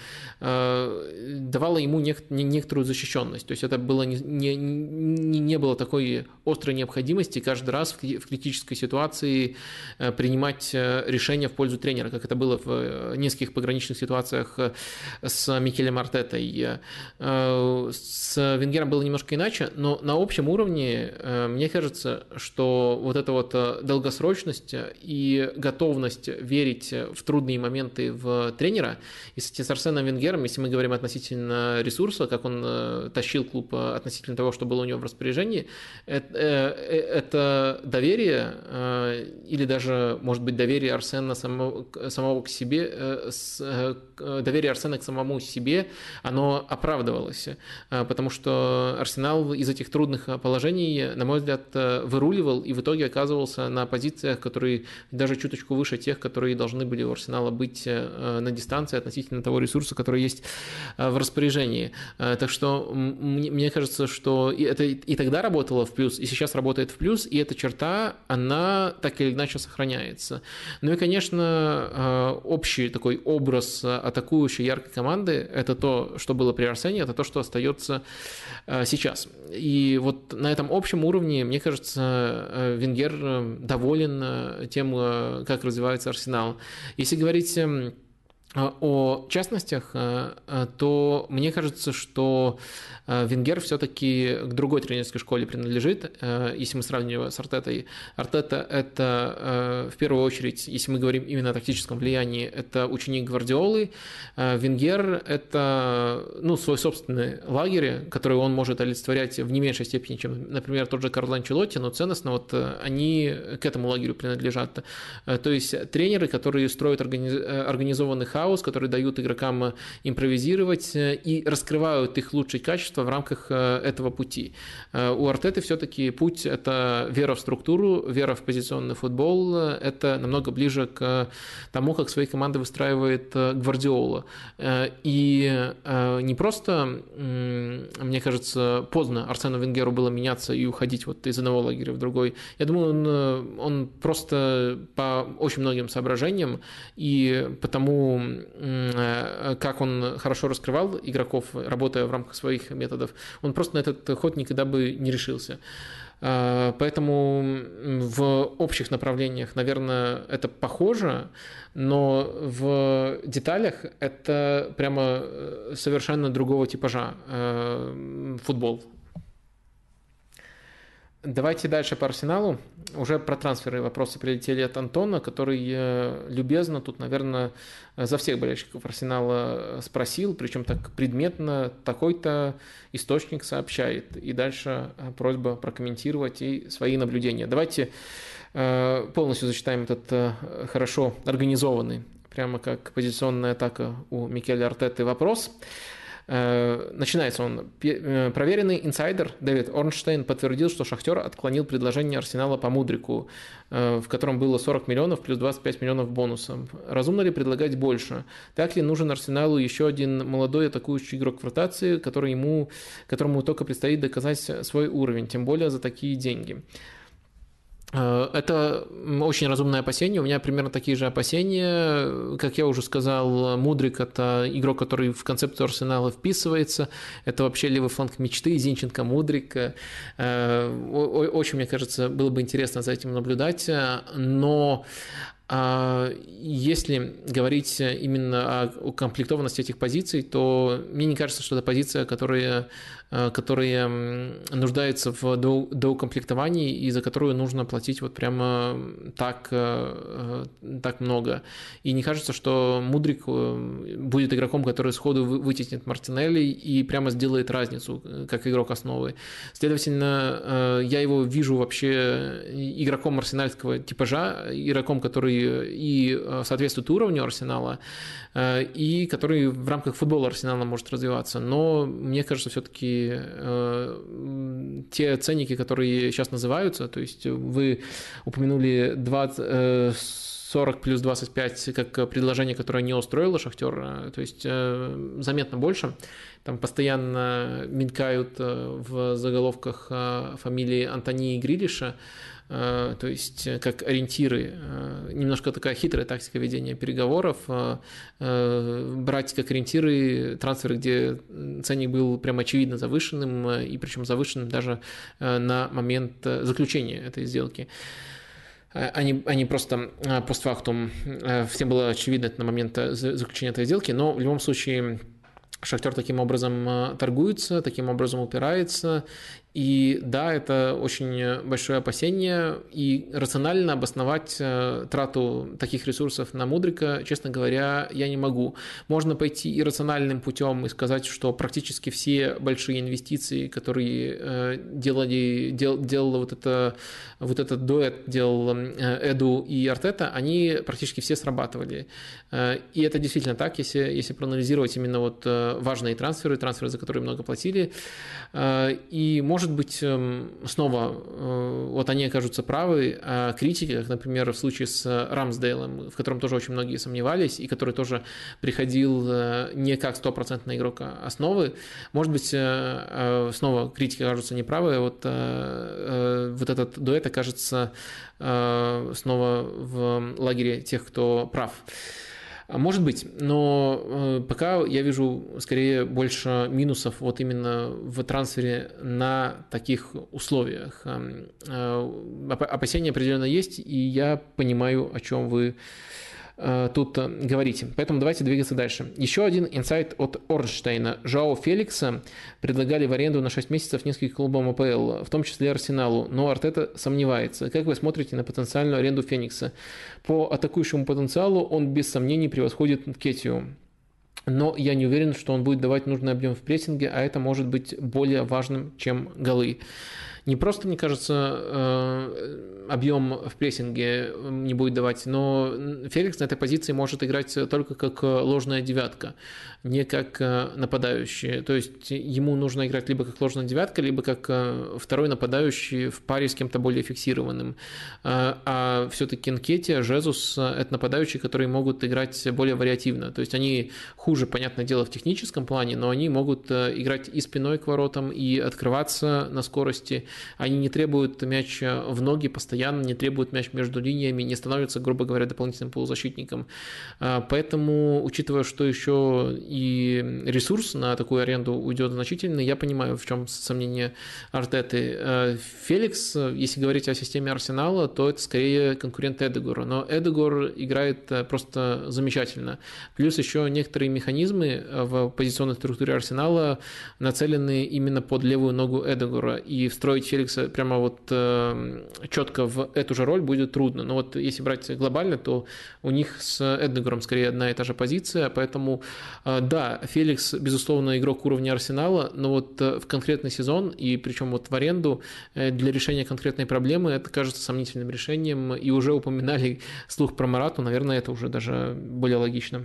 давало ему некоторую защищенность. То есть это было не, не, не было такой острой необходимости каждый раз в критической ситуации принимать решения в пользу тренера, как это было в нескольких пограничных ситуациях с Микелем Артетой. С Венгером было немножко иначе, но на общем уровне мне кажется, что вот эта вот долгосрочность и готовность верить в трудные моменты в тренера, и с Арсеном Венгером, если мы говорим относительно ресурса, как он тащил клуб относительно того, что было у него в распоряжении, это, это доверие или даже, может быть, доверие Арсена самого, самого к себе, доверие Арсена к самому себе, оно оправдывалось, потому что Арсенал из этих трудных положений, на мой взгляд, выруливал и в итоге оказывался на позициях, которые даже чуточку выше тех, которые должны были у Арсенала быть на дистанции относительно того ресурса, который есть в распоряжении. Так что мне кажется, что это и тогда работало в плюс, и сейчас работает в плюс, и эта черта, она так или иначе сохраняется. Ну и, конечно, общий такой образ атакующей яркой команды – это то, что было при Арсене, это то, что остается сейчас. И вот на этом общем уровне, мне кажется, Венгер доволен тем, как развивается Арсенал. Если говорить о частностях, то мне кажется, что Венгер все-таки к другой тренерской школе принадлежит, если мы сравниваем с Артетой. Артета – это, в первую очередь, если мы говорим именно о тактическом влиянии, это ученик Гвардиолы. Венгер – это, ну, свой собственный лагерь, который он может олицетворять в не меньшей степени, чем, например, тот же Карло Анчелотти, но ценностно вот они к этому лагерю принадлежат. То есть тренеры, которые строят организованный хаос, которые дают игрокам импровизировать и раскрывают их лучшие качества в рамках этого пути. У Артеты все-таки путь – это вера в структуру, вера в позиционный футбол, это намного ближе к тому, как свои команды выстраивает Гвардиола. И не просто, мне кажется, поздно Арсену Венгеру было меняться и уходить вот из одного лагеря в другой. Я думаю, он, он просто по очень многим соображениям и потому, как он хорошо раскрывал игроков, работая в рамках своих методов, он просто на этот ход никогда бы не решился. Поэтому в общих направлениях, наверное, это похоже, но в деталях это прямо совершенно другого типажа футбол. Давайте дальше по Арсеналу. Уже про трансферы вопросы прилетели от Антона, который любезно тут, наверное, за всех болельщиков Арсенала спросил, причем так предметно, такой-то источник сообщает. И дальше просьба прокомментировать и свои наблюдения. Давайте полностью зачитаем этот хорошо организованный, прямо как позиционная атака у Микеля Артеты, вопрос. Начинается он. Проверенный инсайдер Дэвид Орнштейн подтвердил, что Шахтер отклонил предложение Арсенала по Мудрику, в котором было сорок миллионов плюс двадцать пять миллионов бонусом. Разумно ли предлагать больше? Так ли нужен Арсеналу еще один молодой атакующий игрок в ротации, который ему, которому только предстоит доказать свой уровень, тем более за такие деньги? Это очень разумное опасение. У меня примерно такие же опасения. Как я уже сказал, Мудрик – это игрок, который в концепцию Арсенала вписывается. Это вообще левый фланг мечты. Зинченко, Мудрик. Очень, мне кажется, было бы интересно за этим наблюдать. Но если говорить именно о комплектованности этих позиций, то мне не кажется, что это позиция, которая, которая нуждается в доукомплектовании и за которую нужно платить вот прямо так, так много. И не кажется, что Мудрик будет игроком, который сходу вытеснит Мартинелли и прямо сделает разницу как игрок основы. Следовательно, я его вижу вообще игроком арсенальского типажа, игроком, который и соответствует уровню Арсенала, и который в рамках футбола Арсенала может развиваться. Но мне кажется, все-таки и э, те ценники, которые сейчас называются, то есть вы упомянули двадцать, э, сорок плюс двадцать пять как предложение, которое не устроило Шахтер, то есть э, заметно больше. Там постоянно мелькают в заголовках фамилии Антони и Грилиша, то есть как ориентиры. Немножко такая хитрая тактика ведения переговоров. Брать как ориентиры трансферы, где ценник был прям очевидно завышенным, и причем завышенным даже на момент заключения этой сделки. Они, они просто постфактум, всем было очевидно это на момент заключения этой сделки, но в любом случае Шахтер таким образом торгуется, таким образом упирается. И да, это очень большое опасение, и рационально обосновать трату таких ресурсов на Мудрика, честно говоря, я не могу. Можно пойти иррациональным путем и сказать, что практически все большие инвестиции, которые делали, дел, делал вот, это, вот этот дуэт, делал Эду и Артета, они практически все срабатывали. И это действительно так, если, если проанализировать именно вот важные трансферы, трансферы, за которые много платили. И может быть, снова, вот они окажутся правы, а критики, как, например, в случае с Рамсдейлом, в котором тоже очень многие сомневались, и который тоже приходил не как стопроцентный игрок основы, может быть, снова критики окажутся неправы, вот, вот этот дуэт окажется снова в лагере тех, кто прав. Может быть, но пока я вижу скорее больше минусов вот именно в трансфере на таких условиях. Опасения определенно есть, и я понимаю, о чем вы тут говорите. Поэтому давайте двигаться дальше. Еще один инсайт от Орнштейна. Жоао Феликса предлагали в аренду на шесть месяцев нескольким клубам АПЛ, в том числе Арсеналу, но Артета сомневается. Как вы смотрите на потенциальную аренду Феникса? По атакующему потенциалу он без сомнений превосходит Нкетию. Но я не уверен, что он будет давать нужный объем в прессинге, а это может быть более важным, чем голы. Не просто, мне кажется, объем в прессинге не будет давать, но Феликс на этой позиции может играть только как ложная девятка, не как нападающий. То есть ему нужно играть либо как ложная девятка, либо как второй нападающий в паре с кем-то более фиксированным. А все-таки Нкетия, Жезус – это нападающие, которые могут играть более вариативно. То есть они хуже, понятное дело, в техническом плане, но они могут играть и спиной к воротам, и открываться на скорости. Они не требуют мяч в ноги постоянно, не требуют мяч между линиями, не становятся, грубо говоря, дополнительным полузащитником. Поэтому, учитывая, что еще и ресурс на такую аренду уйдет значительно, я понимаю, в чем сомнение Артеты. Феликс, если говорить о системе Арсенала, то это скорее конкурент Эдегора, но Эдегор играет просто замечательно. Плюс еще некоторые механизмы в позиционной структуре Арсенала нацелены именно под левую ногу Эдегора, и встроить Феликса прямо вот э, четко в эту же роль будет трудно. Но вот если брать глобально, то у них с Эдегором скорее одна и та же позиция, поэтому э, да, Феликс, безусловно, игрок уровня Арсенала, но вот э, в конкретный сезон, и причем вот в аренду, э, для решения конкретной проблемы это кажется сомнительным решением, и уже упоминали слух про Морату, наверное, это уже даже более логично.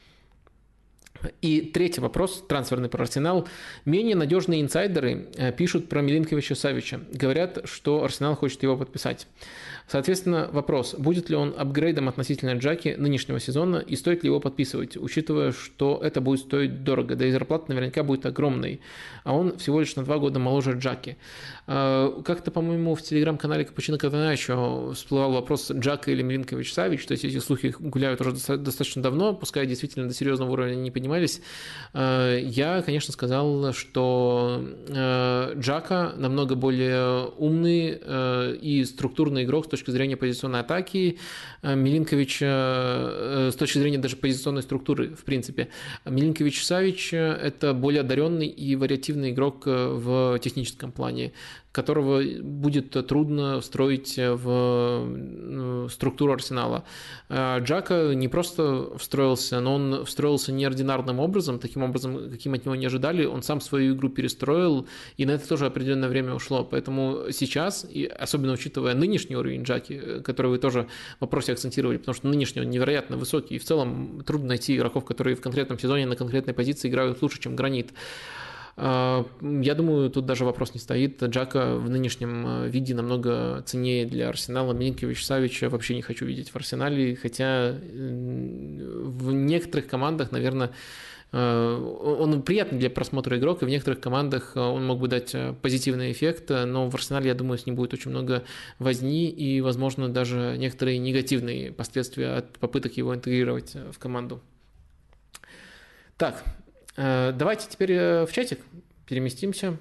И третий вопрос, трансферный про Арсенал. Менее надежные инсайдеры пишут про Милинковича-Савича. Говорят, что Арсенал хочет его подписать. Соответственно, вопрос, будет ли он апгрейдом относительно Джаки нынешнего сезона и стоит ли его подписывать, учитывая, что это будет стоить дорого, да и зарплата наверняка будет огромной, а он всего лишь на два года моложе Джаки. Как-то, по-моему, в телеграм-канале Капучино Катана еще всплывал вопрос Джака или Милинкович-Савич, то есть эти слухи гуляют уже достаточно давно, пускай действительно до серьезного уровня не поднимались. Я, конечно, сказал, что Джака намного более умный и структурный игрок с точки зрения позиционной атаки, Милинкович с точки зрения даже позиционной структуры, в принципе. Милинкович-Савич – это более одаренный и вариативный игрок в техническом плане, которого будет трудно встроить в структуру Арсенала. Джака не просто встроился, но он встроился неординарным образом, таким образом, каким от него не ожидали. Он сам свою игру перестроил, и на это тоже определенное время ушло. Поэтому сейчас, и особенно учитывая нынешний уровень Джаки, который вы тоже в вопросе акцентировали, потому что нынешний он невероятно высокий, и в целом трудно найти игроков, которые в конкретном сезоне на конкретной позиции играют лучше, чем Гранит. Я думаю, тут даже вопрос не стоит. Джака в нынешнем виде намного ценнее для Арсенала. Милинкович-Савича вообще не хочу видеть в Арсенале, хотя в некоторых командах, наверное, он приятный для просмотра игрок, и в некоторых командах он мог бы дать позитивный эффект, но в Арсенале, я думаю, с ним будет очень много возни и, возможно, даже некоторые негативные последствия от попыток его интегрировать в команду. Так, давайте теперь в чатик переместимся.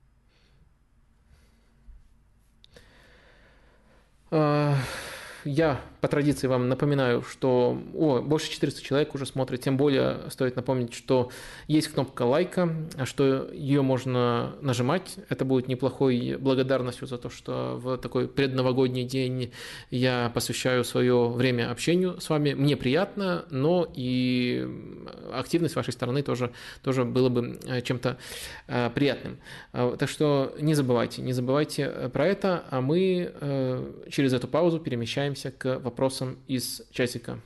Я по традиции вам напоминаю, что о, больше четыреста человек уже смотрят, тем более стоит напомнить, что есть кнопка лайка, что ее можно нажимать. Это будет неплохой благодарностью за то, что в такой предновогодний день я посвящаю свое время общению с вами. Мне приятно, но и активность с вашей стороны тоже, тоже было бы чем-то приятным. Так что не забывайте, не забывайте про это, а мы через эту паузу перемещаемся к вопросам из чатика.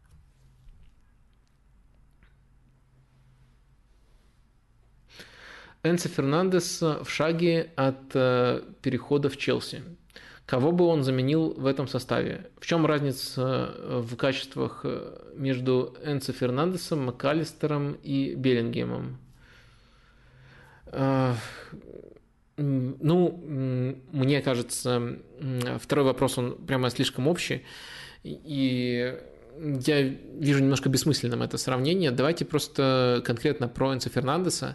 Энцо Фернандес в шаге от перехода в Челси. Кого бы он заменил в этом составе? В чем разница в качествах между Энцо Фернандесом, МакАлистером и Беллингемом? Ну, мне кажется, второй вопрос, он прямо слишком общий, и я вижу немножко бессмысленным это сравнение. Давайте просто конкретно про Энцо Фернандеса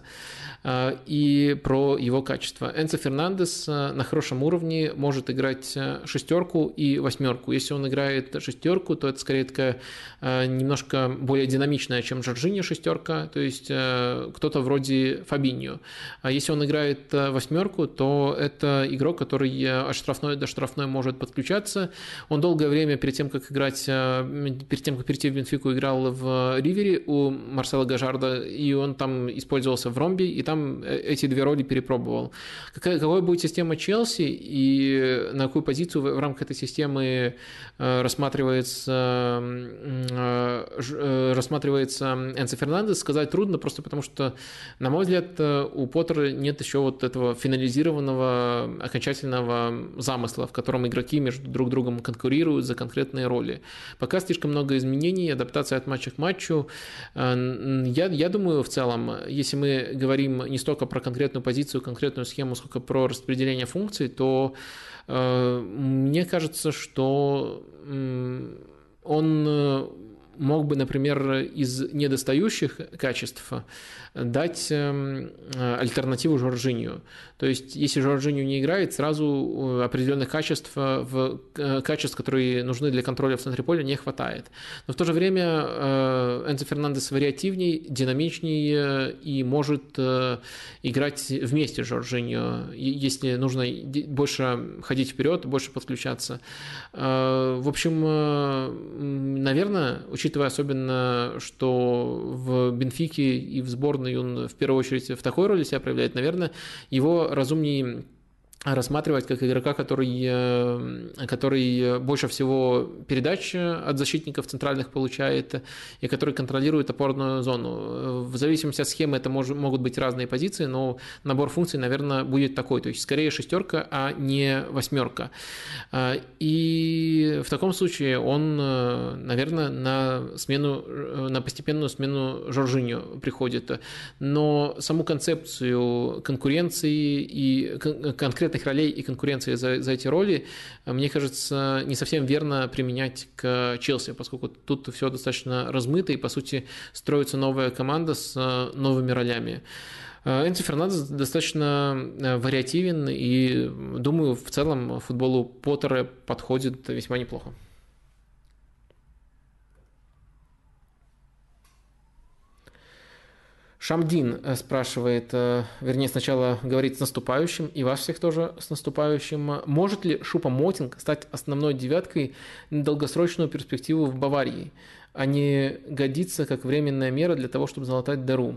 и про его качество. Энцо Фернандес на хорошем уровне может играть шестерку и восьмерку. Если он играет шестерку, то это скорее такая немножко более динамичная, чем Жоржиньо шестерка, то есть кто-то вроде Фабиньо. А если он играет восьмерку, то это игрок, который от штрафной до штрафной может подключаться. Он долгое время перед тем, как играть, перед тем, как перейти в Бенфику, играл в Ривере у Марсела Гажарда, и он там использовался в ромбе, и там эти две роли перепробовал. Какая, какой будет система Челси и на какую позицию в рамках этой системы рассматривается, рассматривается Энцо Фернандес, сказать трудно, просто потому что, на мой взгляд, у Поттера нет еще вот этого финализированного, окончательного замысла, в котором игроки между друг другом конкурируют за конкретные роли. Пока слишком много изменений, адаптация от матча к матчу. Я, я думаю, в целом, если мы говорим не столько про конкретную позицию, конкретную схему, сколько про распределение функций, то э, мне кажется, что э, он мог бы, например, из недостающих качеств дать альтернативу Жоржиньо. То есть, если Жоржиньо не играет, сразу определенных качеств, в, качеств, которые нужны для контроля в центре поля, не хватает. Но в то же время Энцо Фернандес вариативней, динамичней и может играть вместе с Жоржиньо, если нужно больше ходить вперед, больше подключаться. В общем, наверное, учитывая особенно, что в Бенфике и в сборной он в первую очередь в такой роли себя проявляет, наверное, его разумнее рассматривать как игрока, который, который больше всего передач от защитников центральных получает и который контролирует опорную зону. В зависимости от схемы это мож, могут быть разные позиции, но набор функций, наверное, будет такой, то есть скорее шестерка, а не восьмерка. И в таком случае он, наверное, на смену, на постепенную смену Жоржиньо приходит. Но саму концепцию конкуренции и конкретно ролей и конкуренции за, за эти роли, мне кажется, не совсем верно применять к Челси, поскольку тут все достаточно размыто и, по сути, строится новая команда с новыми ролями. Энцо Фернандес достаточно вариативен и, думаю, в целом футболу Поттера подходит весьма неплохо. Шамдин спрашивает, вернее, сначала говорит с наступающим, и вас всех тоже с наступающим. Может ли Шупа-Мотинг стать основной девяткой на долгосрочную перспективу в Баварии, а не годится как временная мера для того, чтобы залатать дыру?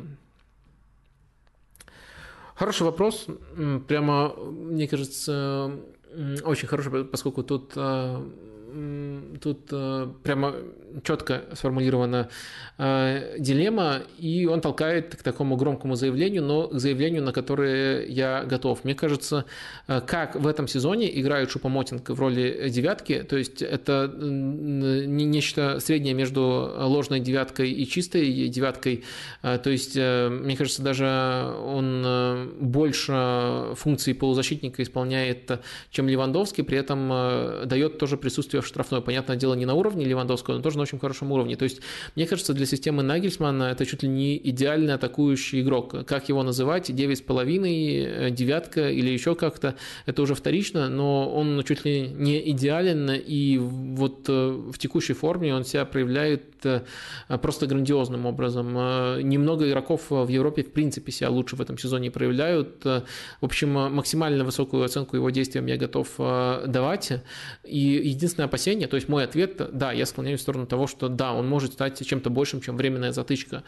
Хороший вопрос. Прямо, мне кажется, очень хороший, поскольку тут... Тут прямо четко сформулирована дилемма, и он толкает к такому громкому заявлению, но к заявлению, на которое я готов. Мне кажется, как в этом сезоне играет Шупомотинг в роли девятки, то есть это нечто среднее между ложной девяткой и чистой девяткой, то есть, мне кажется, даже он больше функций полузащитника исполняет, чем Левандовский, при этом дает тоже присутствие в штрафной. Понятное дело, не на уровне Левандовского, но тоже на очень хорошем уровне. То есть, мне кажется, для системы Нагельсмана это чуть ли не идеальный атакующий игрок. Как его называть? девять с половиной, девятка или еще как-то, это уже вторично, но он чуть ли не идеален, и вот в текущей форме он себя проявляет просто грандиозным образом. Немного игроков в Европе в принципе себя лучше в этом сезоне проявляют. В общем, максимально высокую оценку его действиям я готов давать. И единственное опасение, то есть мой ответ, да, я склоняюсь в сторону того, что да, он может стать чем-то большим, чем временная затычка.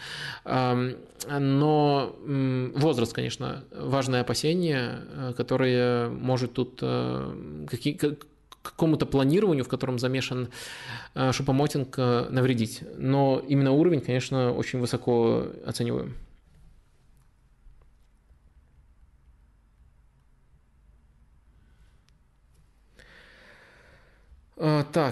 Но возраст, конечно, важное опасение, которое может тут какие какому-то планированию, в котором замешан Шупомотинг, навредить. Но именно уровень, конечно, очень высоко оцениваю. Так.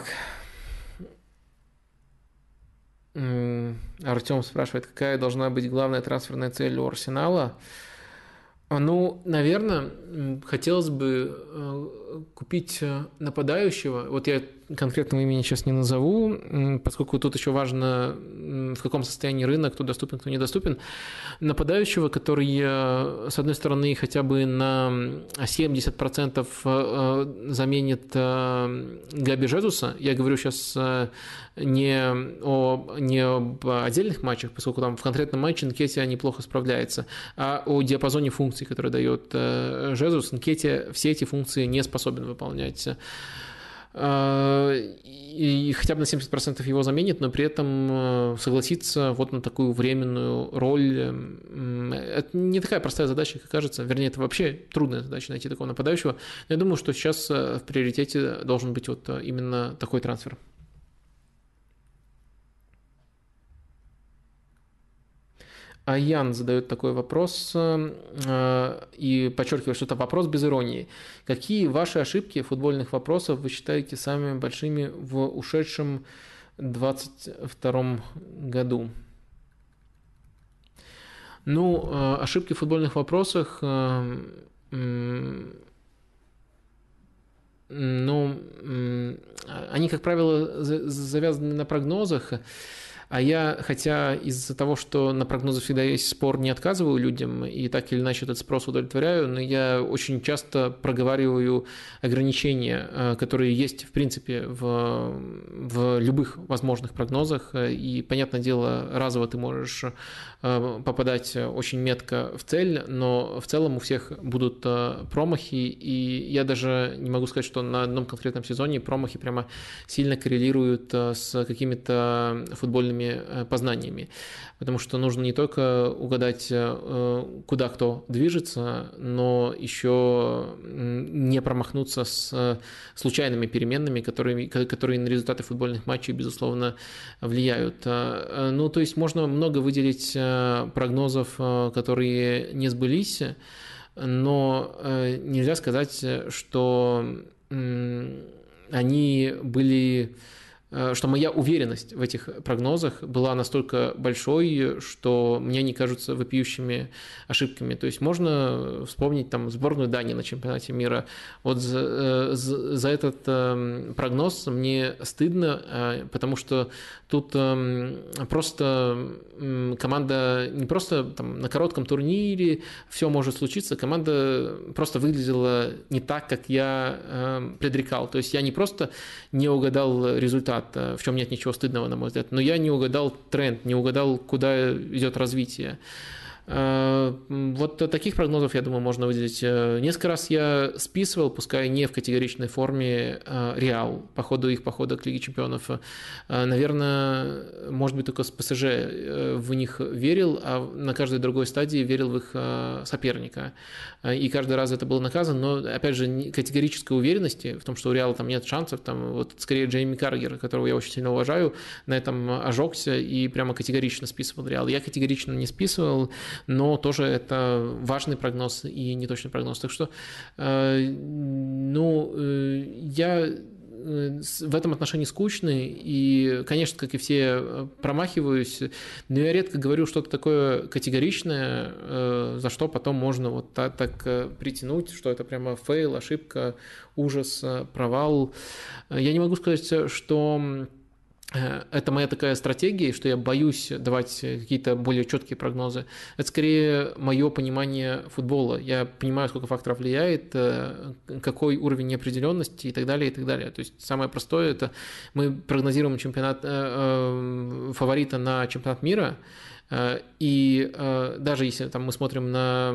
Артем спрашивает, какая должна быть главная трансферная цель у Арсенала? Ну, наверное, хотелось бы купить нападающего. Вот я конкретного имени сейчас не назову, поскольку тут еще важно, в каком состоянии рынок, кто доступен, кто недоступен. Нападающего, который, с одной стороны, хотя бы на семьдесят процентов заменит Габи Жезуса. Я говорю сейчас не, о, не об отдельных матчах, поскольку там в конкретном матче Нкетия неплохо справляется, а о диапазоне функций, которые дает Жезус. Нкетия все эти функции не способен выполнять. И хотя бы на семьдесят процентов его заменит, но при этом согласиться вот на такую временную роль. Это не такая простая задача, как кажется. Вернее, это вообще трудная задача найти такого нападающего. Но я думаю, что сейчас в приоритете должен быть вот именно такой трансфер. А Ян задает такой вопрос и подчеркивает, что это вопрос без иронии. Какие ваши ошибки футбольных вопросов вы считаете самыми большими в ушедшем двадцать втором году? Ну, ошибки в футбольных вопросах, ну, они, как правило, завязаны на прогнозах. А я, хотя из-за того, что на прогнозы всегда есть спор, не отказываю людям и так или иначе этот спрос удовлетворяю, но я очень часто проговариваю ограничения, которые есть, в принципе, в, в любых возможных прогнозах. И, понятное дело, разово ты можешь попадать очень метко в цель, но в целом у всех будут промахи, и я даже не могу сказать, что на одном конкретном сезоне промахи прямо сильно коррелируют с какими-то футбольными познаниями, потому что нужно не только угадать, куда кто движется, но еще не промахнуться с случайными переменными, которые, которые на результаты футбольных матчей, безусловно, влияют. Ну, то есть можно много выделить прогнозов, которые не сбылись, но нельзя сказать, что они были... что моя уверенность в этих прогнозах была настолько большой, что мне не кажутся вопиющими ошибками. То есть можно вспомнить там сборную Дании на чемпионате мира. Вот за, за этот прогноз мне стыдно, потому что тут просто команда не просто там на коротком турнире все может случиться, команда просто выглядела не так, как я предрекал. То есть я не просто не угадал результат, в чем нет ничего стыдного, на мой взгляд, но я не угадал тренд, не угадал, куда идет развитие. Вот таких прогнозов, я думаю, можно выделить. Несколько раз я списывал, пускай не в категоричной форме, Реал по ходу их похода к Лиге Чемпионов. Наверное, может быть, только с ПСЖ в них верил, а на каждой другой стадии верил в их соперника. И каждый раз это было наказано, но, опять же, категорической уверенности в том, что у Реала там нет шансов, там вот скорее Джейми Каррагер, которого я очень сильно уважаю, на этом ожегся и прямо категорично списывал Реал. Я категорично не списывал, но тоже это важный прогноз и неточный прогноз. Так что, ну, я в этом отношении скучный, и, конечно, как и все, промахиваюсь, но я редко говорю что-то такое категоричное, за что потом можно вот так, так притянуть, что это прямо фейл, ошибка, ужас, провал. Я не могу сказать, что это моя такая стратегия, что я боюсь давать какие-то более четкие прогнозы. Это скорее мое понимание футбола. Я понимаю, сколько факторов влияет, какой уровень неопределенности и так далее, и так далее. То есть самое простое – это мы прогнозируем чемпионат, фаворита на чемпионат мира, и даже если там, мы смотрим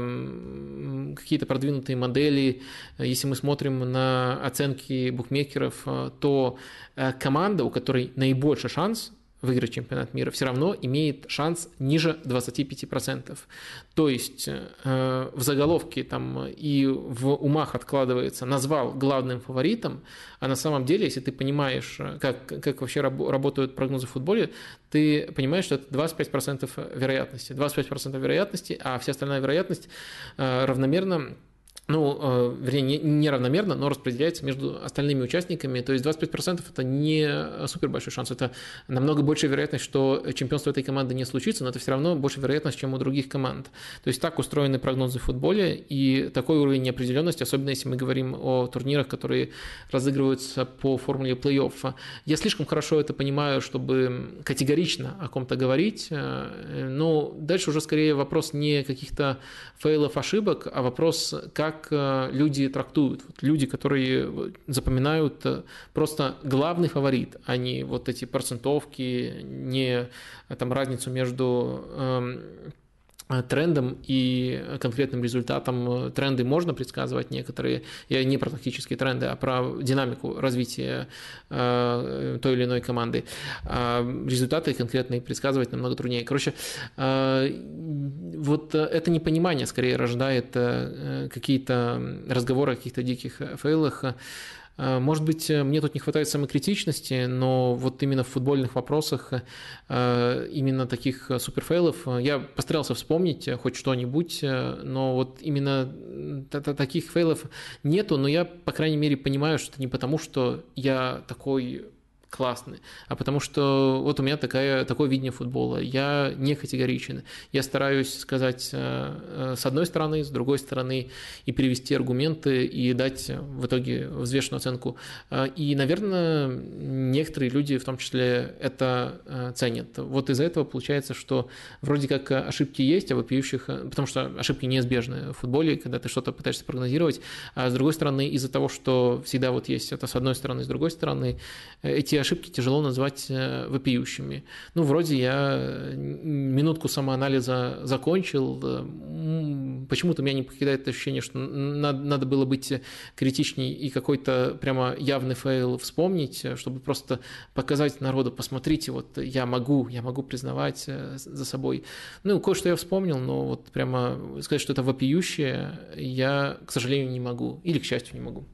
на какие-то продвинутые модели, если мы смотрим на оценки букмекеров, то команда, у которой наибольший шанс выиграть чемпионат мира, все равно имеет шанс ниже двадцати пяти процентов. То есть в заголовке там и в умах откладывается «назвал главным фаворитом», а на самом деле, если ты понимаешь, как, как вообще работают прогнозы в футболе, ты понимаешь, что это двадцать пять процентов вероятности. двадцать пять процентов вероятности, а вся остальная вероятность равномерно, ну, вернее, не равномерно, но распределяется между остальными участниками. То есть двадцать пять процентов это не супер большой шанс, это намного большая вероятность, что чемпионство этой команды не случится, но это все равно больше вероятность, чем у других команд. То есть так устроены прогнозы в футболе, и такой уровень неопределенности, особенно если мы говорим о турнирах, которые разыгрываются по формуле плей-оффа. Я слишком хорошо это понимаю, чтобы категорично о ком-то говорить, но дальше уже скорее вопрос не каких-то фейлов, ошибок, а вопрос, как люди трактуют. Вот люди, которые запоминают просто главный фаворит, а не вот эти процентовки, не там разницу между трендом и конкретным результатом. Тренды можно предсказывать некоторые, я не про тактические тренды, а про динамику развития той или иной команды. А результаты конкретные предсказывать намного труднее. Короче, вот это непонимание скорее рождает какие-то разговоры о каких-то диких фейлах. Может быть, мне тут не хватает самокритичности, но вот именно в футбольных вопросах, именно таких суперфейлов, я постарался вспомнить хоть что-нибудь, но вот именно таких фейлов нету, но я, по крайней мере, понимаю, что это не потому, что я такой классный, а потому что вот у меня такая, такое видение футбола. Я не категоричен. Я стараюсь сказать с одной стороны, с другой стороны и перевести аргументы и дать в итоге взвешенную оценку. И, наверное, некоторые люди в том числе это ценят. Вот из-за этого получается, что вроде как ошибки есть, а вопиющих, потому что ошибки неизбежны в футболе, когда ты что-то пытаешься прогнозировать, а с другой стороны, из-за того, что всегда вот есть это с одной стороны, с другой стороны, эти ошибки тяжело назвать вопиющими. Ну, вроде я минутку самоанализа закончил, почему-то у меня не покидает ощущение, что надо было быть критичней и какой-то прямо явный фейл вспомнить, чтобы просто показать народу, посмотрите, вот я могу, я могу признавать за собой. Ну, кое-что я вспомнил, но вот прямо сказать, что это вопиющее, я, к сожалению, не могу. Или, к счастью, не могу.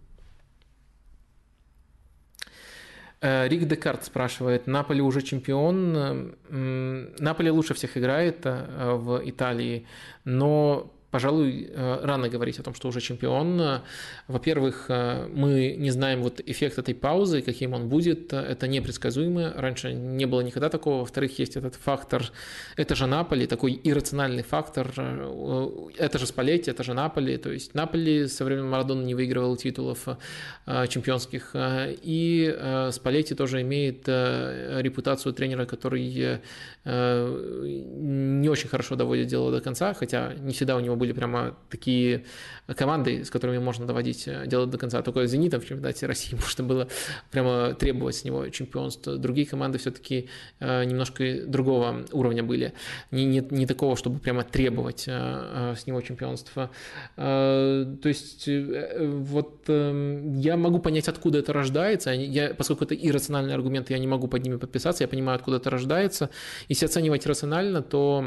Рик Декарт спрашивает, Наполи уже чемпион? Наполи лучше всех играет в Италии, но, пожалуй, рано говорить о том, что уже чемпион. Во-первых, мы не знаем вот эффект этой паузы, каким он будет, это непредсказуемо, раньше не было никогда такого. Во-вторых, есть этот фактор, это же Наполи, такой иррациональный фактор, это же Спалетти, это же Наполи, то есть Наполи со времен Марадоны не выигрывал титулов чемпионских, и Спалетти тоже имеет репутацию тренера, который не не очень хорошо доводит дело до конца, хотя не всегда у него были прямо такие команды, с которыми можно доводить дело до конца. Только «Зенитом» в чемпионате России можно было прямо требовать с него чемпионства. Другие команды все-таки немножко другого уровня были. Не, не, не такого, чтобы прямо требовать с него чемпионства. То есть вот я могу понять, откуда это рождается. Я, поскольку это иррациональные аргументы, я не могу под ними подписаться, я понимаю, откуда это рождается. Если оценивать рационально, то,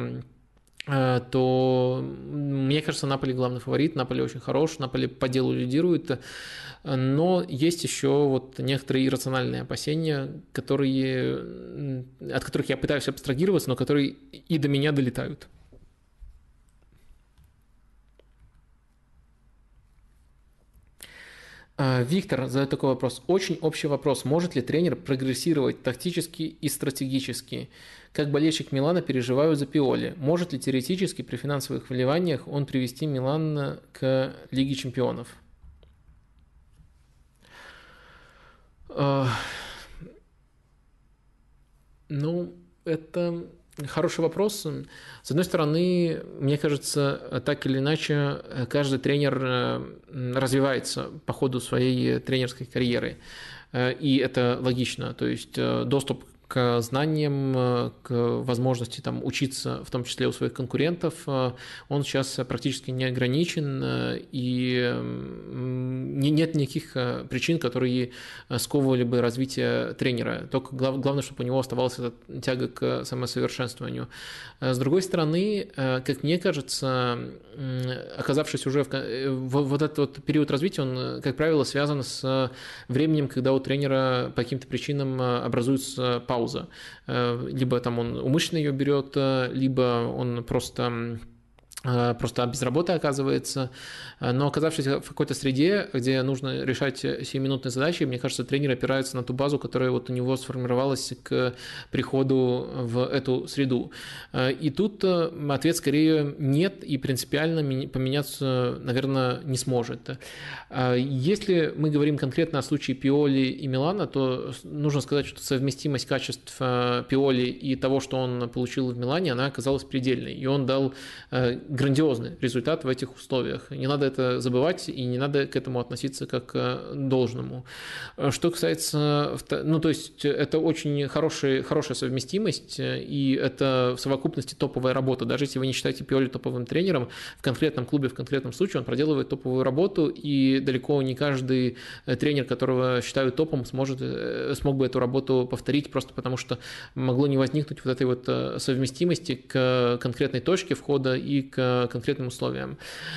то мне кажется, Наполи главный фаворит, Наполи очень хорош, Наполи по делу лидирует, но есть еще вот некоторые иррациональные опасения, которые, от которых я пытаюсь абстрагироваться, но которые и до меня долетают. Виктор задает такой вопрос. Очень общий вопрос. Может ли тренер прогрессировать тактически и стратегически? Как болельщик Милана переживаю за Пиоли. Может ли теоретически при финансовых вливаниях он привести Милан к Лиге чемпионов? Ну, это хороший вопрос. С одной стороны, мне кажется, так или иначе, каждый тренер развивается по ходу своей тренерской карьеры. И это логично. То есть доступ к знаниям, к возможности там, учиться, в том числе у своих конкурентов, он сейчас практически не ограничен, и нет никаких причин, которые сковывали бы развитие тренера. Только главное, чтобы у него оставалась эта тяга к самосовершенствованию. С другой стороны, как мне кажется, оказавшись уже в вот этот вот период развития, он, как правило, связан с временем, когда у тренера по каким-то причинам образуется пауза. Либо там он умышленно ее берет, либо он просто просто без работы оказывается, но оказавшись в какой-то среде, где нужно решать сиюминутные задачи, мне кажется, тренер опирается на ту базу, которая вот у него сформировалась к приходу в эту среду. И тут ответ скорее нет, и принципиально поменяться, наверное, не сможет. Если мы говорим конкретно о случае Пиоли и Милана, то нужно сказать, что совместимость качеств Пиоли и того, что он получил в Милане, она оказалась предельной, и он дал грандиозный результат в этих условиях. Не надо это забывать, и не надо к этому относиться как к должному. Что касается... Ну, то есть, это очень хороший, хорошая совместимость, и это в совокупности топовая работа. Даже если вы не считаете Пиоли топовым тренером, в конкретном клубе, в конкретном случае он проделывает топовую работу, и далеко не каждый тренер, которого считают топом, сможет, смог бы эту работу повторить, просто потому что могло не возникнуть вот этой вот совместимости к конкретной точке входа и к конкретным условиям.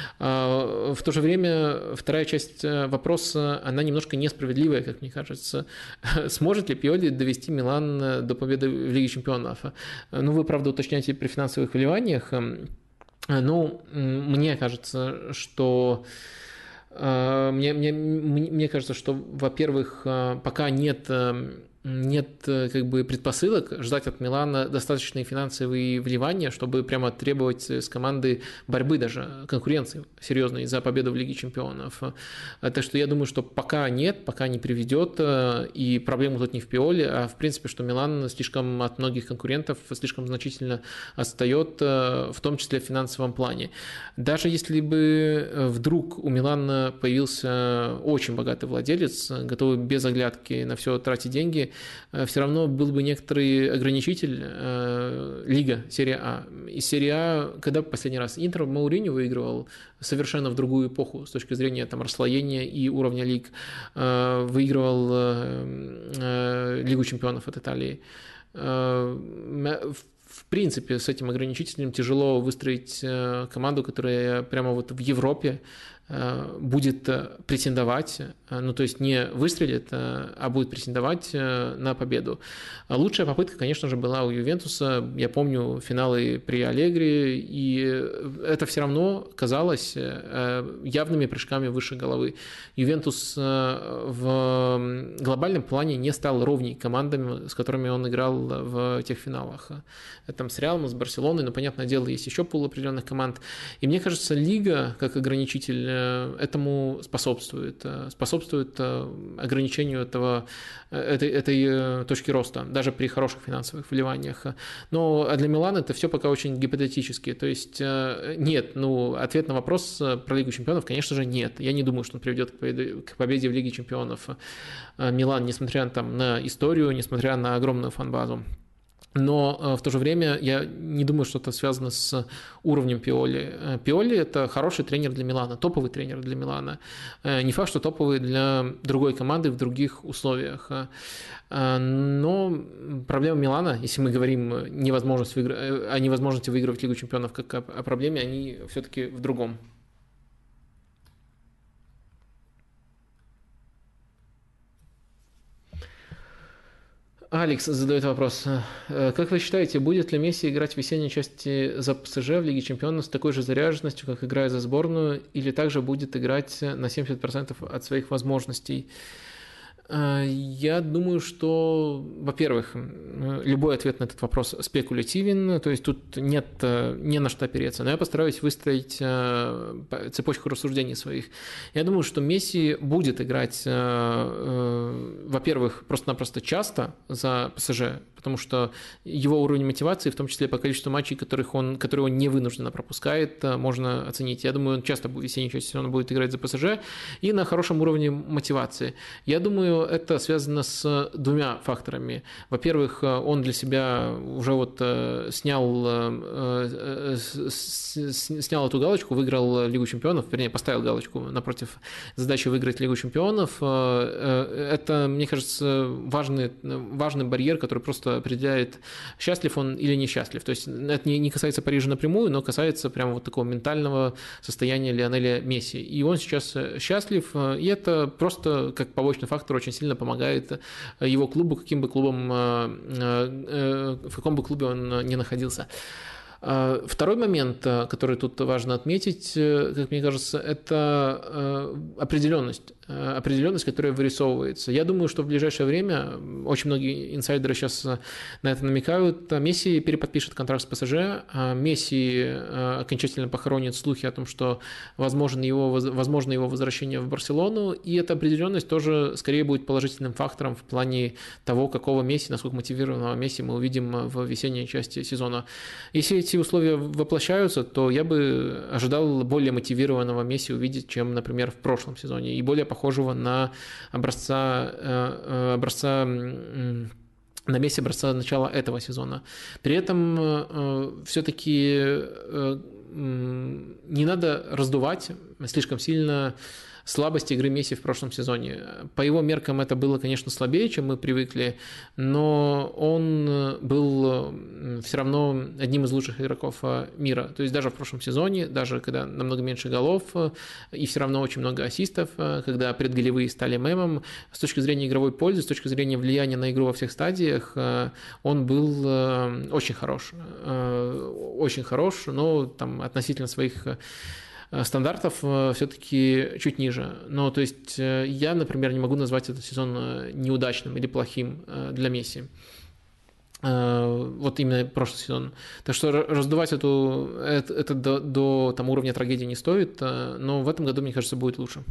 В то же время вторая часть вопроса, она немножко несправедливая, как мне кажется. Сможет ли Пиоли довести Милан до победы в Лиге чемпионов? Ну, вы, правда, уточняете при финансовых вливаниях. Ну, мне кажется, что мне, мне, мне кажется, что, во-первых, пока нет нет как бы предпосылок ждать от Милана достаточные финансовые вливания, чтобы прямо требовать с команды борьбы, даже конкуренции серьезной за победу в Лиге чемпионов. Так что я думаю, что пока нет, пока не приведет, и проблема тут не в Пиоле, а в принципе, что Милан слишком от многих конкурентов слишком значительно отстает, в том числе в финансовом плане. Даже если бы вдруг у Милана появился очень богатый владелец, готовый без оглядки на все тратить деньги, все равно был бы некоторый ограничитель э, Лига, серия А. И серия А, когда последний раз Интер Мауриньо выигрывал совершенно в другую эпоху с точки зрения там, расслоения и уровня лиг, э, выигрывал э, э, Лигу чемпионов от Италии. Э, в принципе, с этим ограничителем тяжело выстроить команду, которая прямо вот в Европе будет претендовать, ну то есть не выстрелит, а будет претендовать на победу. Лучшая попытка, конечно же, была у Ювентуса. Я помню финалы при Аллегри, и это все равно казалось явными прыжками выше головы. Ювентус в глобальном плане не стал ровней командами, с которыми он играл в тех финалах. Там с Реалом, с Барселоной, но, понятное дело, есть еще пул определенных команд. И мне кажется, Лига, как ограничитель, этому способствует, способствует ограничению этого, этой, этой точки роста, даже при хороших финансовых вливаниях. Но а для Милана это все пока очень гипотетически. То есть нет, ну, ответ на вопрос про Лигу чемпионов, конечно же, нет. Я не думаю, что он приведет к победе, к победе в Лиге чемпионов Милан, несмотря там, на историю, несмотря на огромную фан-базу. Но в то же время я не думаю, что это связано с уровнем Пиоли. Пиоли – это хороший тренер для Милана, топовый тренер для Милана. Не факт, что топовый для другой команды в других условиях. Но проблема Милана, если мы говорим невозможность выигр... о невозможности выигрывать Лигу чемпионов как о проблеме, они все-таки в другом. Алекс задает вопрос. Как вы считаете, будет ли Месси играть в весенней части за ПСЖ в Лиге чемпионов с такой же заряженностью, как играя за сборную, или также будет играть на семьдесят процентов от своих возможностей? Я думаю, что, во-первых, любой ответ на этот вопрос спекулятивен, то есть тут нет не на что опереться, но я постараюсь выстроить цепочку рассуждений своих. Я думаю, что Месси будет играть, во-первых, просто-напросто часто за ПСЖ, потому что его уровень мотивации, в том числе по количеству матчей, которых он, которые он не вынужденно пропускает, можно оценить. Я думаю, он часто в весенней части сезона будет играть за ПСЖ и на хорошем уровне мотивации. Я думаю, это связано с двумя факторами. Во-первых, он для себя уже вот снял, снял эту галочку, выиграл Лигу чемпионов, вернее, поставил галочку напротив задачи выиграть Лигу чемпионов. Это, мне кажется, важный, важный барьер, который просто определяет, счастлив он или несчастлив. То есть это не касается Парижа напрямую, но касается прямо вот такого ментального состояния Лионеля Месси. И он сейчас счастлив, и это просто как побочный фактор очень сильно помогает его клубу, каким бы клубом, в каком бы клубе он ни находился. Второй момент, который тут важно отметить, как мне кажется, это определенность. Определенность, которая вырисовывается. Я думаю, что в ближайшее время, очень многие инсайдеры сейчас на это намекают, Месси переподпишет контракт с ПСЖ, Месси окончательно похоронит слухи о том, что возможно его, возможно его возвращение в Барселону, и эта определенность тоже скорее будет положительным фактором в плане того, какого Месси, насколько мотивированного Месси мы увидим в весенней части сезона. Если эти условия воплощаются, то я бы ожидал более мотивированного Месси увидеть, чем, например, в прошлом сезоне, и более похожего на образца, образца на Месси образца начала этого сезона. При этом все-таки не надо раздувать слишком сильно слабость игры Месси в прошлом сезоне. По его меркам это было, конечно, слабее, чем мы привыкли, но он был все равно одним из лучших игроков мира. То есть даже в прошлом сезоне, даже когда намного меньше голов и все равно очень много ассистов, когда предголевые стали мемом, с точки зрения игровой пользы, с точки зрения влияния на игру во всех стадиях, он был очень хорош. Очень хорош, но там относительно своих стандартов все-таки чуть ниже. Но то есть я, например, не могу назвать этот сезон неудачным или плохим для Месси. Вот именно прошлый сезон. Так что раздувать эту, это, это до, до там, уровня трагедии не стоит, но в этом году, мне кажется, будет лучше.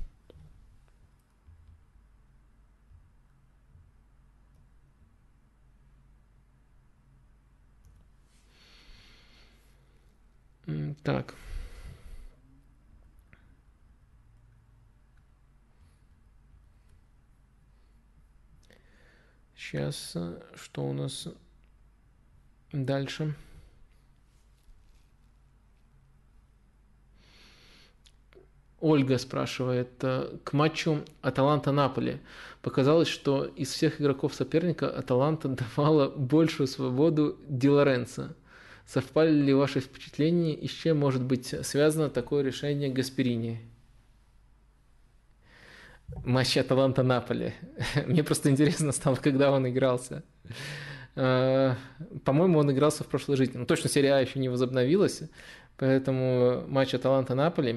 Так. Сейчас, что у нас дальше? Ольга спрашивает, к матчу Аталанта-Наполи показалось, что из всех игроков соперника Аталанта давала большую свободу Ди Лоренцо. Совпали ли ваши впечатления и с чем может быть связано такое решение Гасперини? Матч Аталанта-Наполи. Мне просто интересно стало, когда он игрался. По-моему, он игрался в прошлой жизни. Ну, точно серия А еще не возобновилась, поэтому матч Аталанта-Наполи.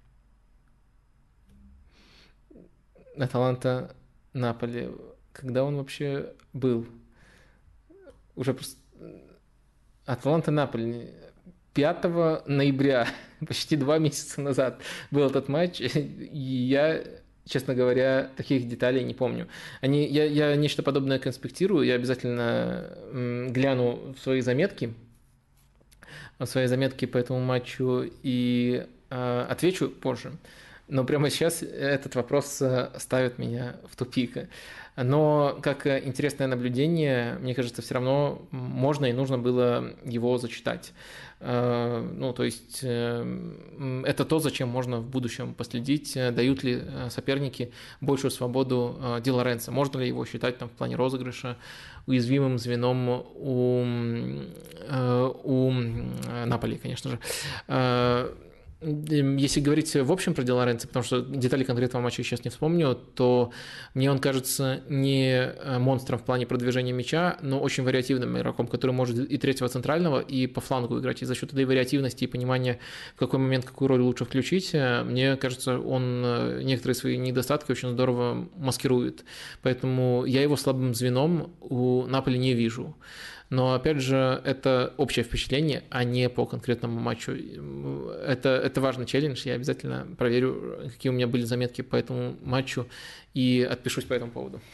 Аталанта-Наполи. Когда он вообще был? Уже просто... Аталанта-Наполи. пятого ноября, почти два месяца назад был этот матч, и я, честно говоря, таких деталей не помню. Они, я, я нечто подобное конспектирую, я обязательно м, гляну в свои заметки, в свои заметки по этому матчу и э, отвечу позже. Но прямо сейчас этот вопрос ставит меня в тупик. Но как интересное наблюдение, мне кажется, все равно можно и нужно было его зачитать. Ну, то есть это то, зачем можно в будущем последить, дают ли соперники большую свободу Ди Лоренцо, можно ли его считать там, в плане розыгрыша уязвимым звеном у, у Наполи, конечно же. Если говорить в общем про Ди Лоренцо, потому что детали конкретного матча я сейчас не вспомню, то мне он кажется не монстром в плане продвижения мяча, но очень вариативным игроком, который может и третьего центрального, и по флангу играть. И за счет этой вариативности и понимания, в какой момент какую роль лучше включить, мне кажется, он некоторые свои недостатки очень здорово маскирует. Поэтому я его слабым звеном у Наполи не вижу. Но, опять же, это общее впечатление, а не по конкретному матчу. Это, это важный челлендж, я обязательно проверю, какие у меня были заметки по этому матчу, и отпишусь по этому поводу.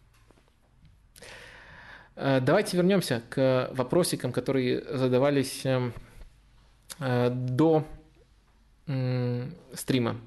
Давайте вернемся к вопросикам, которые задавались до стрима.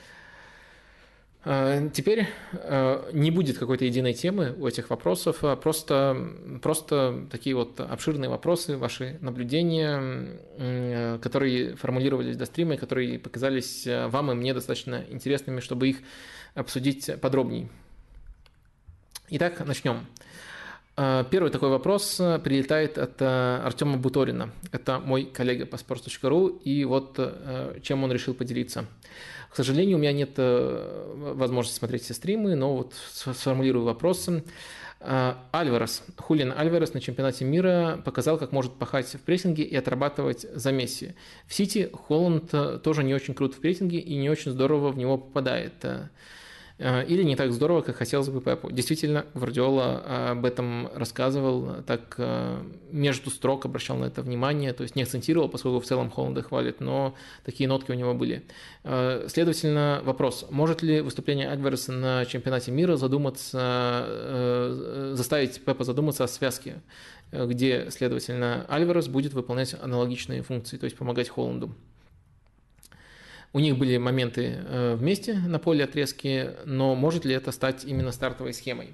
Теперь не будет какой-то единой темы у этих вопросов, просто, просто такие вот обширные вопросы, ваши наблюдения, которые формулировались до стрима, которые показались вам и мне достаточно интересными, чтобы их обсудить подробнее. Итак, начнем. Первый такой вопрос прилетает от Артема Буторина. Это мой коллега по sports точка ру, и вот чем он решил поделиться. К сожалению, у меня нет возможности смотреть все стримы, но вот сформулирую вопросы. Альварес, Хулиан Альварес на чемпионате мира показал, как может пахать в прессинге и отрабатывать за Месси. В Сити Холланд тоже не очень крут в прессинге и не очень здорово в него попадает. Или не так здорово, как хотелось бы Пепу. Действительно, Гвардиола об этом рассказывал, так между строк обращал на это внимание, то есть не акцентировал, поскольку в целом Холланда хвалит, но такие нотки у него были. Следовательно, вопрос, может ли выступление Альвареса на чемпионате мира задуматься, заставить Пепа задуматься о связке, где, следовательно, Альварес будет выполнять аналогичные функции, то есть помогать Холланду. У них были моменты вместе на поле отрезки, но может ли это стать именно стартовой схемой?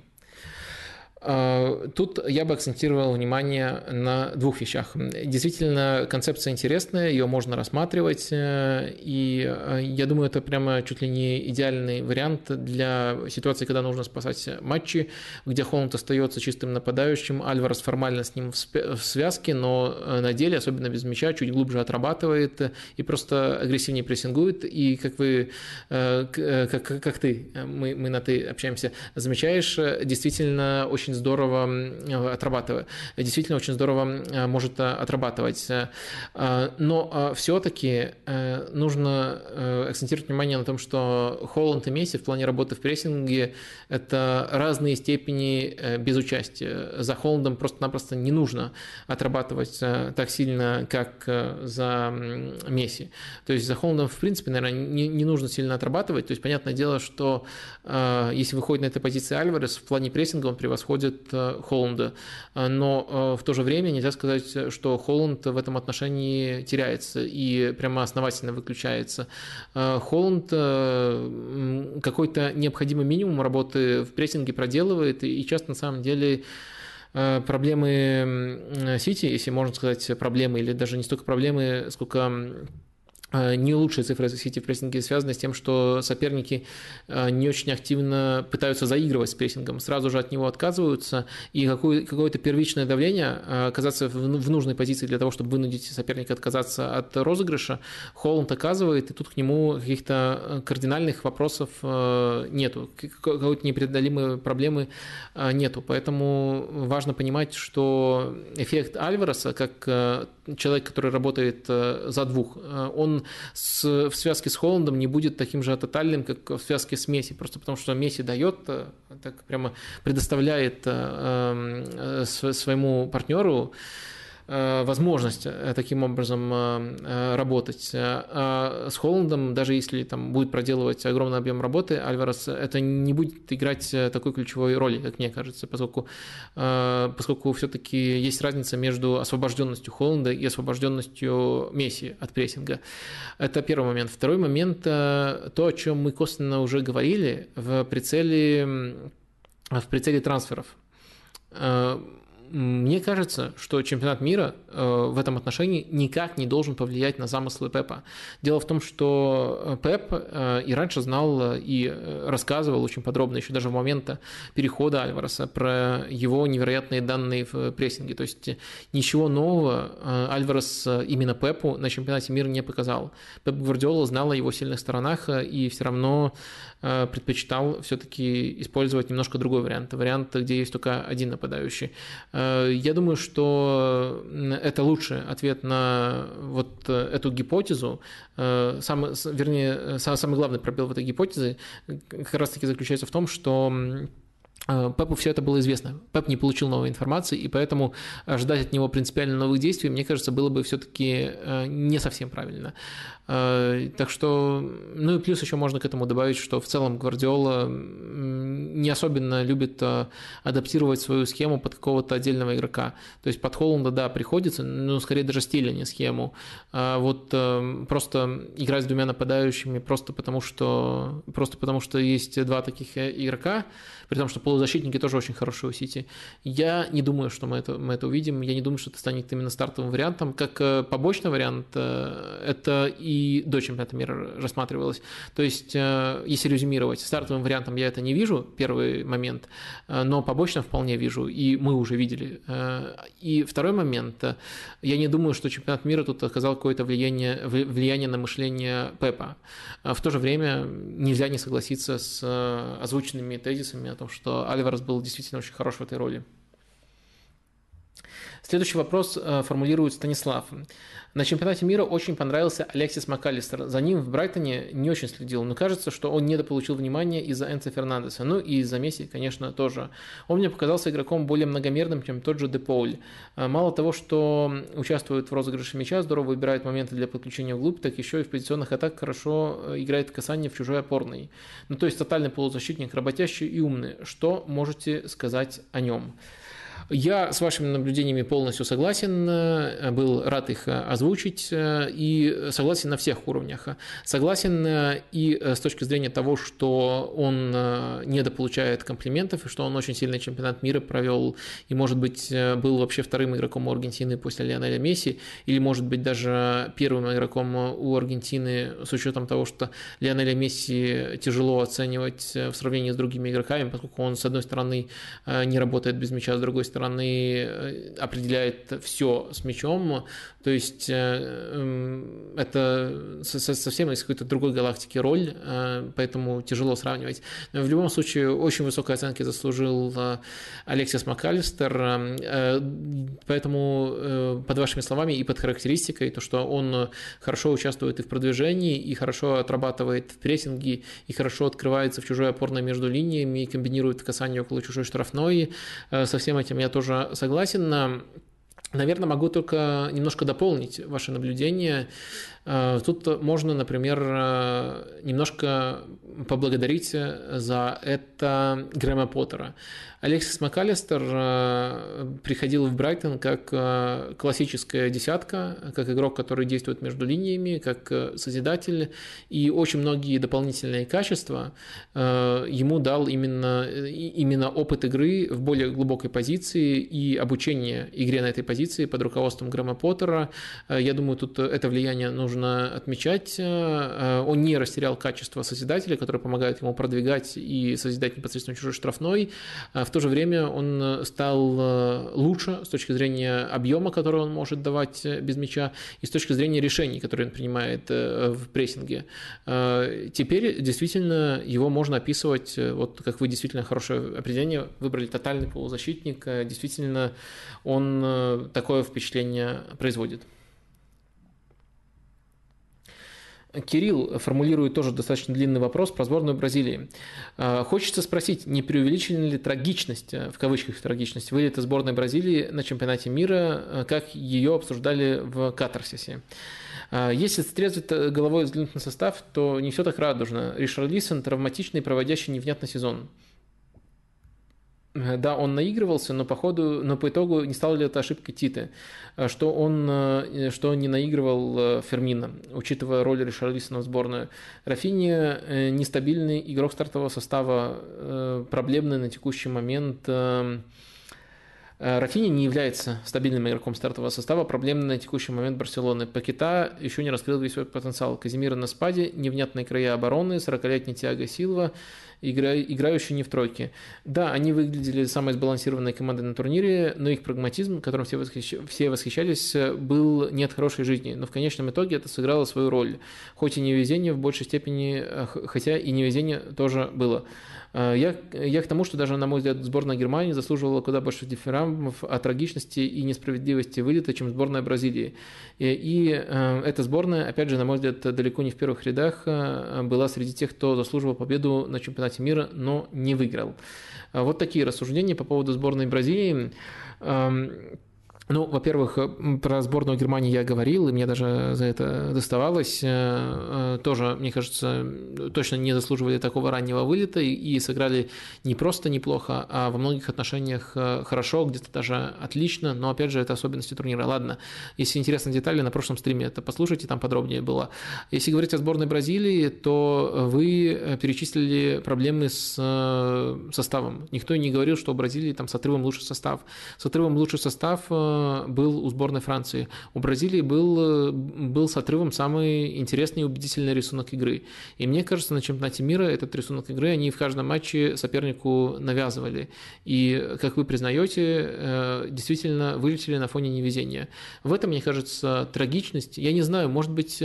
Тут я бы акцентировал внимание на двух вещах. Действительно, концепция интересная, ее можно рассматривать, и я думаю, это прямо чуть ли не идеальный вариант для ситуации, когда нужно спасать матчи, где Холланд остается чистым нападающим, Альварес формально с ним в связке, но на деле, особенно без мяча, чуть глубже отрабатывает и просто агрессивнее прессингует, и как вы, как, как ты, мы, мы на «ты» общаемся, замечаешь, действительно очень здорово отрабатывает, действительно очень здорово может отрабатывать. Но все-таки нужно акцентировать внимание на том, что Холланд и Месси в плане работы в прессинге – это разные степени безучастия. За Холландом просто-напросто не нужно отрабатывать так сильно, как за Месси. То есть за Холландом, в принципе, наверное, не, не нужно сильно отрабатывать. То есть понятное дело, что если выходит на этой позиции Альварес, в плане прессинга он превосходит Холланда, но в то же время нельзя сказать, что Холланд в этом отношении теряется и прямо основательно выключается. Холланд какой-то необходимый минимум работы в прессинге проделывает, и часто на самом деле проблемы Сити, если можно сказать проблемы, или даже не столько проблемы, сколько не лучшие цифры Сити в прессинге связаны с тем, что соперники не очень активно пытаются заигрывать с прессингом, сразу же от него отказываются, и какое-то первичное давление, оказаться в нужной позиции для того, чтобы вынудить соперника отказаться от розыгрыша, Холланд оказывает, и тут к нему каких-то кардинальных вопросов нету, какой-то непреодолимой проблемы нету, поэтому важно понимать, что эффект Альвареса, как человек, который работает за двух, он с, в связке с Холландом не будет таким же тотальным, как в связке с Месси, просто потому что Месси дает, так прямо предоставляет э, э, своему партнеру возможность таким образом работать. А с Холландом, даже если там будет проделывать огромный объем работы, Альварес это не будет играть такой ключевой роли, как мне кажется, поскольку, поскольку все-таки есть разница между освобожденностью Холланда и освобожденностью Месси от прессинга. Это первый момент. Второй момент, то, о чем мы косвенно уже говорили в прицеле, в прицеле трансферов. Мне кажется, что чемпионат мира в этом отношении никак не должен повлиять на замыслы Пепа. Дело в том, что Пеп и раньше знал и рассказывал очень подробно, еще даже в момент перехода Альвареса, про его невероятные данные в прессинге. То есть ничего нового Альварес именно Пепу на чемпионате мира не показал. Пеп Гвардиола знал о его сильных сторонах и все равно предпочитал все-таки использовать немножко другой вариант. Вариант, где есть только один нападающий. Я думаю, что это лучший ответ на вот эту гипотезу. Самый, вернее, самый главный пробел в этой гипотезе как раз-таки заключается в том, что Пепу все это было известно. Пеп не получил новой информации, и поэтому ждать от него принципиально новых действий, мне кажется, было бы все-таки не совсем правильно. Так что, ну и плюс еще можно к этому добавить, что в целом Гвардиола не особенно любит адаптировать свою схему под какого-то отдельного игрока. То есть под Холланда, да, приходится, но скорее даже стиль, а не схему. А вот просто играть с двумя нападающими просто потому, что, просто потому что есть два таких игрока, при том, что полузащитники тоже очень хорошие у Сити. Я не думаю, что мы это, мы это увидим. Я не думаю, что это станет именно стартовым вариантом. Как побочный вариант, это и до чемпионата мира рассматривалось. То есть, если резюмировать, стартовым вариантом я это не вижу, первый момент, но побочно вполне вижу, и мы уже видели. И второй момент, я не думаю, что чемпионат мира тут оказал какое-то влияние, влияние на мышление Пепа. В то же время нельзя не согласиться с озвученными тезисами о том, что Альварес был действительно очень хорош в этой роли. Следующий вопрос формулирует Станислав. На чемпионате мира очень понравился Алексис МакАлистер. За ним в Брайтоне не очень следил, но кажется, что он недополучил внимания из-за Энцо Фернандеса. Ну и из-за Месси, конечно, тоже. Он мне показался игроком более многомерным, чем тот же Де Пауль. Мало того, что участвует в розыгрыше мяча, здорово выбирает моменты для подключения вглубь, так еще и в позиционных атаках хорошо играет касание в чужой опорной. Ну то есть тотальный полузащитник, работящий и умный. Что можете сказать о нем? Я с вашими наблюдениями полностью согласен, был рад их озвучить и согласен на всех уровнях. Согласен и с точки зрения того, что он недополучает комплиментов, и что он очень сильный чемпионат мира провел и, может быть, был вообще вторым игроком у Аргентины после Лионеля Месси, или, может быть, даже первым игроком у Аргентины с учетом того, что Лионеля Месси тяжело оценивать в сравнении с другими игроками, поскольку он, с одной стороны, не работает без мяча, с другой стороны, стороны определяет все с мячом, то есть это совсем из какой-то другой галактики роль, поэтому тяжело сравнивать. Но в любом случае очень высокой оценки заслужил Алексис МакАлистер, поэтому под вашими словами и под характеристикой, то, что он хорошо участвует и в продвижении, и хорошо отрабатывает в прессинге, и хорошо открывается в чужой опорной между линиями, и комбинирует касание около чужой штрафной, со всем этим я тоже согласен. Наверное, могу только немножко дополнить ваши наблюдения. Тут можно, например, немножко поблагодарить за это Грэма Поттера. Алексис МакАлистер приходил в Брайтон как классическая десятка, как игрок, который действует между линиями, как созидатель, и очень многие дополнительные качества ему дал именно, именно опыт игры в более глубокой позиции и обучение игре на этой позиции под руководством Грэма Поттера. Я думаю, тут это влияние нужно отмечать. Он не растерял качество созидателя, которое помогает ему продвигать и созидать непосредственно чужой штрафной. В то же время он стал лучше с точки зрения объема, который он может давать без мяча, и с точки зрения решений, которые он принимает в прессинге. Теперь действительно его можно описывать, вот как вы действительно хорошее определение выбрали, тотальный полузащитник. Действительно, он такое впечатление производит. Кирилл формулирует тоже достаточно длинный вопрос про сборную Бразилии. Хочется спросить, не преувеличена ли трагичность, в кавычках трагичность, вылета сборной Бразилии на чемпионате мира, как ее обсуждали в катарсисе? Если с трезвой головой взглянуть на состав, то не все так радужно. Ришарлисон травматичный, проводящий невнятный сезон. Да, он наигрывался, но по ходу, но по итогу не стала ли это ошибкой Титы, что он, что он не наигрывал Фермино, учитывая роль Ришарлисона в сборную. Рафинья нестабильный игрок стартового состава, проблемный на текущий момент. Рафинья не является стабильным игроком стартового состава, проблемный на текущий момент Барселоны. Пакета еще не раскрыл весь свой потенциал. Казимира на спаде, невнятные края обороны, сорокалетний Тиаго Силва, игра, играющий не в тройке. Да, они выглядели самой сбалансированной командой на турнире, но их прагматизм, которым все, восхищ... все восхищались, был не от хорошей жизни. Но в конечном итоге это сыграло свою роль. Хоть и невезение в большей степени, хотя и невезение тоже было. Я, я к тому, что даже, на мой взгляд, сборная Германии заслуживала куда больше дифирамбов о трагичности и несправедливости вылета, чем сборная Бразилии. И, и э, эта сборная, опять же, на мой взгляд, далеко не в первых рядах э, была среди тех, кто заслуживал победу на чемпионате мира, но не выиграл. Вот такие рассуждения по поводу сборной Бразилии. Э, Ну, во-первых, про сборную Германии я говорил, и мне даже за это доставалось. Тоже, мне кажется, точно не заслуживали такого раннего вылета и сыграли не просто неплохо, а во многих отношениях хорошо, где-то даже отлично, но, опять же, это особенности турнира. Ладно, если интересны детали, на прошлом стриме это послушайте, там подробнее было. Если говорить о сборной Бразилии, то вы перечислили проблемы с составом. Никто не говорил, что у Бразилии там с отрывом лучший состав. С отрывом лучший состав был у сборной Франции. У Бразилии был, был с отрывом самый интересный и убедительный рисунок игры. И мне кажется, на чемпионате мира этот рисунок игры они в каждом матче сопернику навязывали. И, как вы признаете, действительно вылетели на фоне невезения. В этом, мне кажется, трагичность. Я не знаю, может быть,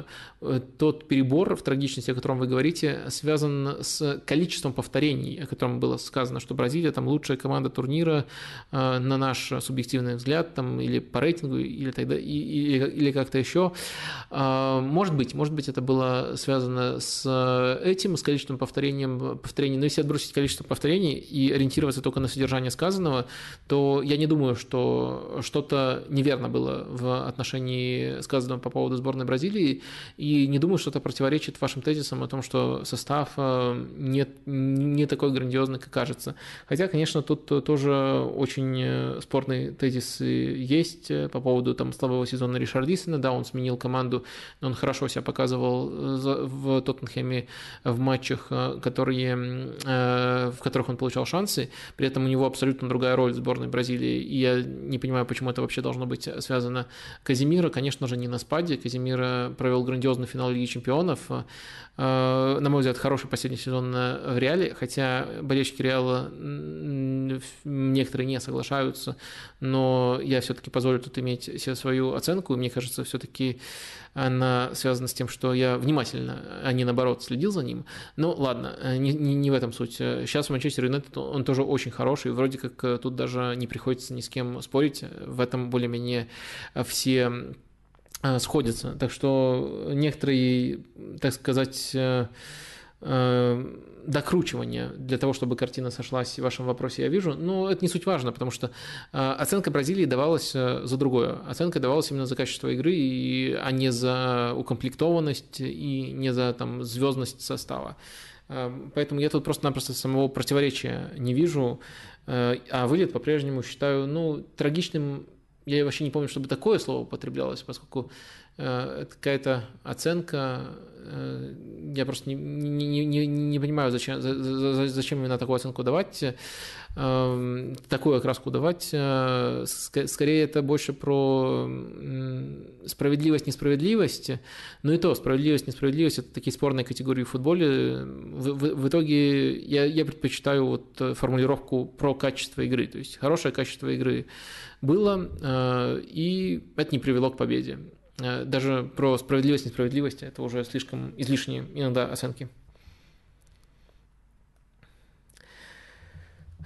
тот перебор в трагичности, о котором вы говорите, связан с количеством повторений, о котором было сказано, что Бразилия там лучшая команда турнира, на наш субъективный взгляд, там, или по рейтингу, или, тогда, или, или как-то еще. Может быть, может быть, это было связано с этим, с количеством повторением, повторений. Но если отбросить количество повторений и ориентироваться только на содержание сказанного, то я не думаю, что что-то неверно было в отношении сказанного по поводу сборной Бразилии, и не думаю, что это противоречит вашим тезисам о том, что состав не, не такой грандиозный, как кажется. Хотя, конечно, тут тоже очень спорный тезис есть по поводу там слабого сезона Ришарлисона. Да, он сменил команду, но он хорошо себя показывал в Тоттенхэме в матчах, которые, в которых он получал шансы. При этом у него абсолютно другая роль в сборной Бразилии. И я не понимаю, почему это вообще должно быть связано. Казимира, конечно же, не на спаде. Казимира провел грандиозный финал Лиги Чемпионов. На мой взгляд, хороший последний сезон в Реале, хотя болельщики Реала некоторые не соглашаются, но я все-таки позволю тут иметь себе свою оценку, и мне кажется, все-таки она связана с тем, что я внимательно, а не наоборот, следил за ним. Но ладно, не, не, не в этом суть. Сейчас в Манчестер Юнайтед он тоже очень хороший, вроде как тут даже не приходится ни с кем спорить, в этом более-менее все сходятся. Так что некоторые, так сказать, докручивания для того, чтобы картина сошлась в вашем вопросе, я вижу, но это не суть важно, потому что оценка Бразилии давалась за другое. Оценка давалась именно за качество игры, а не за укомплектованность и не за там, звездность состава. Поэтому я тут просто-напросто самого противоречия не вижу, а вылет по-прежнему считаю ну, трагичным. Я вообще не помню, чтобы такое слово употреблялось, поскольку э, это какая-то оценка. Э, я просто не, не, не, не понимаю, зачем, за, зачем именно такую оценку давать, э, такую окраску давать. Э, скорее, это больше про э, справедливость, несправедливость. Но и то, справедливость, несправедливость – это такие спорные категории в футболе. В, в, в итоге я, я предпочитаю вот формулировку про качество игры. То есть хорошее качество игры было, и это не привело к победе. Даже про справедливость, несправедливость – это уже слишком излишние иногда оценки.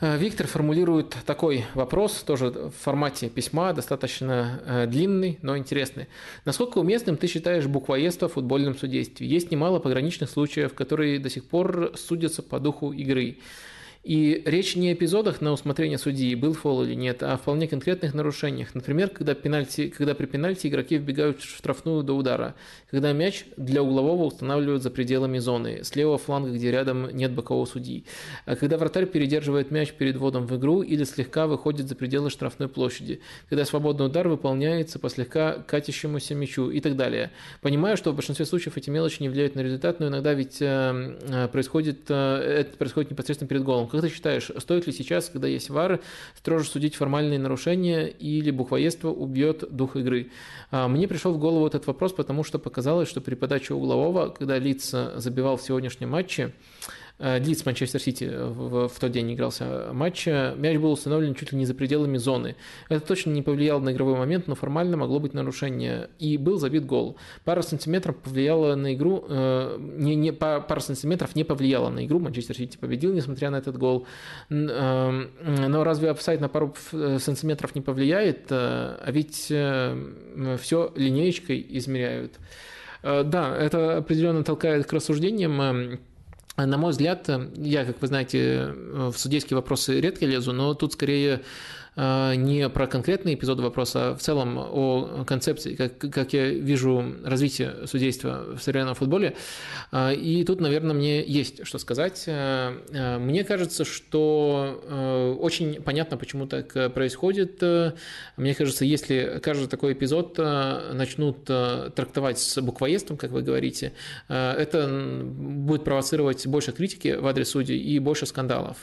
Виктор формулирует такой вопрос, тоже в формате письма, достаточно длинный, но интересный. Насколько уместным ты считаешь буквоедство в футбольном судействе? Есть немало пограничных случаев, которые до сих пор судятся по духу игры. И речь не о эпизодах на усмотрение судьи, был фол или нет, а о вполне конкретных нарушениях. Например, когда, пенальти, когда при пенальти игроки вбегают в штрафную до удара, когда мяч для углового устанавливают за пределами зоны, с левого фланга, где рядом нет бокового судьи, а когда вратарь передерживает мяч перед вводом в игру или слегка выходит за пределы штрафной площади, когда свободный удар выполняется по слегка катящемуся мячу и так далее. Понимаю, что в большинстве случаев эти мелочи не влияют на результат, но иногда ведь происходит, это происходит непосредственно перед голом. Как ты считаешь, стоит ли сейчас, когда есть ВАР, строже судить формальные нарушения или буквоедство убьет дух игры? Мне пришел в голову этот вопрос, потому что показалось, что при подаче углового, когда Лидс забивал в сегодняшнем матче, Лидс Манчестер Сити в, в тот день игрался матч, мяч был установлен чуть ли не за пределами зоны. Это точно не повлияло на игровой момент, но формально могло быть нарушение. И был забит гол. Пара сантиметров повлияла на игру, э, не, не, пара сантиметров не повлияла на игру. Манчестер Сити победил, несмотря на этот гол. Э, но разве офсайд на пару сантиметров не повлияет? А ведь э, все линеечкой измеряют. Э, да, это определенно толкает к рассуждениям. На мой взгляд, я, как вы знаете, в судейские вопросы редко лезу, но тут скорее не про конкретные эпизоды вопроса, а в целом о концепции, как, как я вижу развитие судейства в современном футболе. И тут, наверное, мне есть что сказать. Мне кажется, что очень понятно, почему так происходит. Мне кажется, если каждый такой эпизод начнут трактовать с буквоедством, как вы говорите, это будет провоцировать больше критики в адрес судей и больше скандалов.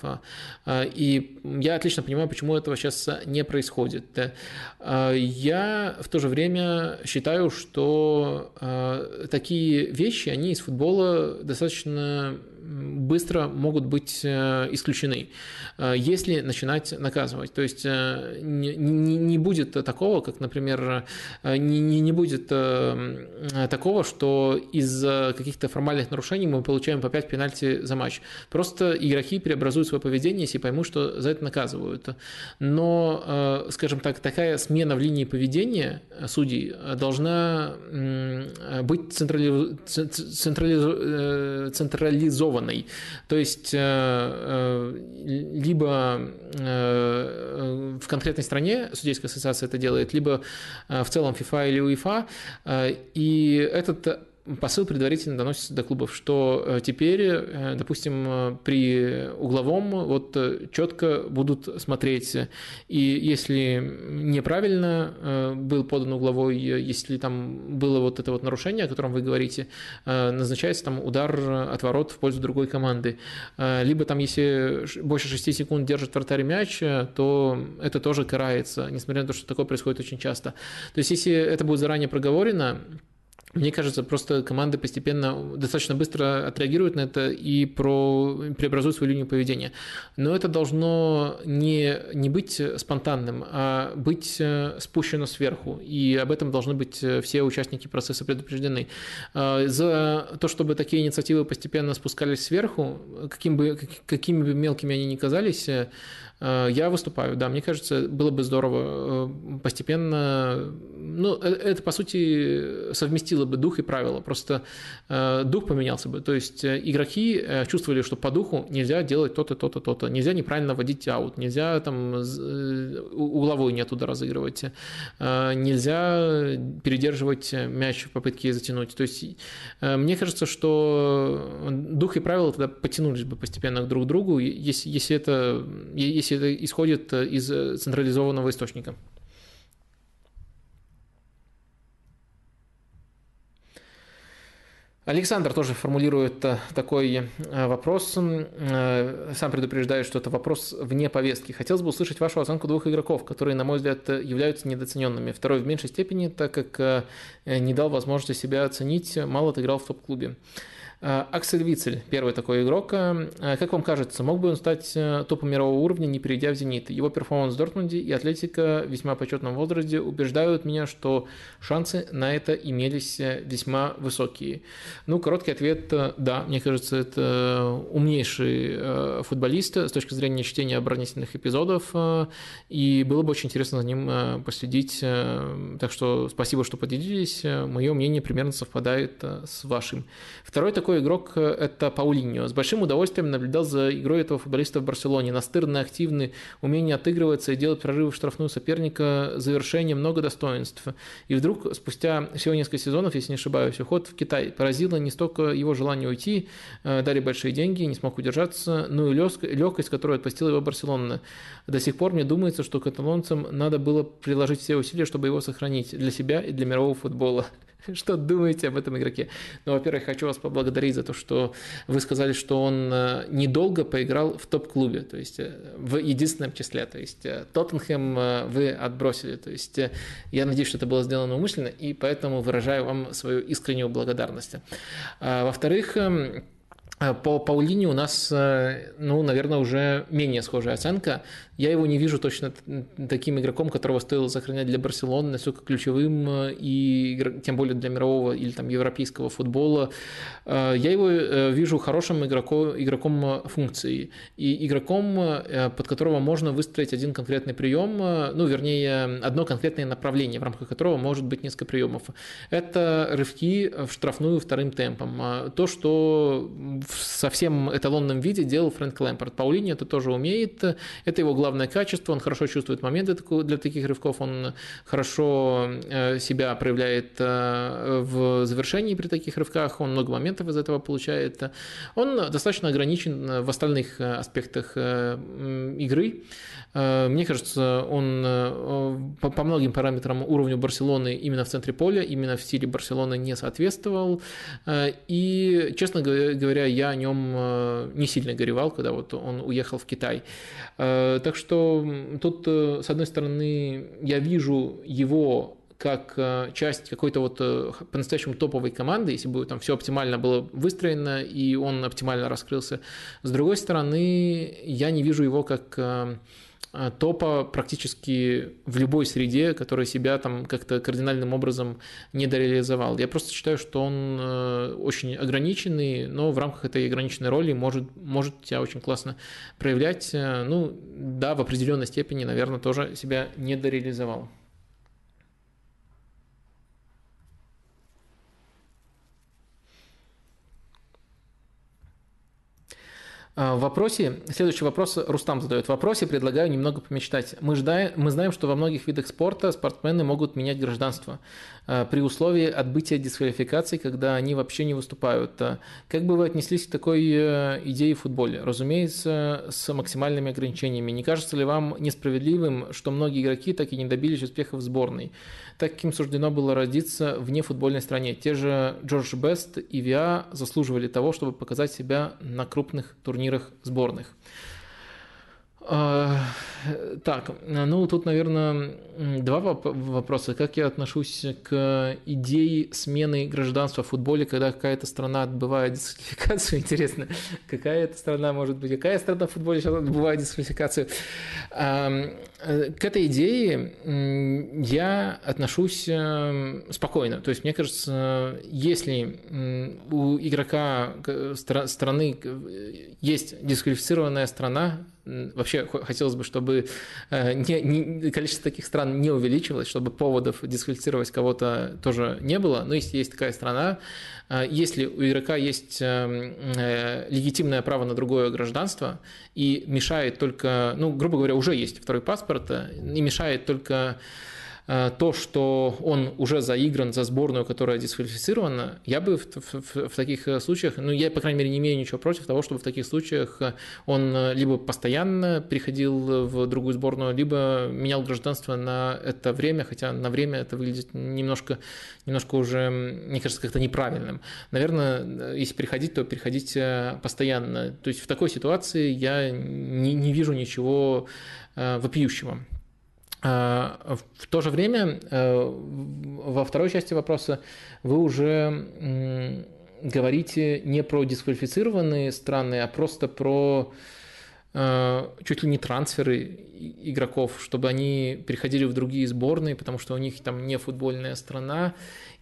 И я отлично понимаю, почему этого сейчас не происходит. Я в то же время считаю, что такие вещи, они из футбола достаточно быстро могут быть исключены, если начинать наказывать. То есть не, не, не будет такого, как, например, не, не будет такого, что из каких-то формальных нарушений мы получаем по пять пенальти за матч. Просто игроки преобразуют свое поведение, если поймут, что за это наказывают. Но, скажем так, такая смена в линии поведения судей должна быть централи... централи... централизованной. То есть либо в конкретной стране судейская ассоциация это делает, либо в целом ФИФА или УЕФА, и этот посыл предварительно доносится до клубов, что теперь, допустим, при угловом вот четко будут смотреть, и если неправильно был подан угловой, если там было вот это вот нарушение, о котором вы говорите, назначается там удар от ворот в пользу другой команды. Либо там, если больше шести секунд держит вратарь мяч, то это тоже карается, несмотря на то, что такое происходит очень часто. То есть, если это будет заранее проговорено, мне кажется, просто команды постепенно достаточно быстро отреагируют на это и про, преобразуют свою линию поведения. Но это должно не, не быть спонтанным, а быть спущено сверху. И об этом должны быть все участники процесса предупреждены. За то, чтобы такие инициативы постепенно спускались сверху, каким бы, какими бы мелкими они ни казались, я выступаю, да, мне кажется, было бы здорово постепенно, ну, это, по сути, совместило бы дух и правила, просто дух поменялся бы, то есть игроки чувствовали, что по духу нельзя делать то-то, то-то, то-то, нельзя неправильно вводить аут, нельзя там угловой не оттуда разыгрывать, нельзя передерживать мяч в попытке затянуть, то есть мне кажется, что дух и правила тогда потянулись бы постепенно друг к другу, если, если это, если это исходит из централизованного источника. Александр тоже формулирует такой вопрос, сам предупреждает, что это вопрос вне повестки. Хотелось бы услышать вашу оценку двух игроков, которые, на мой взгляд, являются недооцененными. Второй в меньшей степени, так как не дал возможности себя оценить, мало отыграл в топ-клубе. Аксель Вицель, первый такой игрок. Как вам кажется, мог бы он стать топом мирового уровня, не перейдя в «Зенит»? Его перформанс в Дортмунде и атлетика в весьма почетном возрасте убеждают меня, что шансы на это имелись весьма высокие. Ну, короткий ответ – да. Мне кажется, это умнейший футболист с точки зрения чтения оборонительных эпизодов, и было бы очень интересно за ним последить. Так что спасибо, что поделились. Мое мнение примерно совпадает с вашим. Второй такой игрок – это Паулиньо. С большим удовольствием наблюдал за игрой этого футболиста в Барселоне. Настырный, активный, умение отыгрываться и делать прорывы в штрафную соперника, завершение, много достоинств. И вдруг, спустя всего несколько сезонов, если не ошибаюсь, уход в Китай поразило не столько его желание уйти, дали большие деньги, не смог удержаться, но и легкость, которую отпустила его Барселона. До сих пор мне думается, что каталонцам надо было приложить все усилия, чтобы его сохранить для себя и для мирового футбола. Что думаете об этом игроке? Ну, во-первых, хочу вас поблагодарить за то, что вы сказали, что он недолго поиграл в топ-клубе, то есть в единственном числе, то есть Тоттенхэм вы отбросили, то есть я надеюсь, что это было сделано умышленно, и поэтому выражаю вам свою искреннюю благодарность. Во-вторых, по Паулине у нас, ну, наверное, уже менее схожая оценка. Я его не вижу точно таким игроком, которого стоило сохранять для Барселоны, настолько ключевым, и тем более для мирового или там европейского футбола. Я его вижу хорошим игроком, игроком функции и игроком, под которого можно выстроить один конкретный прием, ну, вернее, одно конкретное направление, в рамках которого может быть несколько приемов. Это рывки в штрафную вторым темпом. То, что в совсем эталонном виде делал Фрэнк Лэмпард. Паулини это тоже умеет, это его главное качество, он хорошо чувствует моменты для таких рывков, он хорошо себя проявляет в завершении при таких рывках, он много моментов из этого получает. Он достаточно ограничен в остальных аспектах игры. Мне кажется, он по многим параметрам уровню Барселоны именно в центре поля, именно в стиле Барселоны не соответствовал. И, честно говоря, я о нем не сильно горевал, когда вот он уехал в Китай. Так что тут, с одной стороны, я вижу его как часть какой-то вот по-настоящему топовой команды, если бы там все оптимально было выстроено и он оптимально раскрылся. С другой стороны, я не вижу его как топа практически в любой среде, который себя там как-то кардинальным образом не дореализовал. Я просто считаю, что он очень ограниченный, но в рамках этой ограниченной роли может, может себя очень классно проявлять. Ну, да, в определенной степени, наверное, тоже себя не дореализовал. В вопросе, следующий вопрос Рустам задает. В вопросе предлагаю немного помечтать. Мы, ждаем, мы знаем, что во многих видах спорта спортсмены могут менять гражданство при условии отбытия дисквалификации, когда они вообще не выступают. Как бы вы отнеслись к такой идее в футболе? Разумеется, с максимальными ограничениями. Не кажется ли вам несправедливым, что многие игроки так и не добились успеха в сборной? Так как им суждено было родиться вне футбольной стране. Те же Джордж Бест и Виа заслуживали того, чтобы показать себя на крупных турнирах сборных. Так, ну тут, наверное, два вопроса. Как я отношусь к идее смены гражданства в фуфутболе, когда какая-то страна отбывает дисквалификацию? Интересно, какая это страна может быть? Какая страна в футболе сейчас отбывает дисквалификацию? К этой идее я отношусь спокойно. То есть, мне кажется, если у игрока страны есть дисквалифицированная страна, вообще хотелось бы, чтобы не, не, количество таких стран не увеличивалось, чтобы поводов дисквалифицировать кого-то тоже не было. Но если есть такая страна, если у игрока есть легитимное право на другое гражданство и мешает только, ну, грубо говоря, уже есть второй паспорт, и мешает только то, что он уже заигран за сборную, которая дисквалифицирована, я бы в, в, в таких случаях, ну, я, по крайней мере, не имею ничего против того, чтобы в таких случаях он либо постоянно приходил в другую сборную, либо менял гражданство на это время, хотя на время это выглядит немножко, немножко уже, мне кажется, как-то неправильным. Наверное, если переходить, то переходить постоянно. То есть в такой ситуации я не, не вижу ничего вопиющего. В то же время, во второй части вопроса вы уже говорите не про дисквалифицированные страны, а просто про чуть ли не трансферы игроков, чтобы они переходили в другие сборные, потому что у них там не футбольная страна.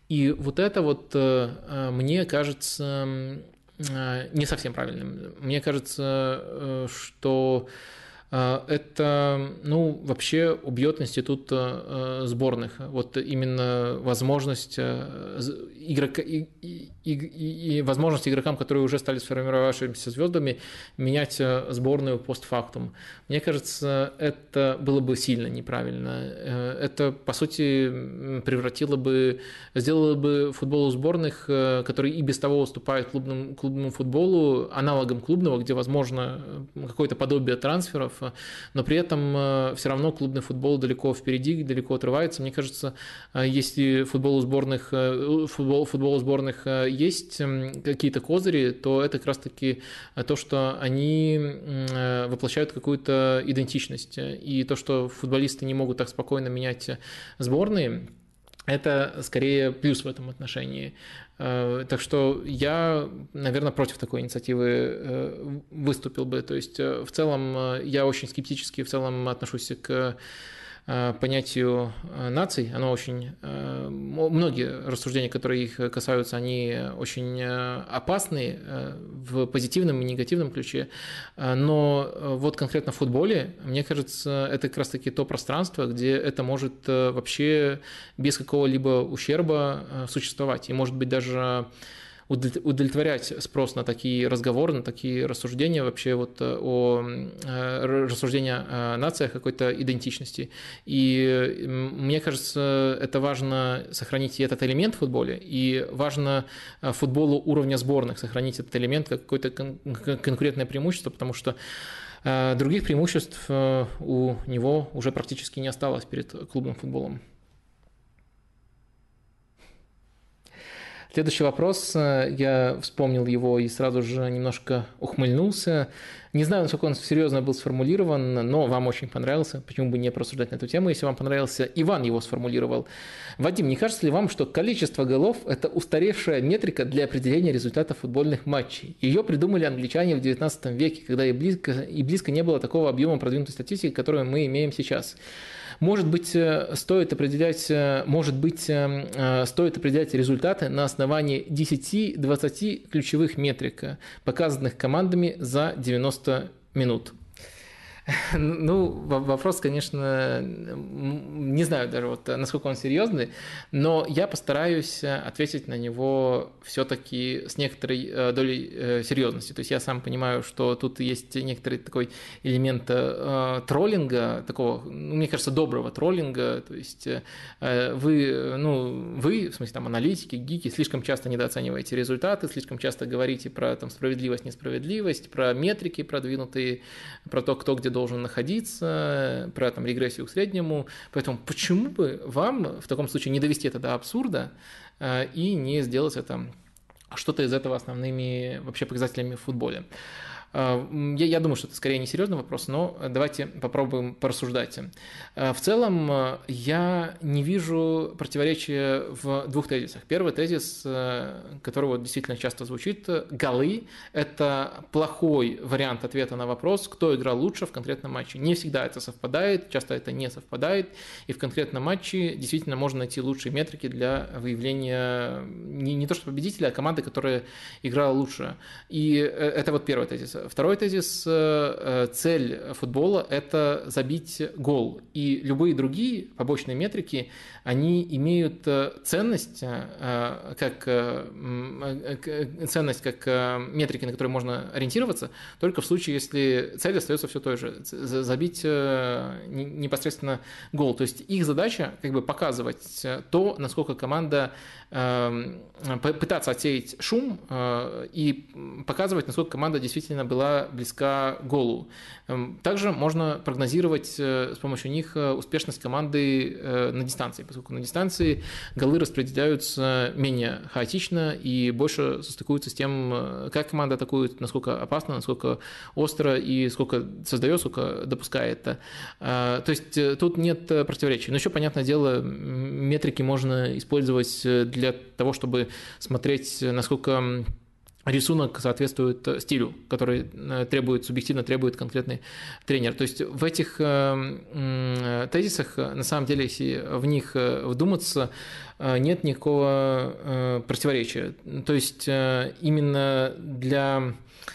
И вот это вот мне кажется не совсем правильным. Мне кажется, что это, ну, вообще убьет институт сборных. Вот именно возможность игрока, и, и, и, и возможность игрокам, которые уже стали сформировавшимися звездами, менять сборную постфактум. Мне кажется, это было бы сильно неправильно. Это, по сути, превратило бы, сделало бы футбол сборных, который и без того уступает клубному, клубному футболу, аналогом клубного, где возможно какое-то подобие трансферов, но при этом все равно клубный футбол далеко впереди, далеко отрывается. Мне кажется, если футбол у сборных, футбол, футбол у сборных есть какие-то козыри, то это как раз-таки то, что они воплощают какую-то идентичность. И то, что футболисты не могут так спокойно менять сборные, это скорее плюс в этом отношении. Так что я, наверное, против такой инициативы выступил бы. То есть в целом я очень скептически в целом отношусь к понятию наций. Оно очень... Многие рассуждения, которые их касаются, они очень опасны в позитивном и негативном ключе. Но вот конкретно в футболе, мне кажется, это как раз-таки то пространство, где это может вообще без какого-либо ущерба существовать. И, может быть, даже удовлетворять спрос на такие разговоры, на такие рассуждения вообще вот о рассуждения о нациях, какой-то идентичности. И мне кажется, это важно сохранить и этот элемент в футболе, и важно футболу уровня сборных сохранить этот элемент как какое-то конкурентное преимущество, потому что других преимуществ у него уже практически не осталось перед клубным футболом. Следующий вопрос, я вспомнил его и сразу же немножко ухмыльнулся. Не знаю, насколько он серьезно был сформулирован, но вам очень понравился. Почему бы не порассуждать на эту тему, если вам понравился? Иван его сформулировал. Вадим, не кажется ли вам, что количество голов – это устаревшая метрика для определения результатов футбольных матчей? Ее придумали англичане в девятнадцатом веке, когда и близко, и близко не было такого объема продвинутой статистики, которую мы имеем сейчас. Может быть, стоит определять, может быть, стоит определять результаты на основании десяти-двадцати ключевых метрик, показанных командами за девяносто минут. Ну, вопрос, конечно, не знаю даже, вот, насколько он серьезный, но я постараюсь ответить на него все-таки с некоторой долей серьезности. То есть я сам понимаю, что тут есть некоторый такой элемент э, троллинга, такого, мне кажется, доброго троллинга. То есть э, вы, ну, вы, в смысле, там, аналитики, гики, слишком часто недооцениваете результаты, слишком часто говорите про там, справедливость, несправедливость, про метрики продвинутые, про то, кто где должен находиться, про там, регрессию к среднему. Поэтому почему бы вам в таком случае не довести это до абсурда и не сделать это что-то из этого основными вообще показателями в футболе? Я, я думаю, что это скорее не серьезный вопрос, но давайте попробуем порассуждать. В целом, я не вижу противоречия в двух тезисах. Первый тезис, который вот действительно часто звучит, голы – это плохой вариант ответа на вопрос, кто играл лучше в конкретном матче. Не всегда это совпадает, часто это не совпадает, и в конкретном матче действительно можно найти лучшие метрики для выявления не, не то что победителя, а команды, которая играла лучше. И это вот первый тезис. Второй тезис – цель футбола – это забить гол. И любые другие побочные метрики, они имеют ценность как, ценность как метрики, на которые можно ориентироваться, только в случае, если цель остается все той же – забить непосредственно гол. То есть их задача как бы показывать то, насколько команда пытаться отсеять шум и показывать, насколько команда действительно была близка к голу. Также можно прогнозировать с помощью них успешность команды на дистанции, поскольку на дистанции голы распределяются менее хаотично и больше состыкуются с тем, как команда атакует, насколько опасно, насколько остро и сколько создает, сколько допускает. То есть тут нет противоречий. Но еще, понятное дело, метрики можно использовать для того, чтобы смотреть, насколько рисунок соответствует стилю, который требует, субъективно требует конкретный тренер. То есть в этих тезисах, на самом деле, если в них вдуматься, нет никакого противоречия. То есть именно для...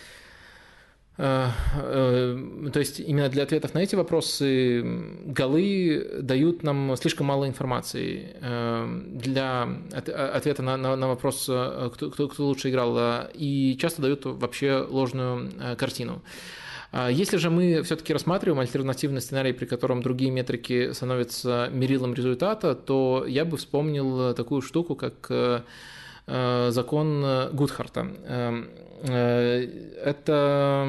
То есть именно для ответов на эти вопросы голы дают нам слишком мало информации для ответа на, на, на вопрос, кто, кто, кто лучше играл, и часто дают вообще ложную картину. Если же мы все-таки рассматриваем альтернативный сценарий, при котором другие метрики становятся мерилом результата, то я бы вспомнил такую штуку, как закон Гудхарта. Это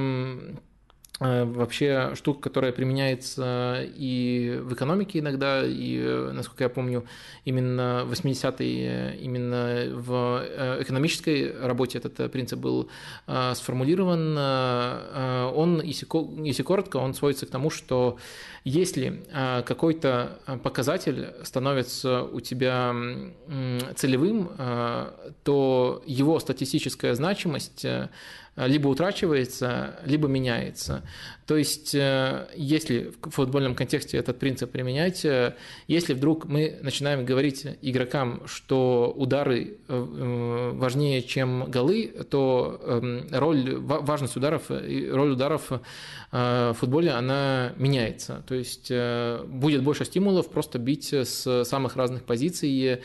вообще штука, которая применяется и в экономике иногда, и, насколько я помню, именно в восьмидесятые, именно в экономической работе этот принцип был сформулирован. Он, если коротко, он сводится к тому, что если какой-то показатель становится у тебя целевым, то его статистическая значимость либо утрачивается, либо меняется. То есть, если в футбольном контексте этот принцип применять, если вдруг мы начинаем говорить игрокам, что удары важнее, чем голы, то роль, важность ударов, роль ударов в футболе, она меняется. То есть, будет больше стимулов просто бить с самых разных позиций.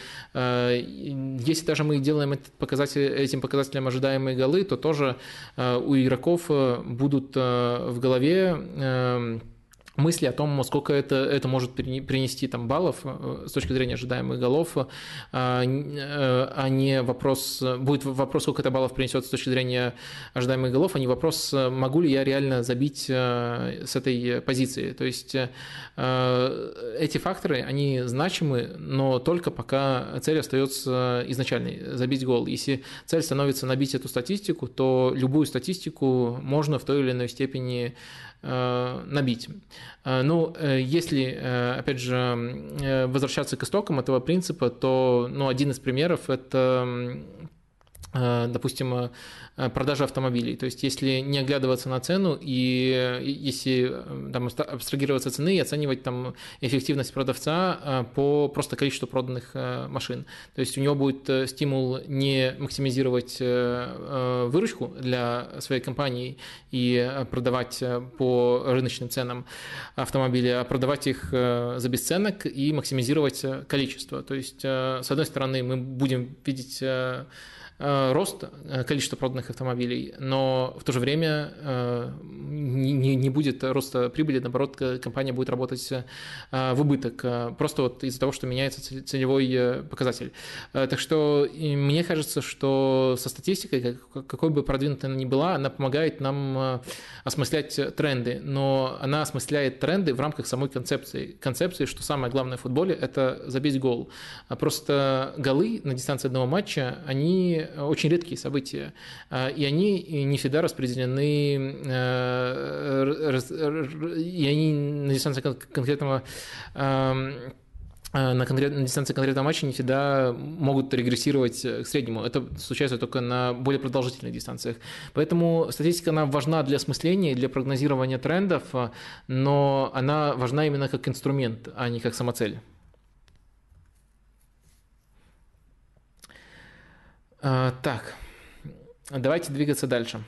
Если даже мы делаем этот показатель, этим показателем ожидаемые голы, то тоже у игроков будут в голове мысли о том, сколько это, это может принести там, баллов с точки зрения ожидаемых голов, а не вопрос, будет вопрос, сколько это баллов принесет с точки зрения ожидаемых голов, а не вопрос, могу ли я реально забить с этой позиции. То есть эти факторы, они значимы, но только пока цель остается изначальной – забить гол. Если цель становится набить эту статистику, то любую статистику можно в той или иной степени набить. Ну, если, опять же, возвращаться к истокам этого принципа, то ну, один из примеров – это, допустим, продажа автомобилей. То есть, если не оглядываться на цену и если там, абстрагироваться от цены и оценивать там, эффективность продавца по просто количеству проданных машин. То есть, у него будет стимул не максимизировать выручку для своей компании и продавать по рыночным ценам автомобили, а продавать их за бесценок и максимизировать количество. То есть, с одной стороны, мы будем видеть рост количества проданных автомобилей, но в то же время не, не будет роста прибыли, наоборот, компания будет работать в убыток, просто вот из-за того, что меняется целевой показатель. Так что мне кажется, что со статистикой, какой бы продвинутой она ни была, она помогает нам осмыслять тренды, но она осмысляет тренды в рамках самой концепции. Концепции, что самое главное в футболе – это забить гол. Просто голы на дистанции одного матча, они очень редкие события, и они не всегда распределены, и они на дистанции конкретного на, конкрет, на дистанции конкретного матча не всегда могут регрессировать к среднему. Это случается только на более продолжительных дистанциях. Поэтому статистика, она важна для осмысления, для прогнозирования трендов, но она важна именно как инструмент, а не как самоцель. Так, давайте двигаться дальше.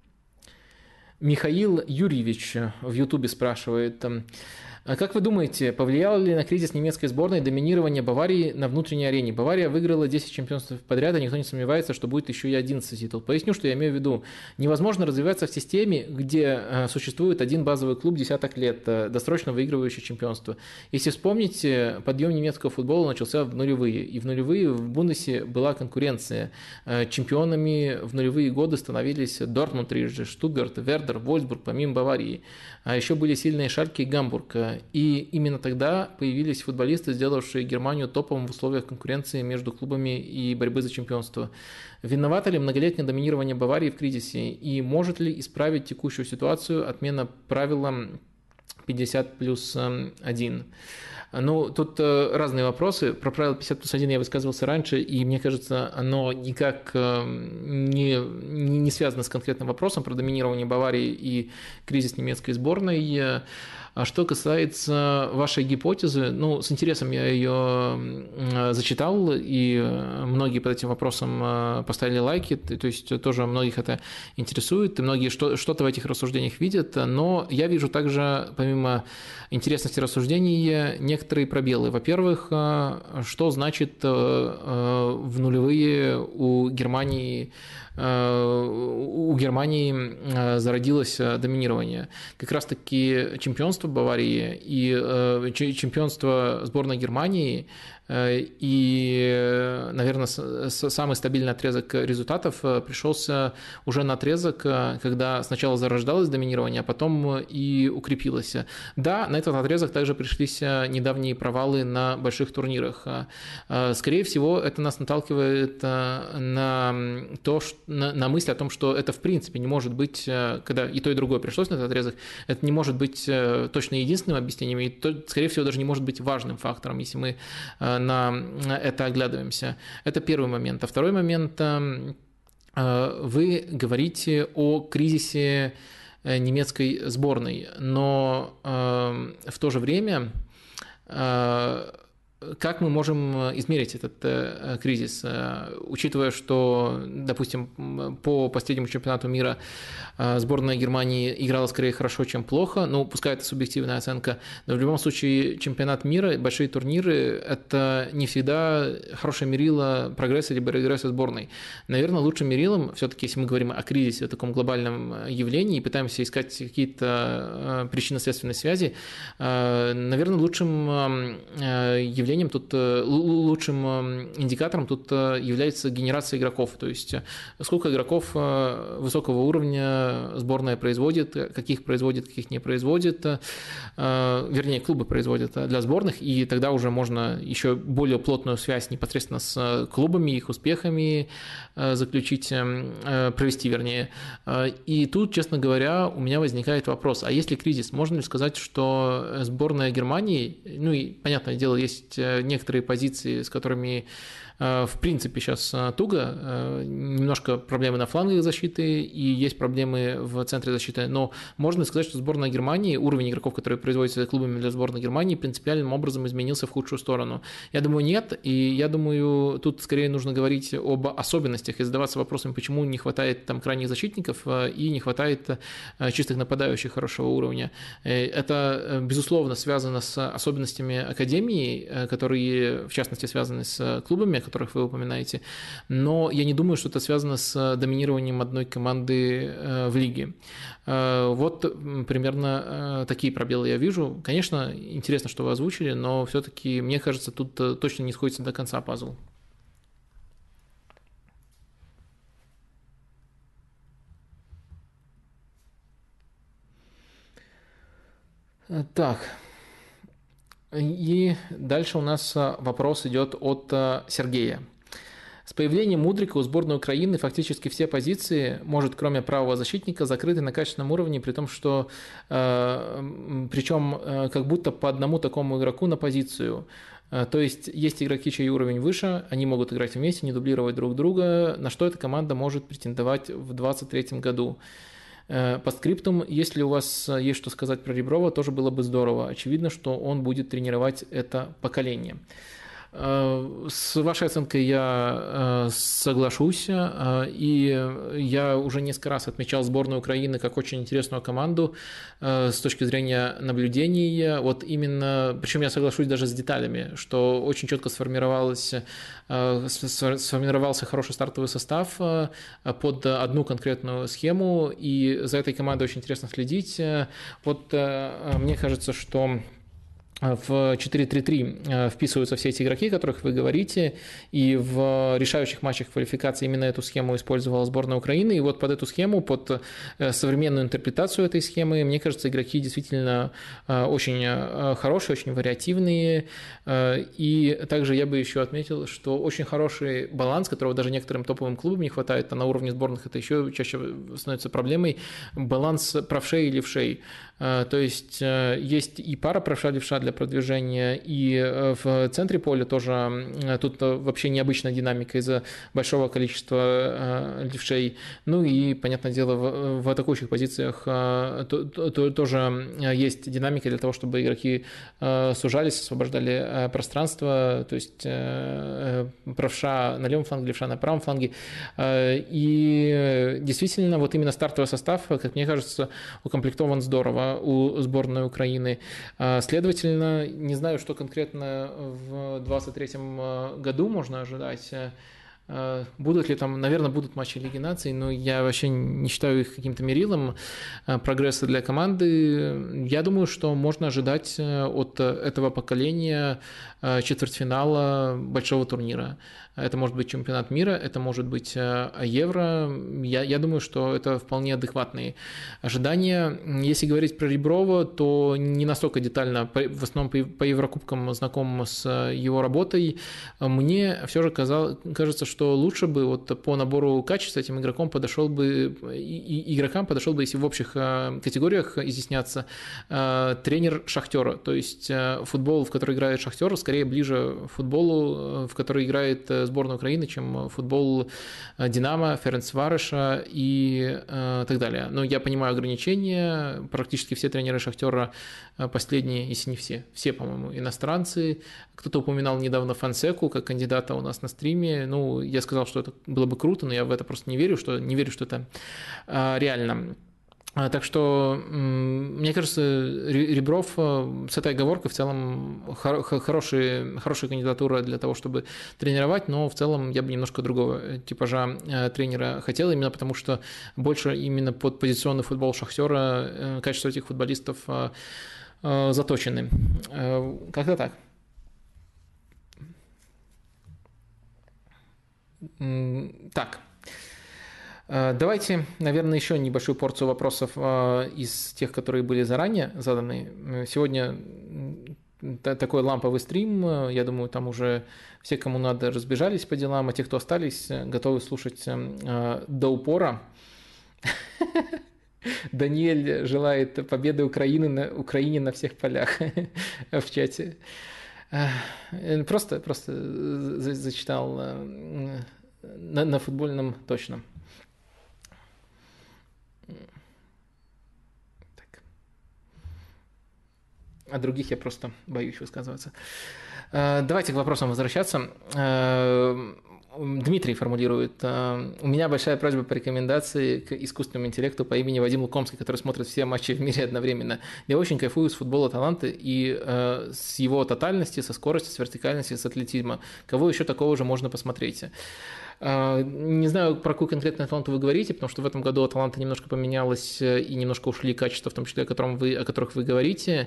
Михаил Юрьевич в Ютубе спрашивает: как вы думаете, повлияло ли на кризис немецкой сборной доминирование Баварии на внутренней арене? Бавария выиграла десять чемпионств подряд, и никто не сомневается, что будет еще и одиннадцатый титул. Поясню, что я имею в виду. Невозможно развиваться в системе, где существует один базовый клуб десяток лет, досрочно выигрывающий чемпионство. Если вспомните, подъем немецкого футбола начался в нулевые, и в нулевые в Бундесе была конкуренция. Чемпионами в нулевые годы становились Дортмунд трижды, Штутгарт, Вердер, Вольсбург, помимо Баварии. А еще были сильные Шальке и Гамбург. И именно тогда появились футболисты, сделавшие Германию топовым в условиях конкуренции между клубами и борьбы за чемпионство. Виновато ли многолетнее доминирование Баварии в кризисе? И может ли исправить текущую ситуацию отмена правила пятьдесят плюс один? Ну, тут разные вопросы. Про правило пятьдесят плюс один я высказывался раньше, и мне кажется, оно никак не, не связано с конкретным вопросом про доминирование Баварии и кризис немецкой сборной. А что касается вашей гипотезы, ну, с интересом я ее зачитал, и многие под этим вопросом поставили лайки, то есть тоже многих это интересует, и многие что-то в этих рассуждениях видят, но я вижу также, помимо интересности рассуждений, некоторые пробелы. Во-первых, что значит в нулевые у Германии у Германии зародилось доминирование. Как раз-таки чемпионство Баварии и чемпионство сборной Германии и, наверное, самый стабильный отрезок результатов пришелся уже на отрезок, когда сначала зарождалось доминирование, а потом и укрепилось. Да, на этот отрезок также пришлись недавние провалы на больших турнирах. Скорее всего, это нас наталкивает на то, на, на мысль о том, что это в принципе не может быть, когда и то, и другое пришлось на этот отрезок, это не может быть точно единственным объяснением, и то, скорее всего, даже не может быть важным фактором, если мы на это оглядываемся. Это первый момент. А второй момент, вы говорите о кризисе немецкой сборной, но в то же время как мы можем измерить этот кризис, учитывая, что, допустим, по последнему чемпионату мира сборная Германии играла скорее хорошо, чем плохо, ну, пускай это субъективная оценка, но в любом случае чемпионат мира, большие турниры – это не всегда хорошее мерило прогресса либо регресса сборной. Наверное, лучшим мерилом, все-таки, если мы говорим о кризисе, о таком глобальном явлении и пытаемся искать какие-то причинно-следственные связи, наверное, лучшим явлением тут лучшим индикатором тут является генерация игроков, то есть сколько игроков высокого уровня сборная производит, каких производит, каких не производит, вернее, клубы производят для сборных, и тогда уже можно еще более плотную связь непосредственно с клубами, их успехами заключить, провести, вернее. И тут, честно говоря, у меня возникает вопрос, а если кризис, можно ли сказать, что сборная Германии, ну и, понятное дело, есть некоторые позиции, с которыми в принципе сейчас туго, немножко проблемы на флангах защиты и есть проблемы в центре защиты, но можно сказать, что сборная Германии, уровень игроков, которые производятся клубами для сборной Германии, принципиальным образом изменился в худшую сторону. Я думаю, нет, и я думаю, тут скорее нужно говорить об особенностях и задаваться вопросом, почему не хватает там крайних защитников и не хватает чистых нападающих хорошего уровня. Это, безусловно, связано с особенностями академии, которые, в частности, связаны с клубами, которых вы упоминаете, но я не думаю, что это связано с доминированием одной команды в лиге. Вот примерно такие пробелы я вижу. Конечно, интересно, что вы озвучили, но все-таки, мне кажется, тут точно не сходится до конца пазл. Так, и дальше у нас вопрос идет от Сергея. С появлением Мудрика у сборной Украины фактически все позиции, может, кроме правого защитника, закрыты на качественном уровне, при том, что э, причем э, как будто по одному такому игроку на позицию. Э, то есть есть игроки, чей уровень выше, они могут играть вместе, не дублировать друг друга, на что эта команда может претендовать в двадцать третьем году. По скриптум, если у вас есть что сказать про Реброва, тоже было бы здорово. Очевидно, что он будет тренировать это поколение. С вашей оценкой я соглашусь, и я уже несколько раз отмечал сборную Украины как очень интересную команду с точки зрения наблюдений. Вот именно, причем я соглашусь даже с деталями, что очень четко сформировалось, сформировался хороший стартовый состав под одну конкретную схему, и за этой командой очень интересно следить. Вот мне кажется, что в четыре три три вписываются все эти игроки, о которых вы говорите, и в решающих матчах квалификации именно эту схему использовала сборная Украины, и вот под эту схему, под современную интерпретацию этой схемы, мне кажется, игроки действительно очень хорошие, очень вариативные, и также я бы еще отметил, что очень хороший баланс, которого даже некоторым топовым клубам не хватает, а на уровне сборных это еще чаще становится проблемой, баланс правшей и левшей. То есть есть и пара правша-левша для для продвижения. И в центре поля тоже тут вообще необычная динамика из-за большого количества левшей. Ну и, понятное дело, в, в атакующих позициях то, то, тоже есть динамика для того, чтобы игроки сужались, освобождали пространство, то есть правша на левом фланге, левша на правом фланге. И действительно, вот именно стартовый состав, как мне кажется, укомплектован здорово у сборной Украины. Следовательно, не знаю, что конкретно в двадцать третьем году можно ожидать. Будут ли там, наверное, будут матчи Лиги наций, но я вообще не считаю их каким-то мерилом прогресса для команды. Я думаю, что можно ожидать от этого поколения четвертьфинала большого турнира. Это может быть чемпионат мира, это может быть Евро. Я, я думаю, что это вполне адекватные ожидания. Если говорить про Реброва, то не настолько детально, в основном по, по Еврокубкам знаком с его работой. Мне все же казалось, кажется, что лучше бы вот по набору качеств этим игроком подошел бы, и, игрокам подошел бы, если в общих категориях изъясняться, тренер Шахтера. То есть футбол, в который играет Шахтер, скорее ближе футболу, в который играет сборная Украины, чем футбол Динамо, Ференцвароша и э, так далее. Но я понимаю ограничения. Практически все тренеры Шахтера последние, если не все, все, по-моему, иностранцы. Кто-то упоминал недавно Фонсеку как кандидата у нас на стриме. Ну, я сказал, что это было бы круто, но я в это просто не верю, что не верю, что это э, реально. Так что, мне кажется, Ребров с этой оговоркой в целом хороший, хорошая кандидатура для того, чтобы тренировать, но в целом я бы немножко другого типажа тренера хотел, именно потому что больше именно под позиционный футбол Шахтера качество этих футболистов заточены. Как-то так. Так. Давайте, наверное, еще небольшую порцию вопросов из тех, которые были заранее заданы. Сегодня такой ламповый стрим, я думаю, там уже все, кому надо, разбежались по делам, а те, кто остались, готовы слушать до упора. Даниэль желает победы Украины на, Украине на всех полях в чате. Просто, просто зачитал на, на футбольном точно. Так. О других я просто боюсь высказываться. Давайте к вопросам возвращаться. Дмитрий формулирует: у меня большая просьба по рекомендации к искусственному интеллекту по имени Вадим Лукомский, который смотрит все матчи в мире одновременно. Я очень кайфую с футбола таланта и э, с его тотальности, со скоростью, с вертикальностью, с атлетизма. Кого еще такого же можно посмотреть? Не знаю, про какую конкретную таланту вы говорите, потому что в этом году таланта немножко поменялось и немножко ушли качества, в том числе, о, котором вы, о которых вы говорите.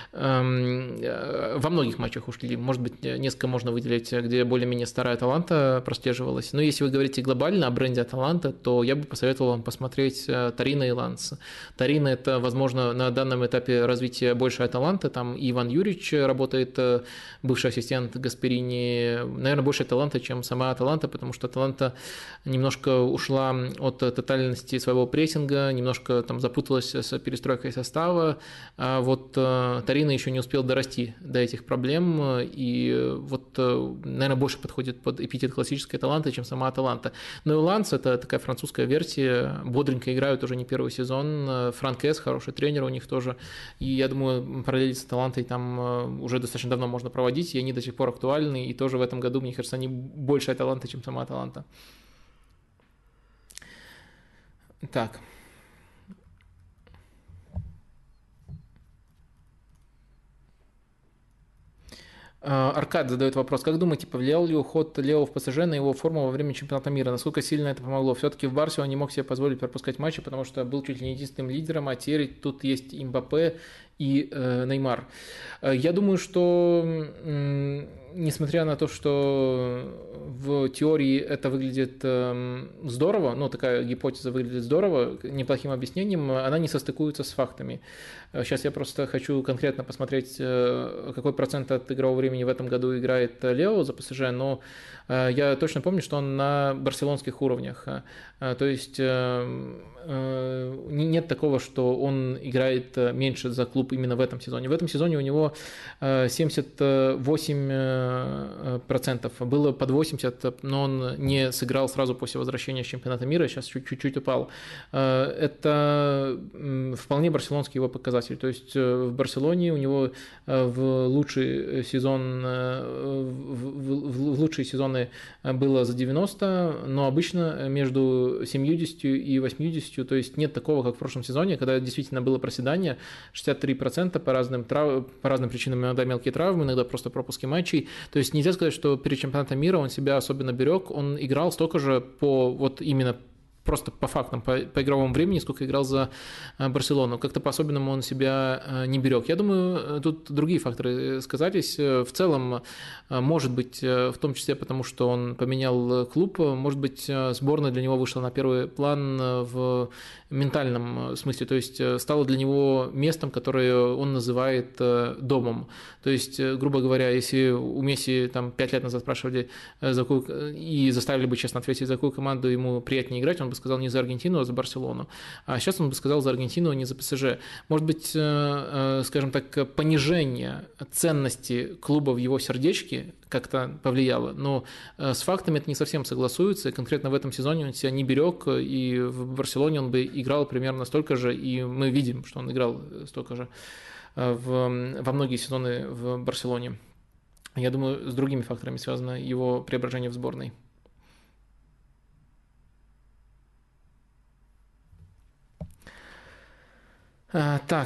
Во многих матчах ушли. Может быть, несколько можно выделить, где более-менее старая таланта прослеживалась. Но если вы говорите глобально о бренде таланта, то я бы посоветовал вам посмотреть Торино и Ланс. Торино – это, возможно, на данном этапе развития большая таланта. Там Иван Юрьевич работает, бывший ассистент Гасперини. Наверное, больше таланта, чем сама таланта, потому что Таланта немножко ушла от тотальности своего прессинга, немножко там запуталась с перестройкой состава, а вот Торино еще не успел дорасти до этих проблем, и вот, наверное, больше подходит под эпитет классической Таланта, чем сама Аталанта. Ну и Ланс – это такая французская версия, бодренько играют уже не первый сезон, Франк Эс, хороший тренер у них тоже, и я думаю, параллели с Аталантой там уже достаточно давно можно проводить, и они до сих пор актуальны, и тоже в этом году, мне кажется, они больше Аталанты, чем сама Аталанта. Так. Аркад задает вопрос: как думаете, повлиял ли уход Лео в ПСЖ на его форму во время чемпионата мира? Насколько сильно это помогло? Все-таки в Барсе он не мог себе позволить пропускать матчи, потому что был чуть ли не единственным лидером, а теперь тут есть Мбаппе и э, Неймар. Я думаю, что э, несмотря на то, что в теории это выглядит э, здорово, ну, такая гипотеза выглядит здорово, неплохим объяснением, она не состыкуется с фактами. Сейчас я просто хочу конкретно посмотреть, какой процент от игрового времени в этом этом году играет Лео за ПСЖ, но я точно помню, что он на барселонских уровнях. То есть нет такого, что он играет меньше за клуб именно в этом сезоне. В этом сезоне у него семьдесят восемь процентов, было под восемьдесят процентов, но он не сыграл сразу после возвращения с чемпионата мира, сейчас чуть-чуть упал. Это вполне барселонский его показатель. То есть в Барселоне у него в лучший сезон, в лучшие сезоны было за девяносто, но обычно между семьюдесятью и восьмидесятью, то есть нет такого, как в прошлом сезоне, когда действительно было проседание, шестьдесят три процента по разным, трав... по разным причинам, иногда мелкие травмы, иногда просто пропуски матчей. То есть нельзя сказать, что перед чемпионатом мира он себя особенно берег, он играл столько же по вот именно просто по фактам, по, по игровому времени, сколько играл за Барселону. Как-то по-особенному он себя не берег. Я думаю, тут другие факторы сказались. В целом, может быть, в том числе потому, что он поменял клуб, может быть, сборная для него вышла на первый план в ментальном смысле, то есть стало для него местом, которое он называет домом. То есть, грубо говоря, если у Месси там пять лет назад спрашивали, за какую, и заставили бы честно ответить, за какую команду ему приятнее играть, он бы сказал не за Аргентину, а за Барселону. А сейчас он бы сказал за Аргентину, а не за ПСЖ. Может быть, скажем так, понижение ценности клуба в его сердечке как-то повлияло, но с фактами это не совсем согласуется, и конкретно в этом сезоне он себя не берег, и в Барселоне он бы играл примерно столько же, и мы видим, что он играл столько же в, во многие сезоны в Барселоне. Я думаю, с другими факторами связано его преображение в сборной. А, так.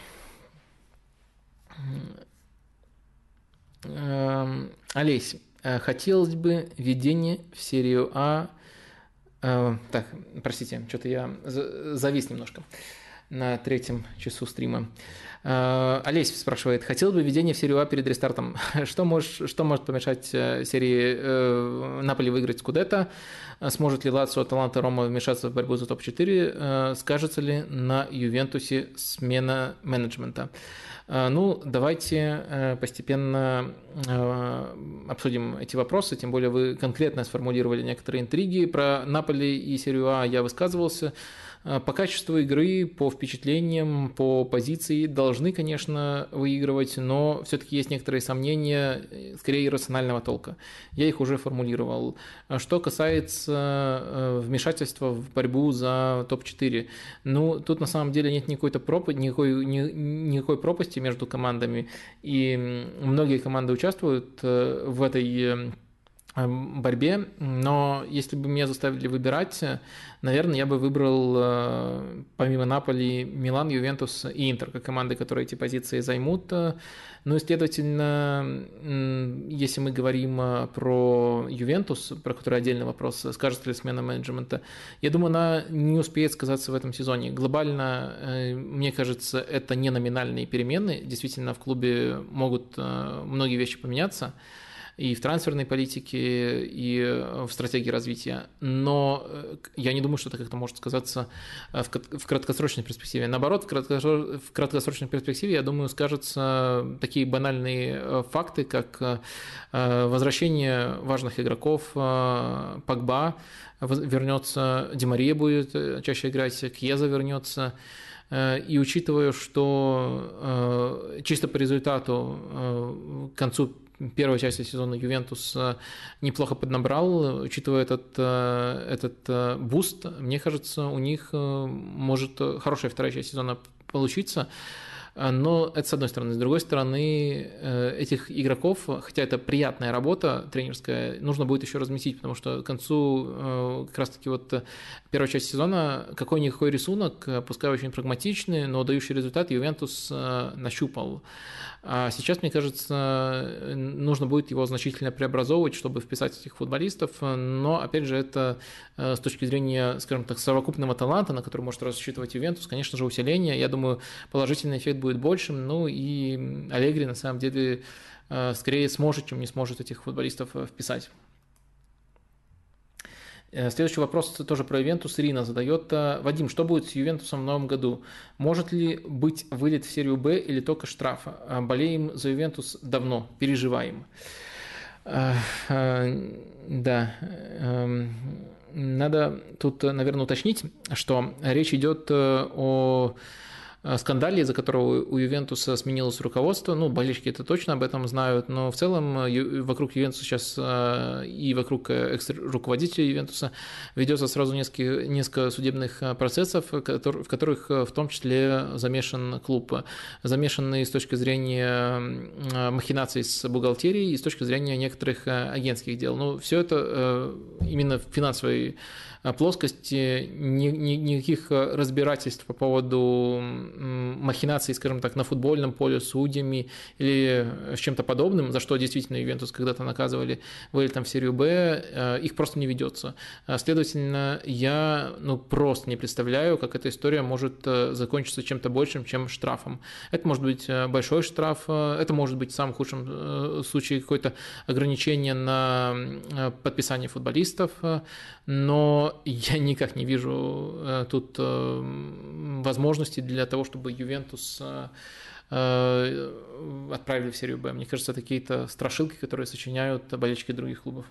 Олесь, хотелось бы введение в серию А. Так, простите, что-то я завис немножко на третьем часу стрима. Олесь спрашивает, хотел бы введение в серию А перед рестартом. Что, может, что может помешать серии э, Наполи выиграть Скудетто? Сможет ли Лацио, Аталанта, Рома вмешаться в борьбу за топ четыре? Скажется ли на Ювентусе смена менеджмента? Ну, давайте постепенно обсудим эти вопросы, тем более вы конкретно сформулировали некоторые интриги. Про Наполи и серию А я высказывался. По качеству игры, по впечатлениям, по позиции должны, конечно, выигрывать, но все-таки есть некоторые сомнения, скорее иррационального толка. Я их уже формулировал. Что касается вмешательства в борьбу за топ четыре, ну, тут на самом деле нет никакой, пропа- никакой, никакой пропасти между командами, и многие команды участвуют в этой борьбе, но если бы меня заставили выбирать, наверное, я бы выбрал помимо Наполи Милан, Ювентус и Интер, как команды, которые эти позиции займут. Ну и, следовательно, если мы говорим про Ювентус, про который отдельный вопрос, скажется ли смена менеджмента, я думаю, она не успеет сказаться в этом сезоне. Глобально, мне кажется, это не номинальные перемены. Действительно, в клубе могут многие вещи поменяться, и в трансферной политике, и в стратегии развития. Но я не думаю, что это как-то может сказаться в краткосрочной перспективе. Наоборот, в краткосрочной перспективе, я думаю, скажутся такие банальные факты, как возвращение важных игроков, Погба вернется, Ди Мария будет чаще играть, Кьеза вернется. И учитывая, что чисто по результату к концу первой части сезона Ювентус неплохо поднабрал, учитывая этот, этот буст, мне кажется, у них может хорошая вторая часть сезона получиться. Но это с одной стороны. С другой стороны, этих игроков, хотя это приятная работа тренерская, нужно будет еще разместить, потому что к концу как раз-таки вот первой части сезона какой-никакой рисунок, пускай очень прагматичный, но дающий результат, Ювентус нащупал. А сейчас, мне кажется, нужно будет его значительно преобразовывать, чтобы вписать этих футболистов, но, опять же, это с точки зрения, скажем так, совокупного таланта, на который может рассчитывать Ювентус, конечно же, усиление. Я думаю, положительный эффект будет большим, ну и Аллегри, на самом деле, скорее сможет, чем не сможет этих футболистов вписать. Следующий вопрос тоже про Ювентус. Ирина задает. Вадим, что будет с Ювентусом в новом году? Может ли быть вылет в серию Б или только штраф? Болеем за Ювентус давно, переживаем. Да. Надо тут, наверное, уточнить, что речь идет о скандале, из-за которого у Ювентуса сменилось руководство. Ну, болельщики это точно об этом знают, но в целом вокруг Ювентуса сейчас и вокруг экс-руководителя Ювентуса ведется сразу несколько, несколько судебных процессов, в которых в том числе замешан клуб. Замешанный с точки зрения махинаций с бухгалтерией и с точки зрения некоторых агентских дел. Ну, все это именно в финансовой плоскости, ни, ни, никаких разбирательств по поводу махинаций, скажем так, на футбольном поле с судьями или с чем-то подобным, за что действительно Ювентус когда-то наказывали вылетом в серию Б, их просто не ведется. Следовательно, я ну, просто не представляю, как эта история может закончиться чем-то большим, чем штрафом. Это может быть большой штраф, это может быть в самом худшем случае какое-то ограничение на подписание футболистов, но я никак не вижу тут возможности для того, чтобы Ювентус отправили в серию Б. Мне кажется, это какие-то страшилки, которые сочиняют болельщики других клубов.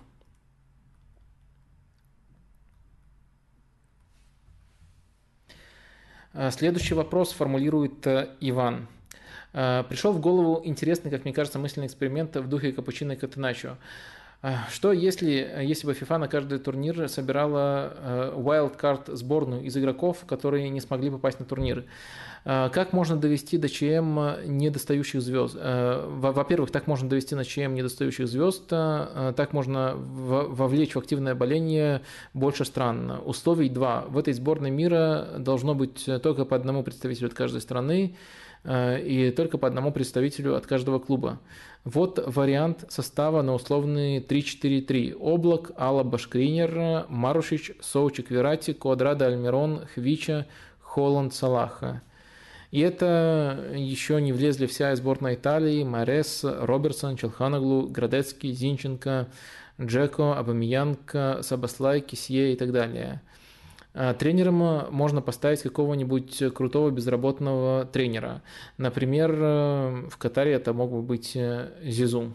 Следующий вопрос формулирует Иван. Пришел в голову интересный, как мне кажется, мысленный эксперимент в духе капучино и катеначо. Что если, если бы FIFA на каждый турнир собирала wildcard сборную из игроков, которые не смогли попасть на турниры? Как можно довести до ЧМ недостающих звезд? Во-первых, так можно довести на ЧМ недостающих звезд, так можно вовлечь в активное боление больше стран. Условий два. В этой сборной мира должно быть только по одному представителю от каждой страны и только по одному представителю от каждого клуба. Вот вариант состава на условный три четыре три. Облак, Алаба, Шкринер, Марушич, Соучик, Верати, Квадрада, Альмирон, Хвича, Холланд, Салаха. И это еще не влезли вся сборная Италии: Марес, Робертсон, Челханоглу, Градецкий, Зинченко, Джеко, Абамиянг, Сабаслай, Кисье и так далее. Тренером можно поставить какого-нибудь крутого безработного тренера. Например, в Катаре это мог бы быть Зизу.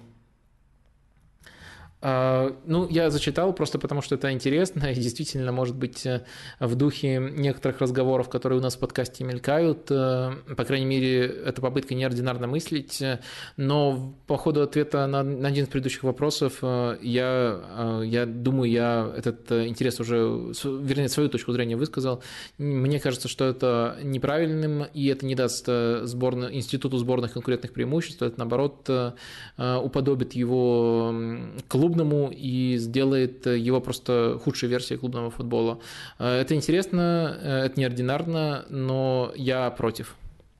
Ну, я зачитал просто потому, что это интересно, и действительно, может быть, в духе некоторых разговоров, которые у нас в подкасте мелькают, по крайней мере, это попытка неординарно мыслить, но по ходу ответа на, на один из предыдущих вопросов я, я думаю, я этот интерес уже, вернее, свою точку зрения высказал. Мне кажется, что это неправильным, и это не даст сборной, институту сборных конкурентных преимуществ, это, наоборот, уподобит его клубу и сделает его просто худшей версией клубного футбола. Это интересно, это неординарно, но я против.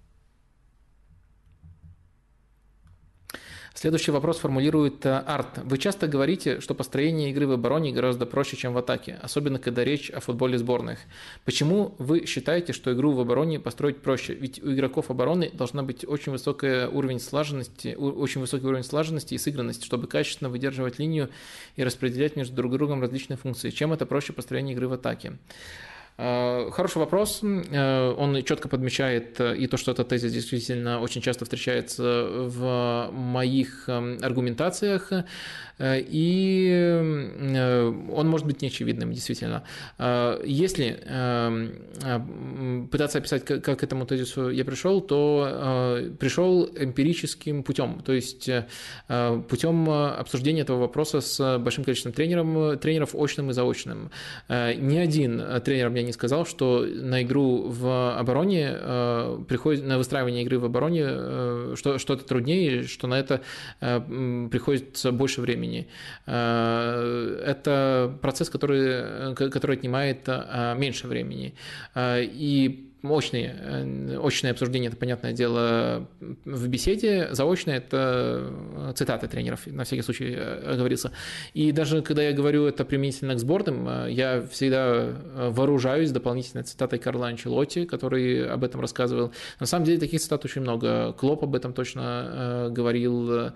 Следующий вопрос формулирует Арт. Вы часто говорите, что построение игры в обороне гораздо проще, чем в атаке, особенно когда речь о футболе сборных. Почему вы считаете, что игру в обороне построить проще? Ведь у игроков обороны должна быть очень высокий уровень слаженности, очень высокий уровень слаженности и сыгранности, чтобы качественно выдерживать линию и распределять между друг другом различные функции. Чем это проще построение игры в атаке? Хороший вопрос, он четко подмечает и то, что этот тезис действительно очень часто встречается в моих аргументациях, и он может быть неочевидным, действительно. Если пытаться описать, как к этому тезису я пришел, то пришел эмпирическим путем, то есть путем обсуждения этого вопроса с большим количеством тренеров, тренеров очным и заочным. Ни один тренер мне не сказал, что на игру в обороне приходит, на выстраивание игры в обороне что, что-то труднее, что на это приходится больше времени. Это процесс, который, который отнимает меньше времени. И очные, очное обсуждение – это, понятное дело, в беседе, заочное – это цитаты тренеров, на всякий случай оговорился. И даже когда я говорю это применительно к сборным, я всегда вооружаюсь дополнительной цитатой Карла Анчелотти, который об этом рассказывал. На самом деле таких цитат очень много. Клоп об этом точно говорил.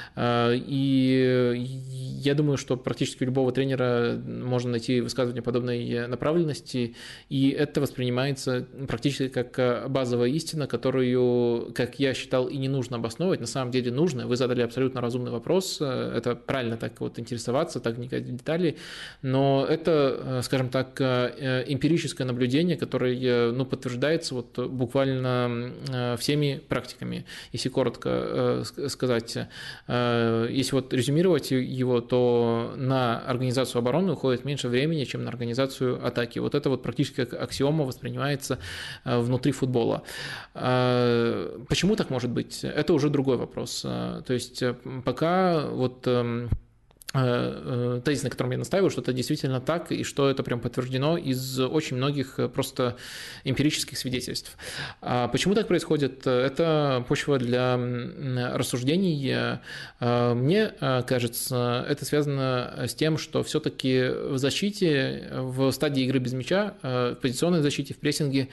И я думаю, что практически у любого тренера можно найти высказывание подобной направленности, и это воспринимается практически как базовая истина, которую, как я считал, и не нужно обосновывать. На самом деле нужно. Вы задали абсолютно разумный вопрос. Это правильно так вот интересоваться, так вникать в детали. Но это, скажем так, эмпирическое наблюдение, которое, ну, подтверждается вот буквально всеми практиками. Если коротко сказать, если вот резюмировать его, то на организацию обороны уходит меньше времени, чем на организацию атаки. Вот это вот практически как аксиома воспринимается внутри футбола. Почему так может быть? Это уже другой вопрос. То есть пока вот тезис, на котором я настаиваю, что это действительно так, и что это прям подтверждено из очень многих просто эмпирических свидетельств. Почему так происходит? Это почва для рассуждений. Мне кажется, это связано с тем, что все-таки в защите, в стадии игры без мяча, в позиционной защите, в прессинге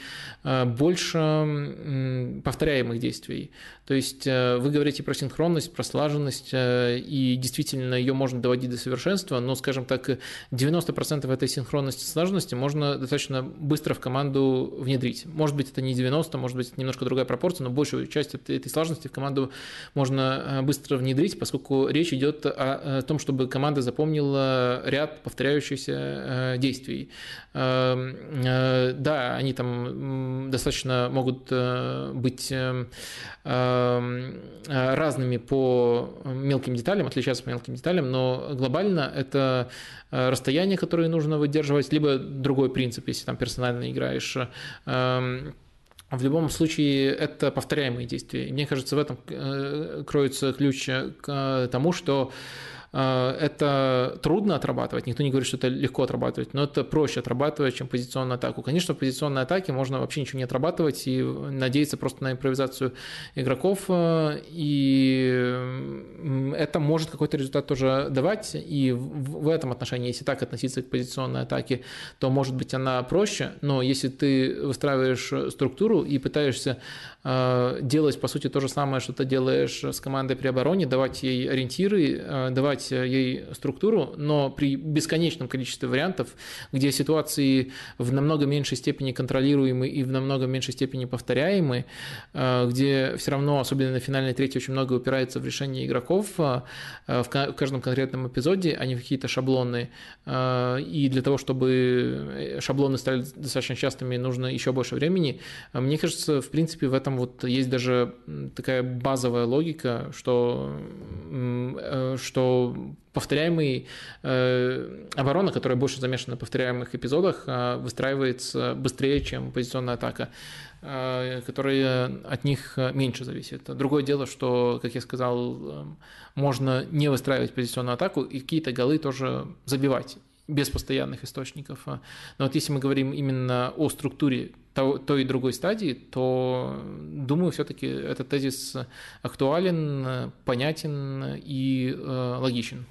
больше повторяемых действий. То есть вы говорите про синхронность, про слаженность, и действительно ее можно доводить до совершенства, но, скажем так, девяносто процентов этой синхронности, слаженности можно достаточно быстро в команду внедрить. Может быть, это не девяносто, может быть, это немножко другая пропорция, но большую часть этой слаженности в команду можно быстро внедрить, поскольку речь идет о том, чтобы команда запомнила ряд повторяющихся действий. Да, они там достаточно могут быть разными по мелким деталям, отличаться по мелким деталям, но глобально это расстояние, которое нужно выдерживать, либо другой принцип, если там персонально играешь. В любом случае, это повторяемые действия. И мне кажется, в этом кроется ключ к тому, что это трудно отрабатывать, никто не говорит, что это легко отрабатывать, но это проще отрабатывать, чем позиционную атаку. Конечно, в позиционной атаке можно вообще ничего не отрабатывать и надеяться просто на импровизацию игроков, и это может какой-то результат тоже давать, и в этом отношении, если так относиться к позиционной атаке, то, может быть, она проще, но если ты выстраиваешь структуру и пытаешься делать, по сути, то же самое, что ты делаешь с командой при обороне, давать ей ориентиры, давать ей структуру, но при бесконечном количестве вариантов, где ситуации в намного меньшей степени контролируемы и в намного меньшей степени повторяемы, где все равно, особенно на финальной трети, очень много упирается в решение игроков в каждом конкретном эпизоде, а не в какие-то шаблоны. И для того, чтобы шаблоны стали достаточно частыми, нужно еще больше времени. Мне кажется, в принципе, в этом вот есть даже такая базовая логика, что, что повторяемый э, оборона, которая больше замешана на повторяемых эпизодах, э, выстраивается быстрее, чем позиционная атака, э, которая от них меньше зависит. Другое дело, что, как я сказал, э, можно не выстраивать позиционную атаку и какие-то голы тоже забивать без постоянных источников. Но вот если мы говорим именно о структуре той и другой стадии, то, думаю, все-таки этот тезис актуален, понятен и э, логичен.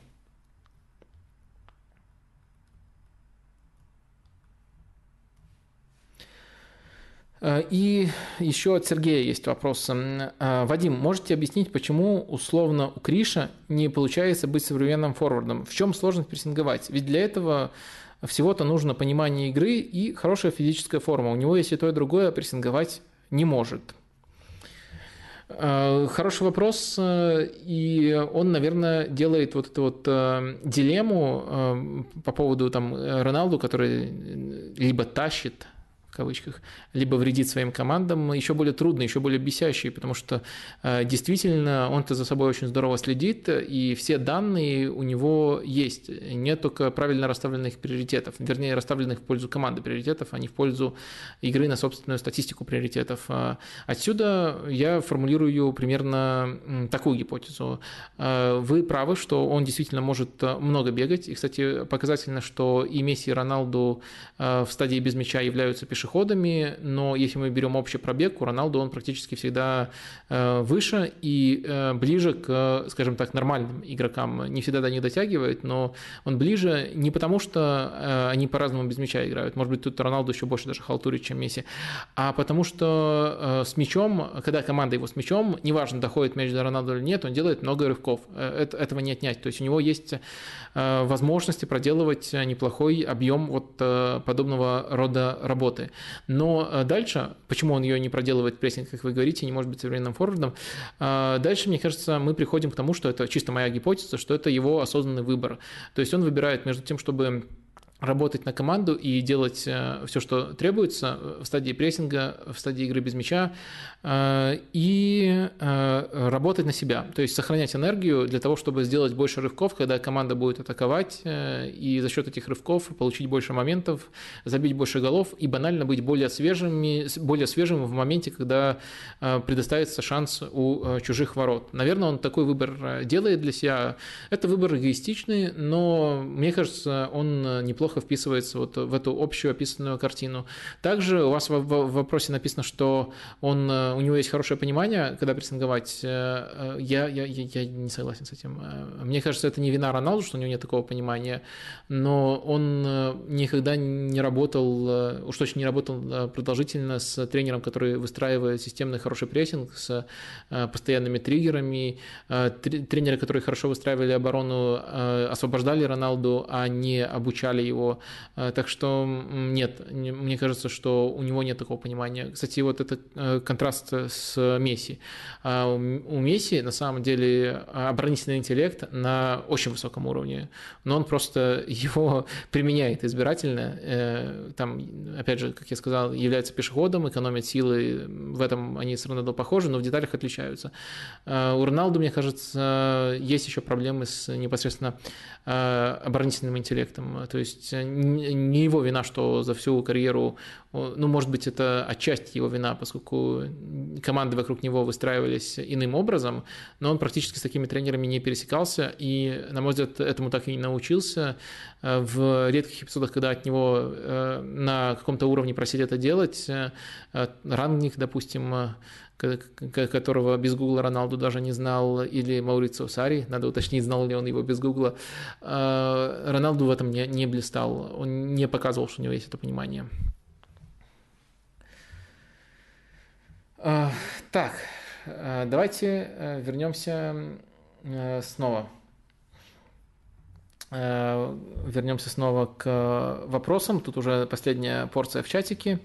И еще от Сергея есть вопрос. Вадим, можете объяснить, почему условно у Криша не получается быть современным форвардом? В чем сложность прессинговать? Ведь для этого всего-то нужно понимание игры и хорошая физическая форма. У него есть и то, и другое, прессинговать не может. Хороший вопрос, и он, наверное, делает вот эту вот дилемму по поводу там Роналду, который либо тащит, в кавычках, либо вредит своим командам, еще более трудный, еще более бесящий, потому что действительно он-то за собой очень здорово следит, и все данные у него есть. Нет только правильно расставленных приоритетов, вернее, расставленных в пользу команды приоритетов, а не в пользу игры на собственную статистику приоритетов. Отсюда я формулирую примерно такую гипотезу. Вы правы, что он действительно может много бегать, и, кстати, показательно, что и Месси, и Роналду в стадии без мяча являются пешеходами, пешеходами, но если мы берем общий пробег, у Роналду он практически всегда выше и ближе к, скажем так, нормальным игрокам. Не всегда до них дотягивает, но он ближе не потому, что они по-разному без мяча играют. Может быть, тут Роналду еще больше даже халтурит, чем Месси, а потому что с мячом, когда команда его с мячом, неважно, доходит мяч до Роналду или нет, он делает много рывков. Это, этого не отнять. То есть у него есть возможности проделывать неплохой объем вот подобного рода работы. Но дальше, почему он ее не проделывает в прессинг, как вы говорите, не может быть современным форвардом, дальше, мне кажется, мы приходим к тому, что это чисто моя гипотеза, что это его осознанный выбор. То есть он выбирает между тем, чтобы работать на команду и делать все, что требуется в стадии прессинга, в стадии игры без мяча, и работать на себя, то есть сохранять энергию для того, чтобы сделать больше рывков, когда команда будет атаковать, и за счет этих рывков получить больше моментов, забить больше голов и банально быть более свежими, более свежим в моменте, когда предоставится шанс у чужих ворот. Наверное, он такой выбор делает для себя. Это выбор эгоистичный, но мне кажется, он неплохо вписывается вот в эту общую описанную картину. Также у вас в вопросе написано, что он, у него есть хорошее понимание, когда прессинговать. Я, я, я, я не согласен с этим. Мне кажется, это не вина Роналду, что у него нет такого понимания, но он никогда не работал, уж точно не работал продолжительно с тренером, который выстраивает системный хороший прессинг с постоянными триггерами. Тренеры, которые хорошо выстраивали оборону, освобождали Роналду, а не обучали его. Так что нет, мне кажется, что у него нет такого понимания. Кстати, вот это контраст с Месси. У Месси на самом деле оборонительный интеллект на очень высоком уровне, но он просто его применяет избирательно. Там, опять же, как я сказал, является пешеходом, экономит силы, в этом они с Роналдо похожи, но в деталях отличаются. У Роналду, мне кажется, есть еще проблемы с непосредственно оборонительным интеллектом. То есть не его вина, что за всю карьеру, ну, может быть, это отчасти его вина, поскольку команды вокруг него выстраивались иным образом, но он практически с такими тренерами не пересекался, и, на мой взгляд, этому так и не научился. В редких эпизодах, когда от него на каком-то уровне просили это делать, Рангник, допустим, которого без гугла Роналду даже не знал, или Маурицио Сарри, надо уточнить, знал ли он его без гугла, Роналду в этом не, не блистал, он не показывал, что у него есть это понимание. Так, давайте вернемся снова. Вернемся снова к вопросам. Тут уже последняя порция в чатике.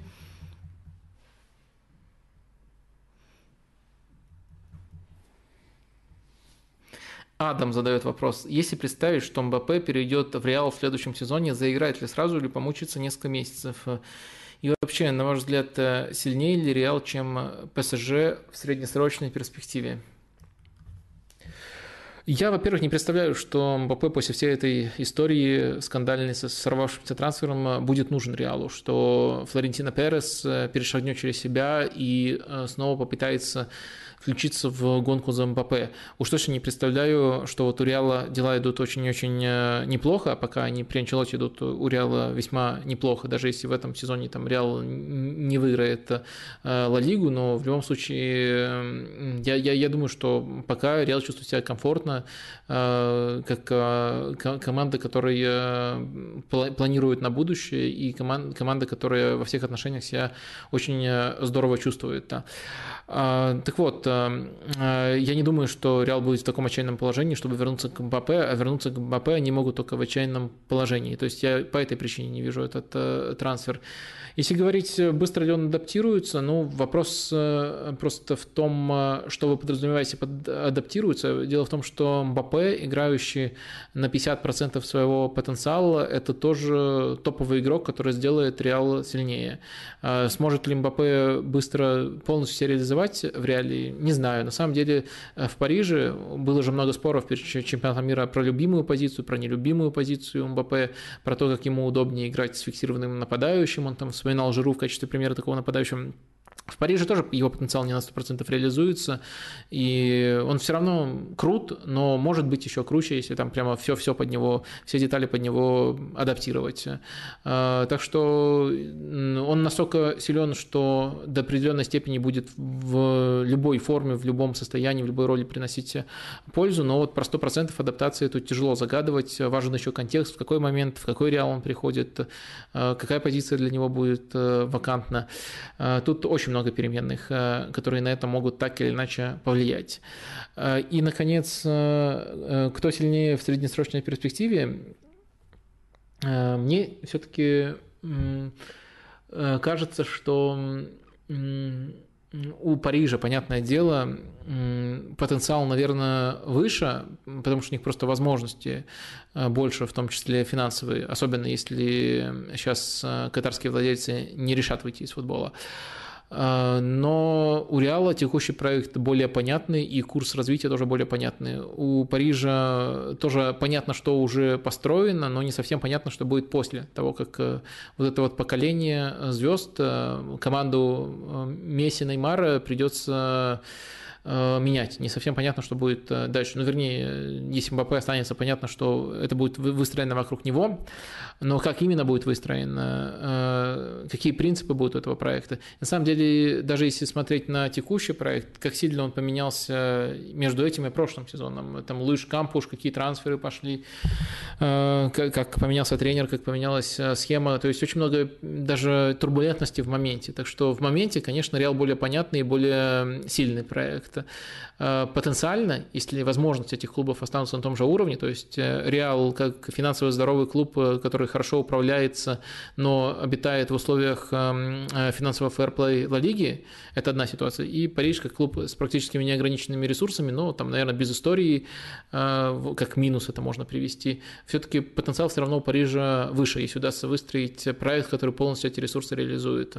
Адам задает вопрос. Если представить, что Мбаппе перейдет в Реал в следующем сезоне, заиграет ли сразу или помучится несколько месяцев? И вообще, на ваш взгляд, сильнее ли Реал, чем ПСЖ в среднесрочной перспективе? Я, во-первых, не представляю, что Мбаппе после всей этой истории скандальной со сорвавшимся трансфером будет нужен Реалу, что Флорентино Перес перешагнет через себя и снова попытается включиться в гонку за Мбаппе. Уж точно не представляю, что вот у Реала дела идут очень-очень неплохо, а пока они при Анчелотти идут у Реала весьма неплохо, даже если в этом сезоне там Реал не выиграет Ла Лигу, но в любом случае я, я, я думаю, что пока Реал чувствует себя комфортно, как команда, которая планирует на будущее, и команда, которая во всех отношениях себя очень здорово чувствует. Так вот, я не думаю, что Реал будет в таком отчаянном положении, чтобы вернуться к Мбаппе, а вернуться к Мбаппе они могут только в отчаянном положении. То есть я по этой причине не вижу этот э, трансфер. Если говорить, быстро ли он адаптируется, ну, вопрос просто в том, что вы подразумеваете под адаптируется. Дело в том, что Мбаппе, играющий на пятьдесят процентов своего потенциала, это тоже топовый игрок, который сделает Реал сильнее. Сможет ли Мбаппе быстро полностью себя реализовать в Реале? Не знаю. На самом деле в Париже было же много споров перед чемпионатом мира про любимую позицию, про нелюбимую позицию Мбаппе, про то, как ему удобнее играть с фиксированным нападающим. Он там вспоминал Жиру в качестве примера такого нападающего. В Париже тоже его потенциал не на сто процентов реализуется, и он все равно крут, но может быть еще круче, если там прямо все-все под него, все детали под него адаптировать. Так что он настолько силен, что до определенной степени будет в любой форме, в любом состоянии, в любой роли приносить пользу, но вот про сто процентов адаптации тут тяжело загадывать. Важен еще контекст, в какой момент, в какой Реал он приходит, какая позиция для него будет вакантна. Тут очень много переменных, которые на это могут так или иначе повлиять. И, наконец, кто сильнее в среднесрочной перспективе, мне все-таки кажется, что у Парижа, понятное дело, потенциал, наверное, выше, потому что у них просто возможности больше, в том числе финансовые, особенно если сейчас катарские владельцы не решат выйти из футбола. Но у Реала текущий проект более понятный, и курс развития тоже более понятный. У Парижа тоже понятно, что уже построено, но не совсем понятно, что будет после того, как вот это вот поколение звезд, команду Месси, Неймара придется менять. Не совсем понятно, что будет дальше. Ну, вернее, если Мбаппе останется, понятно, что это будет выстроено вокруг него, но как именно будет выстроено, какие принципы будут у этого проекта. На самом деле, даже если смотреть на текущий проект, как сильно он поменялся между этим и прошлым сезоном. Там Луиш Кампуш, какие трансферы пошли, как поменялся тренер, как поменялась схема. То есть очень много даже турбулентности в моменте. Так что в моменте, конечно, Реал более понятный и более сильный проект. Потенциально, если возможности этих клубов останутся на том же уровне, то есть Реал как финансово здоровый клуб, который хорошо управляется, но обитает в условиях финансового фэрплей Ла Лиги, это одна ситуация. И Париж как клуб с практически неограниченными ресурсами, но там, наверное, без истории, как минус это можно привести. Все-таки потенциал все равно у Парижа выше, если удастся выстроить проект, который полностью эти ресурсы реализует.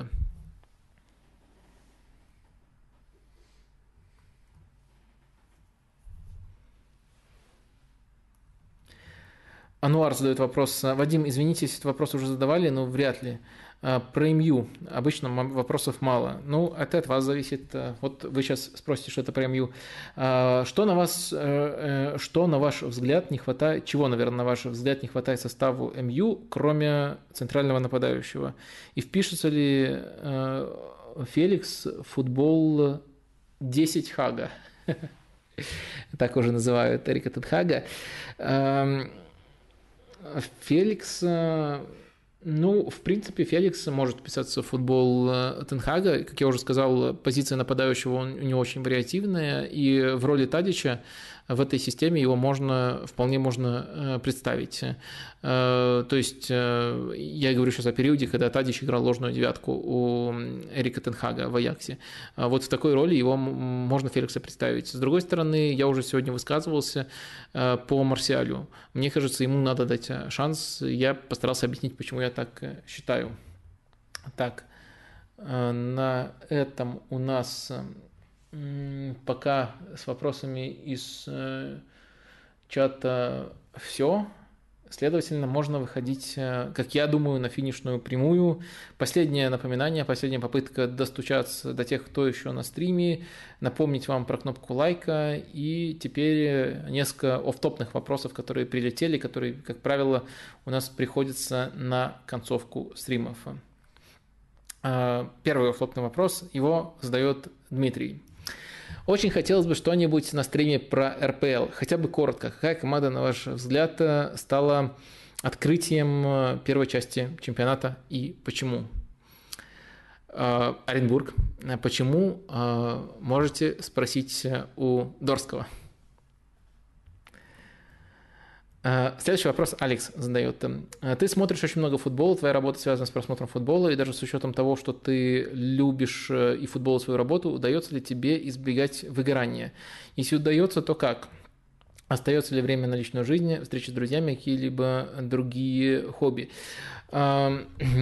Ануар задает вопрос. Вадим, извините, если этот вопрос уже задавали, но вряд ли. Про эм ю. Обычно вопросов мало. Ну, это от вас зависит. Вот вы сейчас спросите, что это про эм ю. Что на вас, что на ваш взгляд не хватает, чего, наверное, на ваш взгляд не хватает составу эм ю, кроме центрального нападающего? И впишется ли Феликс в футбол десять Хага? Так уже называют Эрика тен Хага. Феликс, ну, в принципе, Феликс может вписаться в футбол тен Хага. Как я уже сказал, позиция нападающего у него очень вариативная, и в роли Тадича в этой системе его можно, вполне можно представить. То есть я говорю сейчас о периоде, когда Тадич играл ложную девятку у Эрика тен Хага в Аяксе. Вот в такой роли его можно Феликса представить. С другой стороны, я уже сегодня высказывался по Марсиалю. Мне кажется, ему надо дать шанс. Я постарался объяснить, почему я так считаю. Так, на этом у нас пока с вопросами из чата все. Следовательно, можно выходить, как я думаю, на финишную прямую. Последнее напоминание, последняя попытка достучаться до тех, кто еще на стриме, напомнить вам про кнопку лайка, и теперь несколько оффтопных вопросов, которые прилетели, которые, как правило, у нас приходятся на концовку стримов. Первый оффтопный вопрос, его задает Дмитрий. Очень хотелось бы что-нибудь на стриме про эр пэ эл, хотя бы коротко. Какая команда, на ваш взгляд, стала открытием первой части чемпионата и почему? Оренбург. Почему? Можете спросить у Дорского. Следующий вопрос Алекс задает. Ты смотришь очень много футбола, твоя работа связана с просмотром футбола, и даже с учетом того, что ты любишь и футбол, и свою работу, удается ли тебе избегать выгорания? Если удается, то как? Остается ли время на личную жизнь, встречи с друзьями, какие-либо другие хобби? Да,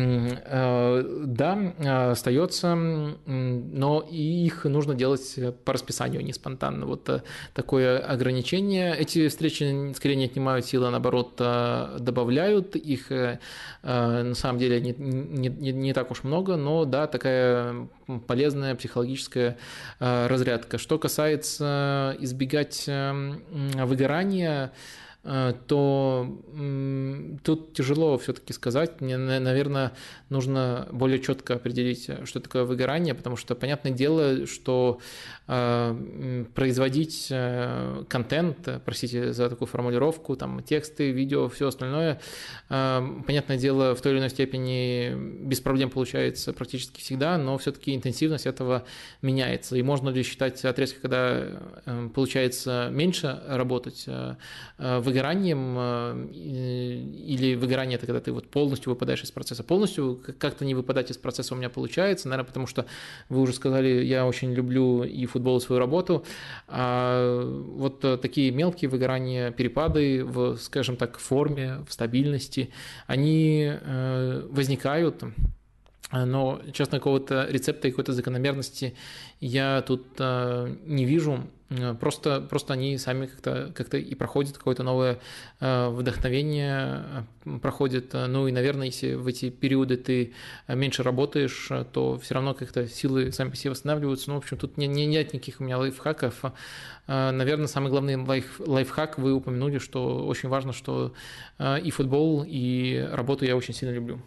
остается, но их нужно делать по расписанию, а не спонтанно. Вот такое ограничение. Эти встречи скорее не отнимают силы, а наоборот добавляют. Их на самом деле не, не, не, не так уж много, но да, такая полезная психологическая разрядка. Что касается избегать выгорания, то тут тяжело все-таки сказать. Мне, наверное, нужно более четко определить, что такое выгорание, потому что понятное дело, что производить контент, простите за такую формулировку, там тексты, видео, все остальное, понятное дело, в той или иной степени без проблем получается практически всегда, но все-таки интенсивность этого меняется. И можно ли считать отрезки, когда получается меньше работать, выгоранием, или выгорание – это когда ты вот полностью выпадаешь из процесса. Полностью как-то не выпадать из процесса у меня получается, наверное, потому что вы уже сказали, я очень люблю и футбол, и свою работу. А вот такие мелкие выгорания, перепады в, скажем так, форме, в стабильности, они возникают. Но, честно, какого-то рецепта и какой-то закономерности я тут не вижу. Просто, просто они сами как-то, как-то и проходят, какое-то новое вдохновение проходит. Ну и, наверное, если в эти периоды ты меньше работаешь, то все равно как-то силы сами по себе восстанавливаются. Ну, в общем, тут не, не, нет никаких у меня лайфхаков. Наверное, самый главный лайф, лайфхак вы упомянули, что очень важно, что и футбол, и работу я очень сильно люблю.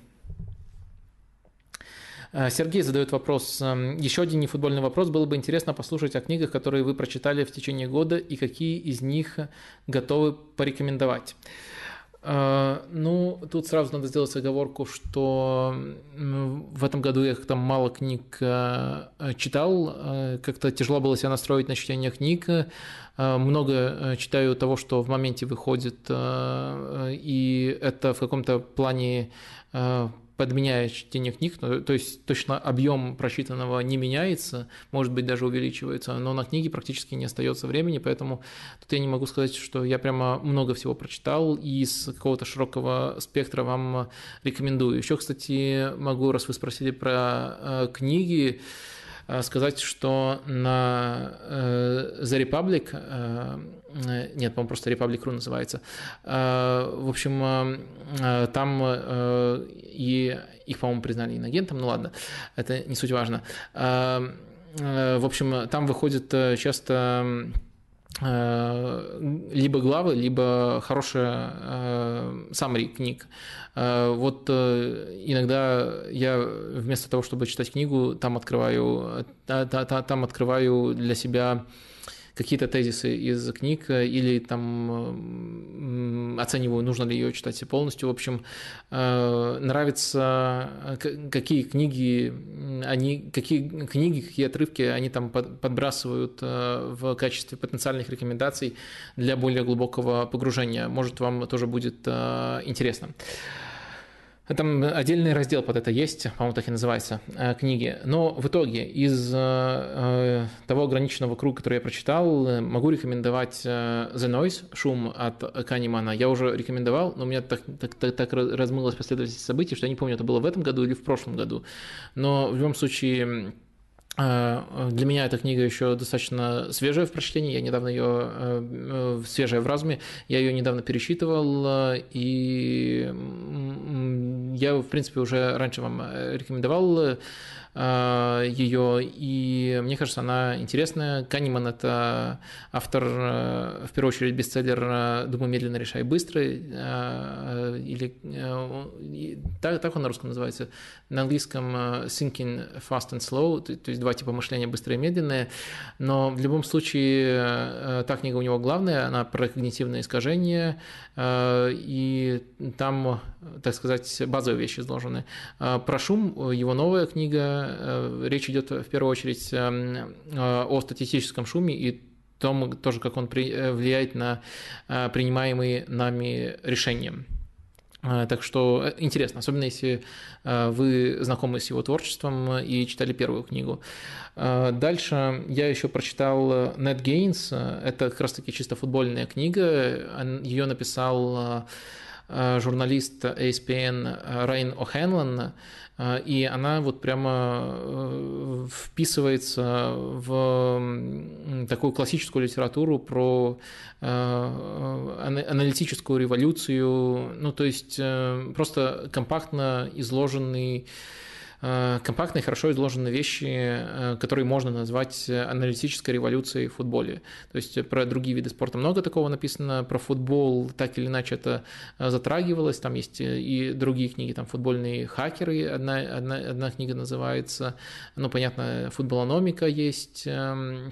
Сергей задает вопрос. Еще один нефутбольный вопрос. Было бы интересно послушать о книгах, которые вы прочитали в течение года, и какие из них готовы порекомендовать. Ну, тут сразу надо сделать оговорку, что в этом году я как-то мало книг читал, как-то тяжело было себя настроить на чтение книг. Много читаю того, что в моменте выходит, и это в каком-то плане подменяя чтение книг, то есть точно объем прочитанного не меняется, может быть, даже увеличивается, но на книги практически не остается времени, поэтому тут я не могу сказать, что я прямо много всего прочитал и из какого-то широкого спектра вам рекомендую. Еще, кстати, могу, раз вы спросили про книги, сказать, что на The Republic, нет, по-моему, просто Republic точка ру называется, в общем, там и их, по-моему, признали инагентом, ну ладно, это не суть важно. В общем, там выходит часто либо главы, либо хорошая summary книг. Вот иногда я вместо того, чтобы читать книгу, там открываю, там открываю для себя какие-то тезисы из книг или там оцениваю, нужно ли ее читать полностью. В общем, нравится, какие книги, они, какие книги, какие отрывки они там подбрасывают в качестве потенциальных рекомендаций для более глубокого погружения. Может, вам тоже будет интересно. Там отдельный раздел под это есть, по-моему, так и называется, книги. Но в итоге из того ограниченного круга, который я прочитал, могу рекомендовать The Noise, «Шум» от Канемана. Я уже рекомендовал, но у меня так, так, так, так размылась последовательность событий, что я не помню, это было в этом году или в прошлом году. Но в любом случае, для меня эта книга еще достаточно свежая в прочтении, я недавно ее, свежая в разуме, я ее недавно пересчитывал, и я, в принципе, уже раньше вам рекомендовал ее, и мне кажется, она интересная. Канеман – это автор, в первую очередь, бестселлер «Думай медленно, решай быстро», или так, так он на русском называется, на английском «Thinking fast and slow», то есть два типа мышления, быстрое и медленное, но в любом случае та книга у него главная, она про когнитивные искажения, и там, так сказать, базовые вещи изложены. Про шум, его новая книга, речь идет в первую очередь о статистическом шуме и том, тоже, как он влияет на принимаемые нами решения. Так что интересно, особенно если вы знакомы с его творчеством и читали первую книгу. Дальше я еще прочитал Net Gains. Это как раз-таки чисто футбольная книга. Ее написал журналист и эс пи эн Райан О'Хэнлон, и она вот прямо вписывается в такую классическую литературу про аналитическую революцию, ну то есть просто компактно изложенный компактные, хорошо изложенные вещи, которые можно назвать аналитической революцией в футболе. То есть про другие виды спорта много такого написано, про футбол так или иначе это затрагивалось, там есть и другие книги, там «Футбольные хакеры», одна, одна, одна книга называется, ну, понятно, «Футболономика» есть, «Numbers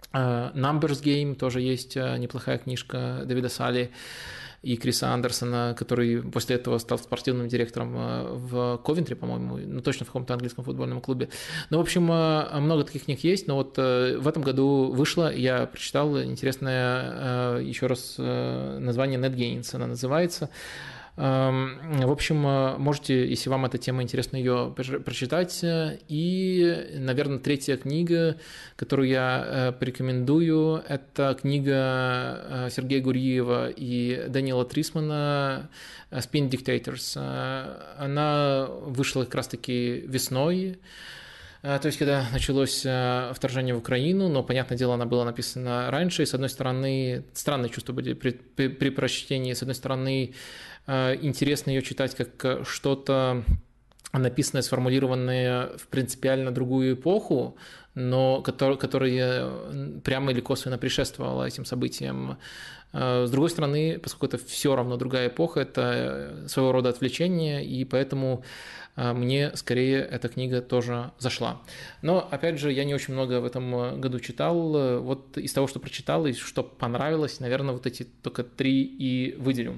Game» тоже есть неплохая книжка Дэвида Салли и Криса Андерсона, который после этого стал спортивным директором в Ковентри, по-моему, ну точно в каком-то английском футбольном клубе. Ну, в общем, много таких книг есть, но вот в этом году вышло, я прочитал интересное, еще раз, название Net Gains, она называется. В общем, можете, если вам эта тема интересна, ее прочитать. И, наверное, третья книга, которую я порекомендую, это книга Сергея Гурьева и Дэниела Трисмана «Spin Dictators». Она вышла как раз-таки весной, то есть, когда началось вторжение в Украину, но, понятное дело, она была написана раньше, и, с одной стороны, странные чувства были при, при, при прочтении, с одной стороны, интересно ее читать как что-то написанное, сформулированное в принципиально другую эпоху, но которое прямо или косвенно предшествовало этим событиям. С другой стороны, поскольку это все равно другая эпоха, это своего рода отвлечение, и поэтому мне скорее эта книга тоже зашла. Но, опять же, я не очень много в этом году читал. Вот из того, что прочитал и что понравилось, наверное, вот эти только три и выделю.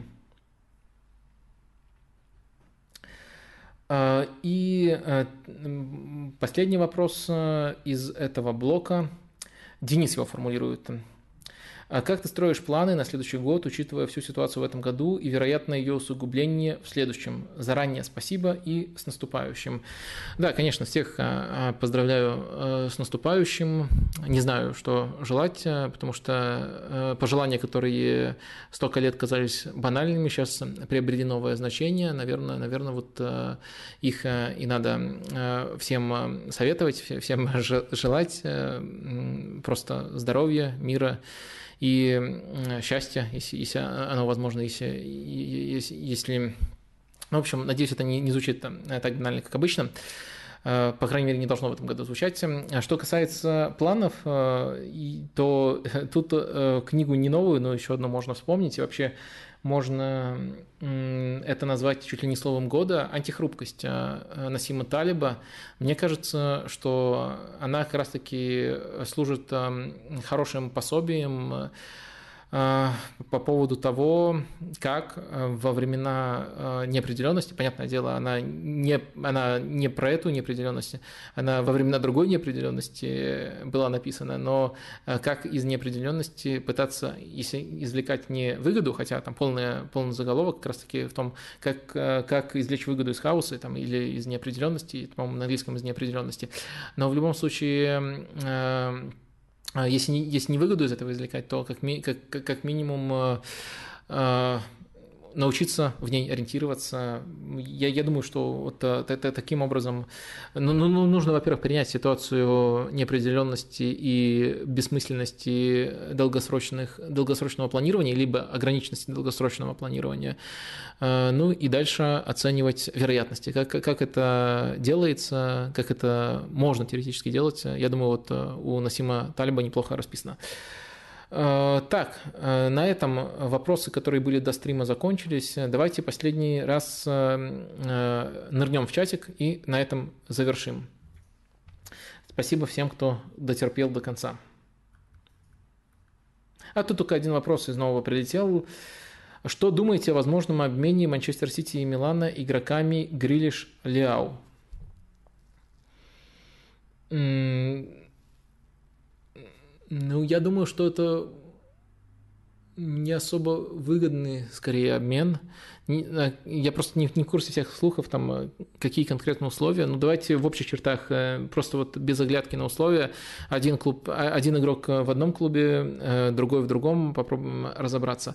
И последний вопрос из этого блока. Денис его формулирует. Как ты строишь планы на следующий год, учитывая всю ситуацию в этом году и, вероятно, ее усугубление в следующем? Заранее спасибо и с наступающим. Да, конечно, всех поздравляю с наступающим. Не знаю, что желать, потому что пожелания, которые столько лет казались банальными, сейчас приобрели новое значение. Наверное, наверное, вот их и надо всем советовать, всем желать. Просто здоровья, мира и счастья, если, если оно возможно, если, если, если... Ну, в общем, надеюсь, это не, не звучит так банально, как обычно. По крайней мере, не должно в этом году звучать. Что касается планов, то тут книгу не новую, но еще одну можно вспомнить. И вообще можно это назвать чуть ли не словом года. «Антихрупкость» Насима Талиба. Мне кажется, что она как раз-таки служит хорошим пособием по поводу того, как во времена неопределенности, понятное дело, она не, она не про эту неопределенность, она во времена другой неопределенности была написана, но как из неопределенности пытаться извлекать не выгоду, хотя там полный, полный заголовок как раз-таки в том, как, как извлечь выгоду из хаоса там, или из неопределенности, по-моему, на английском из неопределенности, но в любом случае... Если не, если не выгоду из этого извлекать, то как, ми, как, как минимум э, э, научиться в ней ориентироваться. Я, я думаю, что вот это, таким образом ну, ну, нужно, во-первых, принять ситуацию неопределенности и бессмысленности долгосрочных, долгосрочного планирования, либо ограниченности долгосрочного планирования. Ну и дальше оценивать вероятности. Как, как это делается, как это можно теоретически делать, я думаю, вот у Насима Талиба неплохо расписано. Так, на этом вопросы, которые были до стрима, закончились. Давайте последний раз нырнем в чатик и на этом завершим. Спасибо всем, кто дотерпел до конца. А тут только один вопрос из нового прилетел. Что думаете о возможном обмене Манчестер Сити и Милана игроками Грилиш-Лиау? Ну, я думаю, что это не особо выгодный, скорее, обмен. Я просто не, не в курсе всех слухов, там, какие конкретные условия. Ну, давайте в общих чертах, просто вот без оглядки на условия. Один клуб, один игрок в одном клубе, другой в другом, попробуем разобраться.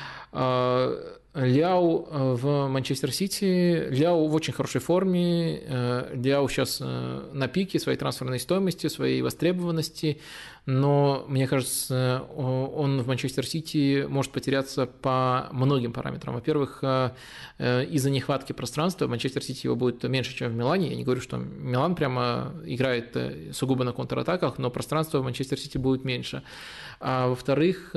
Ляо в Манчестер Сити. Ляо в очень хорошей форме. Ляо сейчас на пике своей трансферной стоимости, своей востребованности. Но, мне кажется, он в Манчестер Сити может потеряться по многим параметрам. Во-первых, из-за нехватки пространства в Манчестер Сити его будет меньше, чем в Милане. Я не говорю, что Милан прямо играет сугубо на контратаках, но пространства в Манчестер Сити будет меньше. А во-вторых,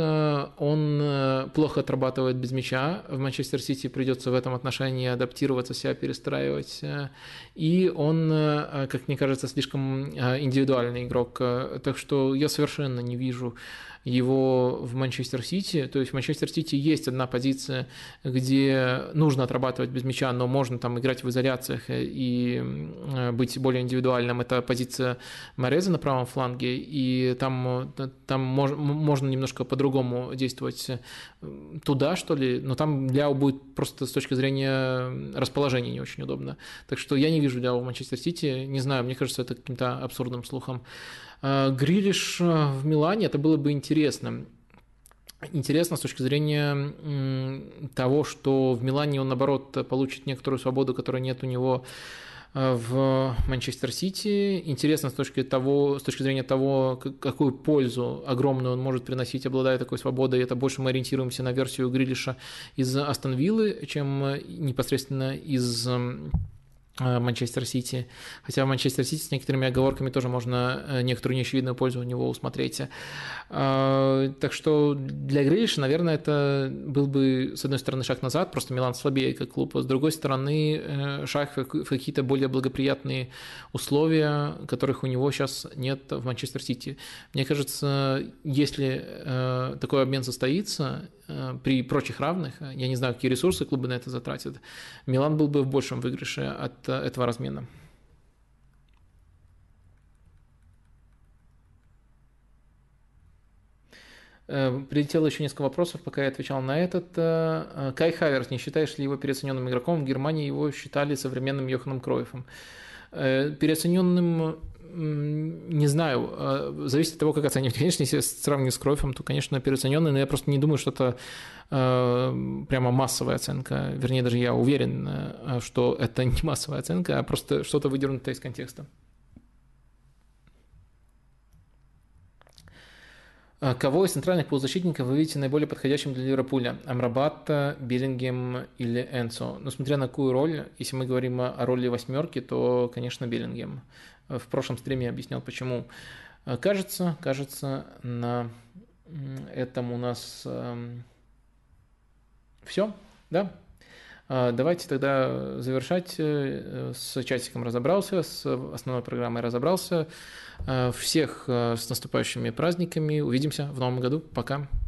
он плохо отрабатывает без мяча. В Манчестер Сити придется в этом отношении адаптироваться, себя перестраивать. И он, как мне кажется, слишком индивидуальный игрок. Так что я совершенно не вижу его в Манчестер Сити. То есть в Манчестер Сити есть одна позиция, где нужно отрабатывать без мяча, но можно там играть в изоляциях и быть более индивидуальным. Это позиция Мореза на правом фланге, и там, там мож, можно немножко по-другому действовать туда, что ли, но там Ляо будет просто с точки зрения расположения не очень удобно. Так что я не вижу Ляо в Манчестер Сити, не знаю, мне кажется, это каким-то абсурдным слухом. Грилиш в Милане, это было бы интересно. Интересно с точки зрения того, что в Милане он, наоборот, получит некоторую свободу, которой нет у него в Манчестер Сити. Интересно с точки, того, с точки зрения того, какую пользу огромную он может приносить, обладая такой свободой. Это больше мы ориентируемся на версию Грилиша из Астон Виллы, чем непосредственно из Манчестер Сити. Хотя в Манчестер Сити с некоторыми оговорками тоже можно некоторую неочевидную пользу у него усмотреть. Так что для Грилиша, наверное, это был бы, с одной стороны, шаг назад, просто Милан слабее как клуб, а с другой стороны, шаг в какие-то более благоприятные условия, которых у него сейчас нет в Манчестер Сити. Мне кажется, если такой обмен состоится, при прочих равных, я не знаю, какие ресурсы клубы на это затратят, Милан был бы в большем выигрыше от этого размена. Прилетело еще несколько вопросов, пока я отвечал на этот. Кай Хаверс, не считаешь ли его переоцененным игроком? В Германии его считали современным Йоханом Кройфом. Переоцененным, не знаю, зависит от того, как оценивать. Конечно, если сравнивать с Кройфом, то, конечно, переоцененный, но я просто не думаю, что это прямо массовая оценка. Вернее, даже я уверен, что это не массовая оценка, а просто что-то выдернутое из контекста. Кого из центральных полузащитников вы видите наиболее подходящим для Ливерпуля? Амрабата, Беллингем или Энсо? Ну, смотря на какую роль, если мы говорим о роли восьмерки, то, конечно, Беллингем. В прошлом стриме я объяснял, почему. Кажется, кажется, на этом у нас все, да? Давайте тогда завершать. С чатиком разобрался, с основной программой разобрался. Всех с наступающими праздниками. Увидимся в новом году. Пока.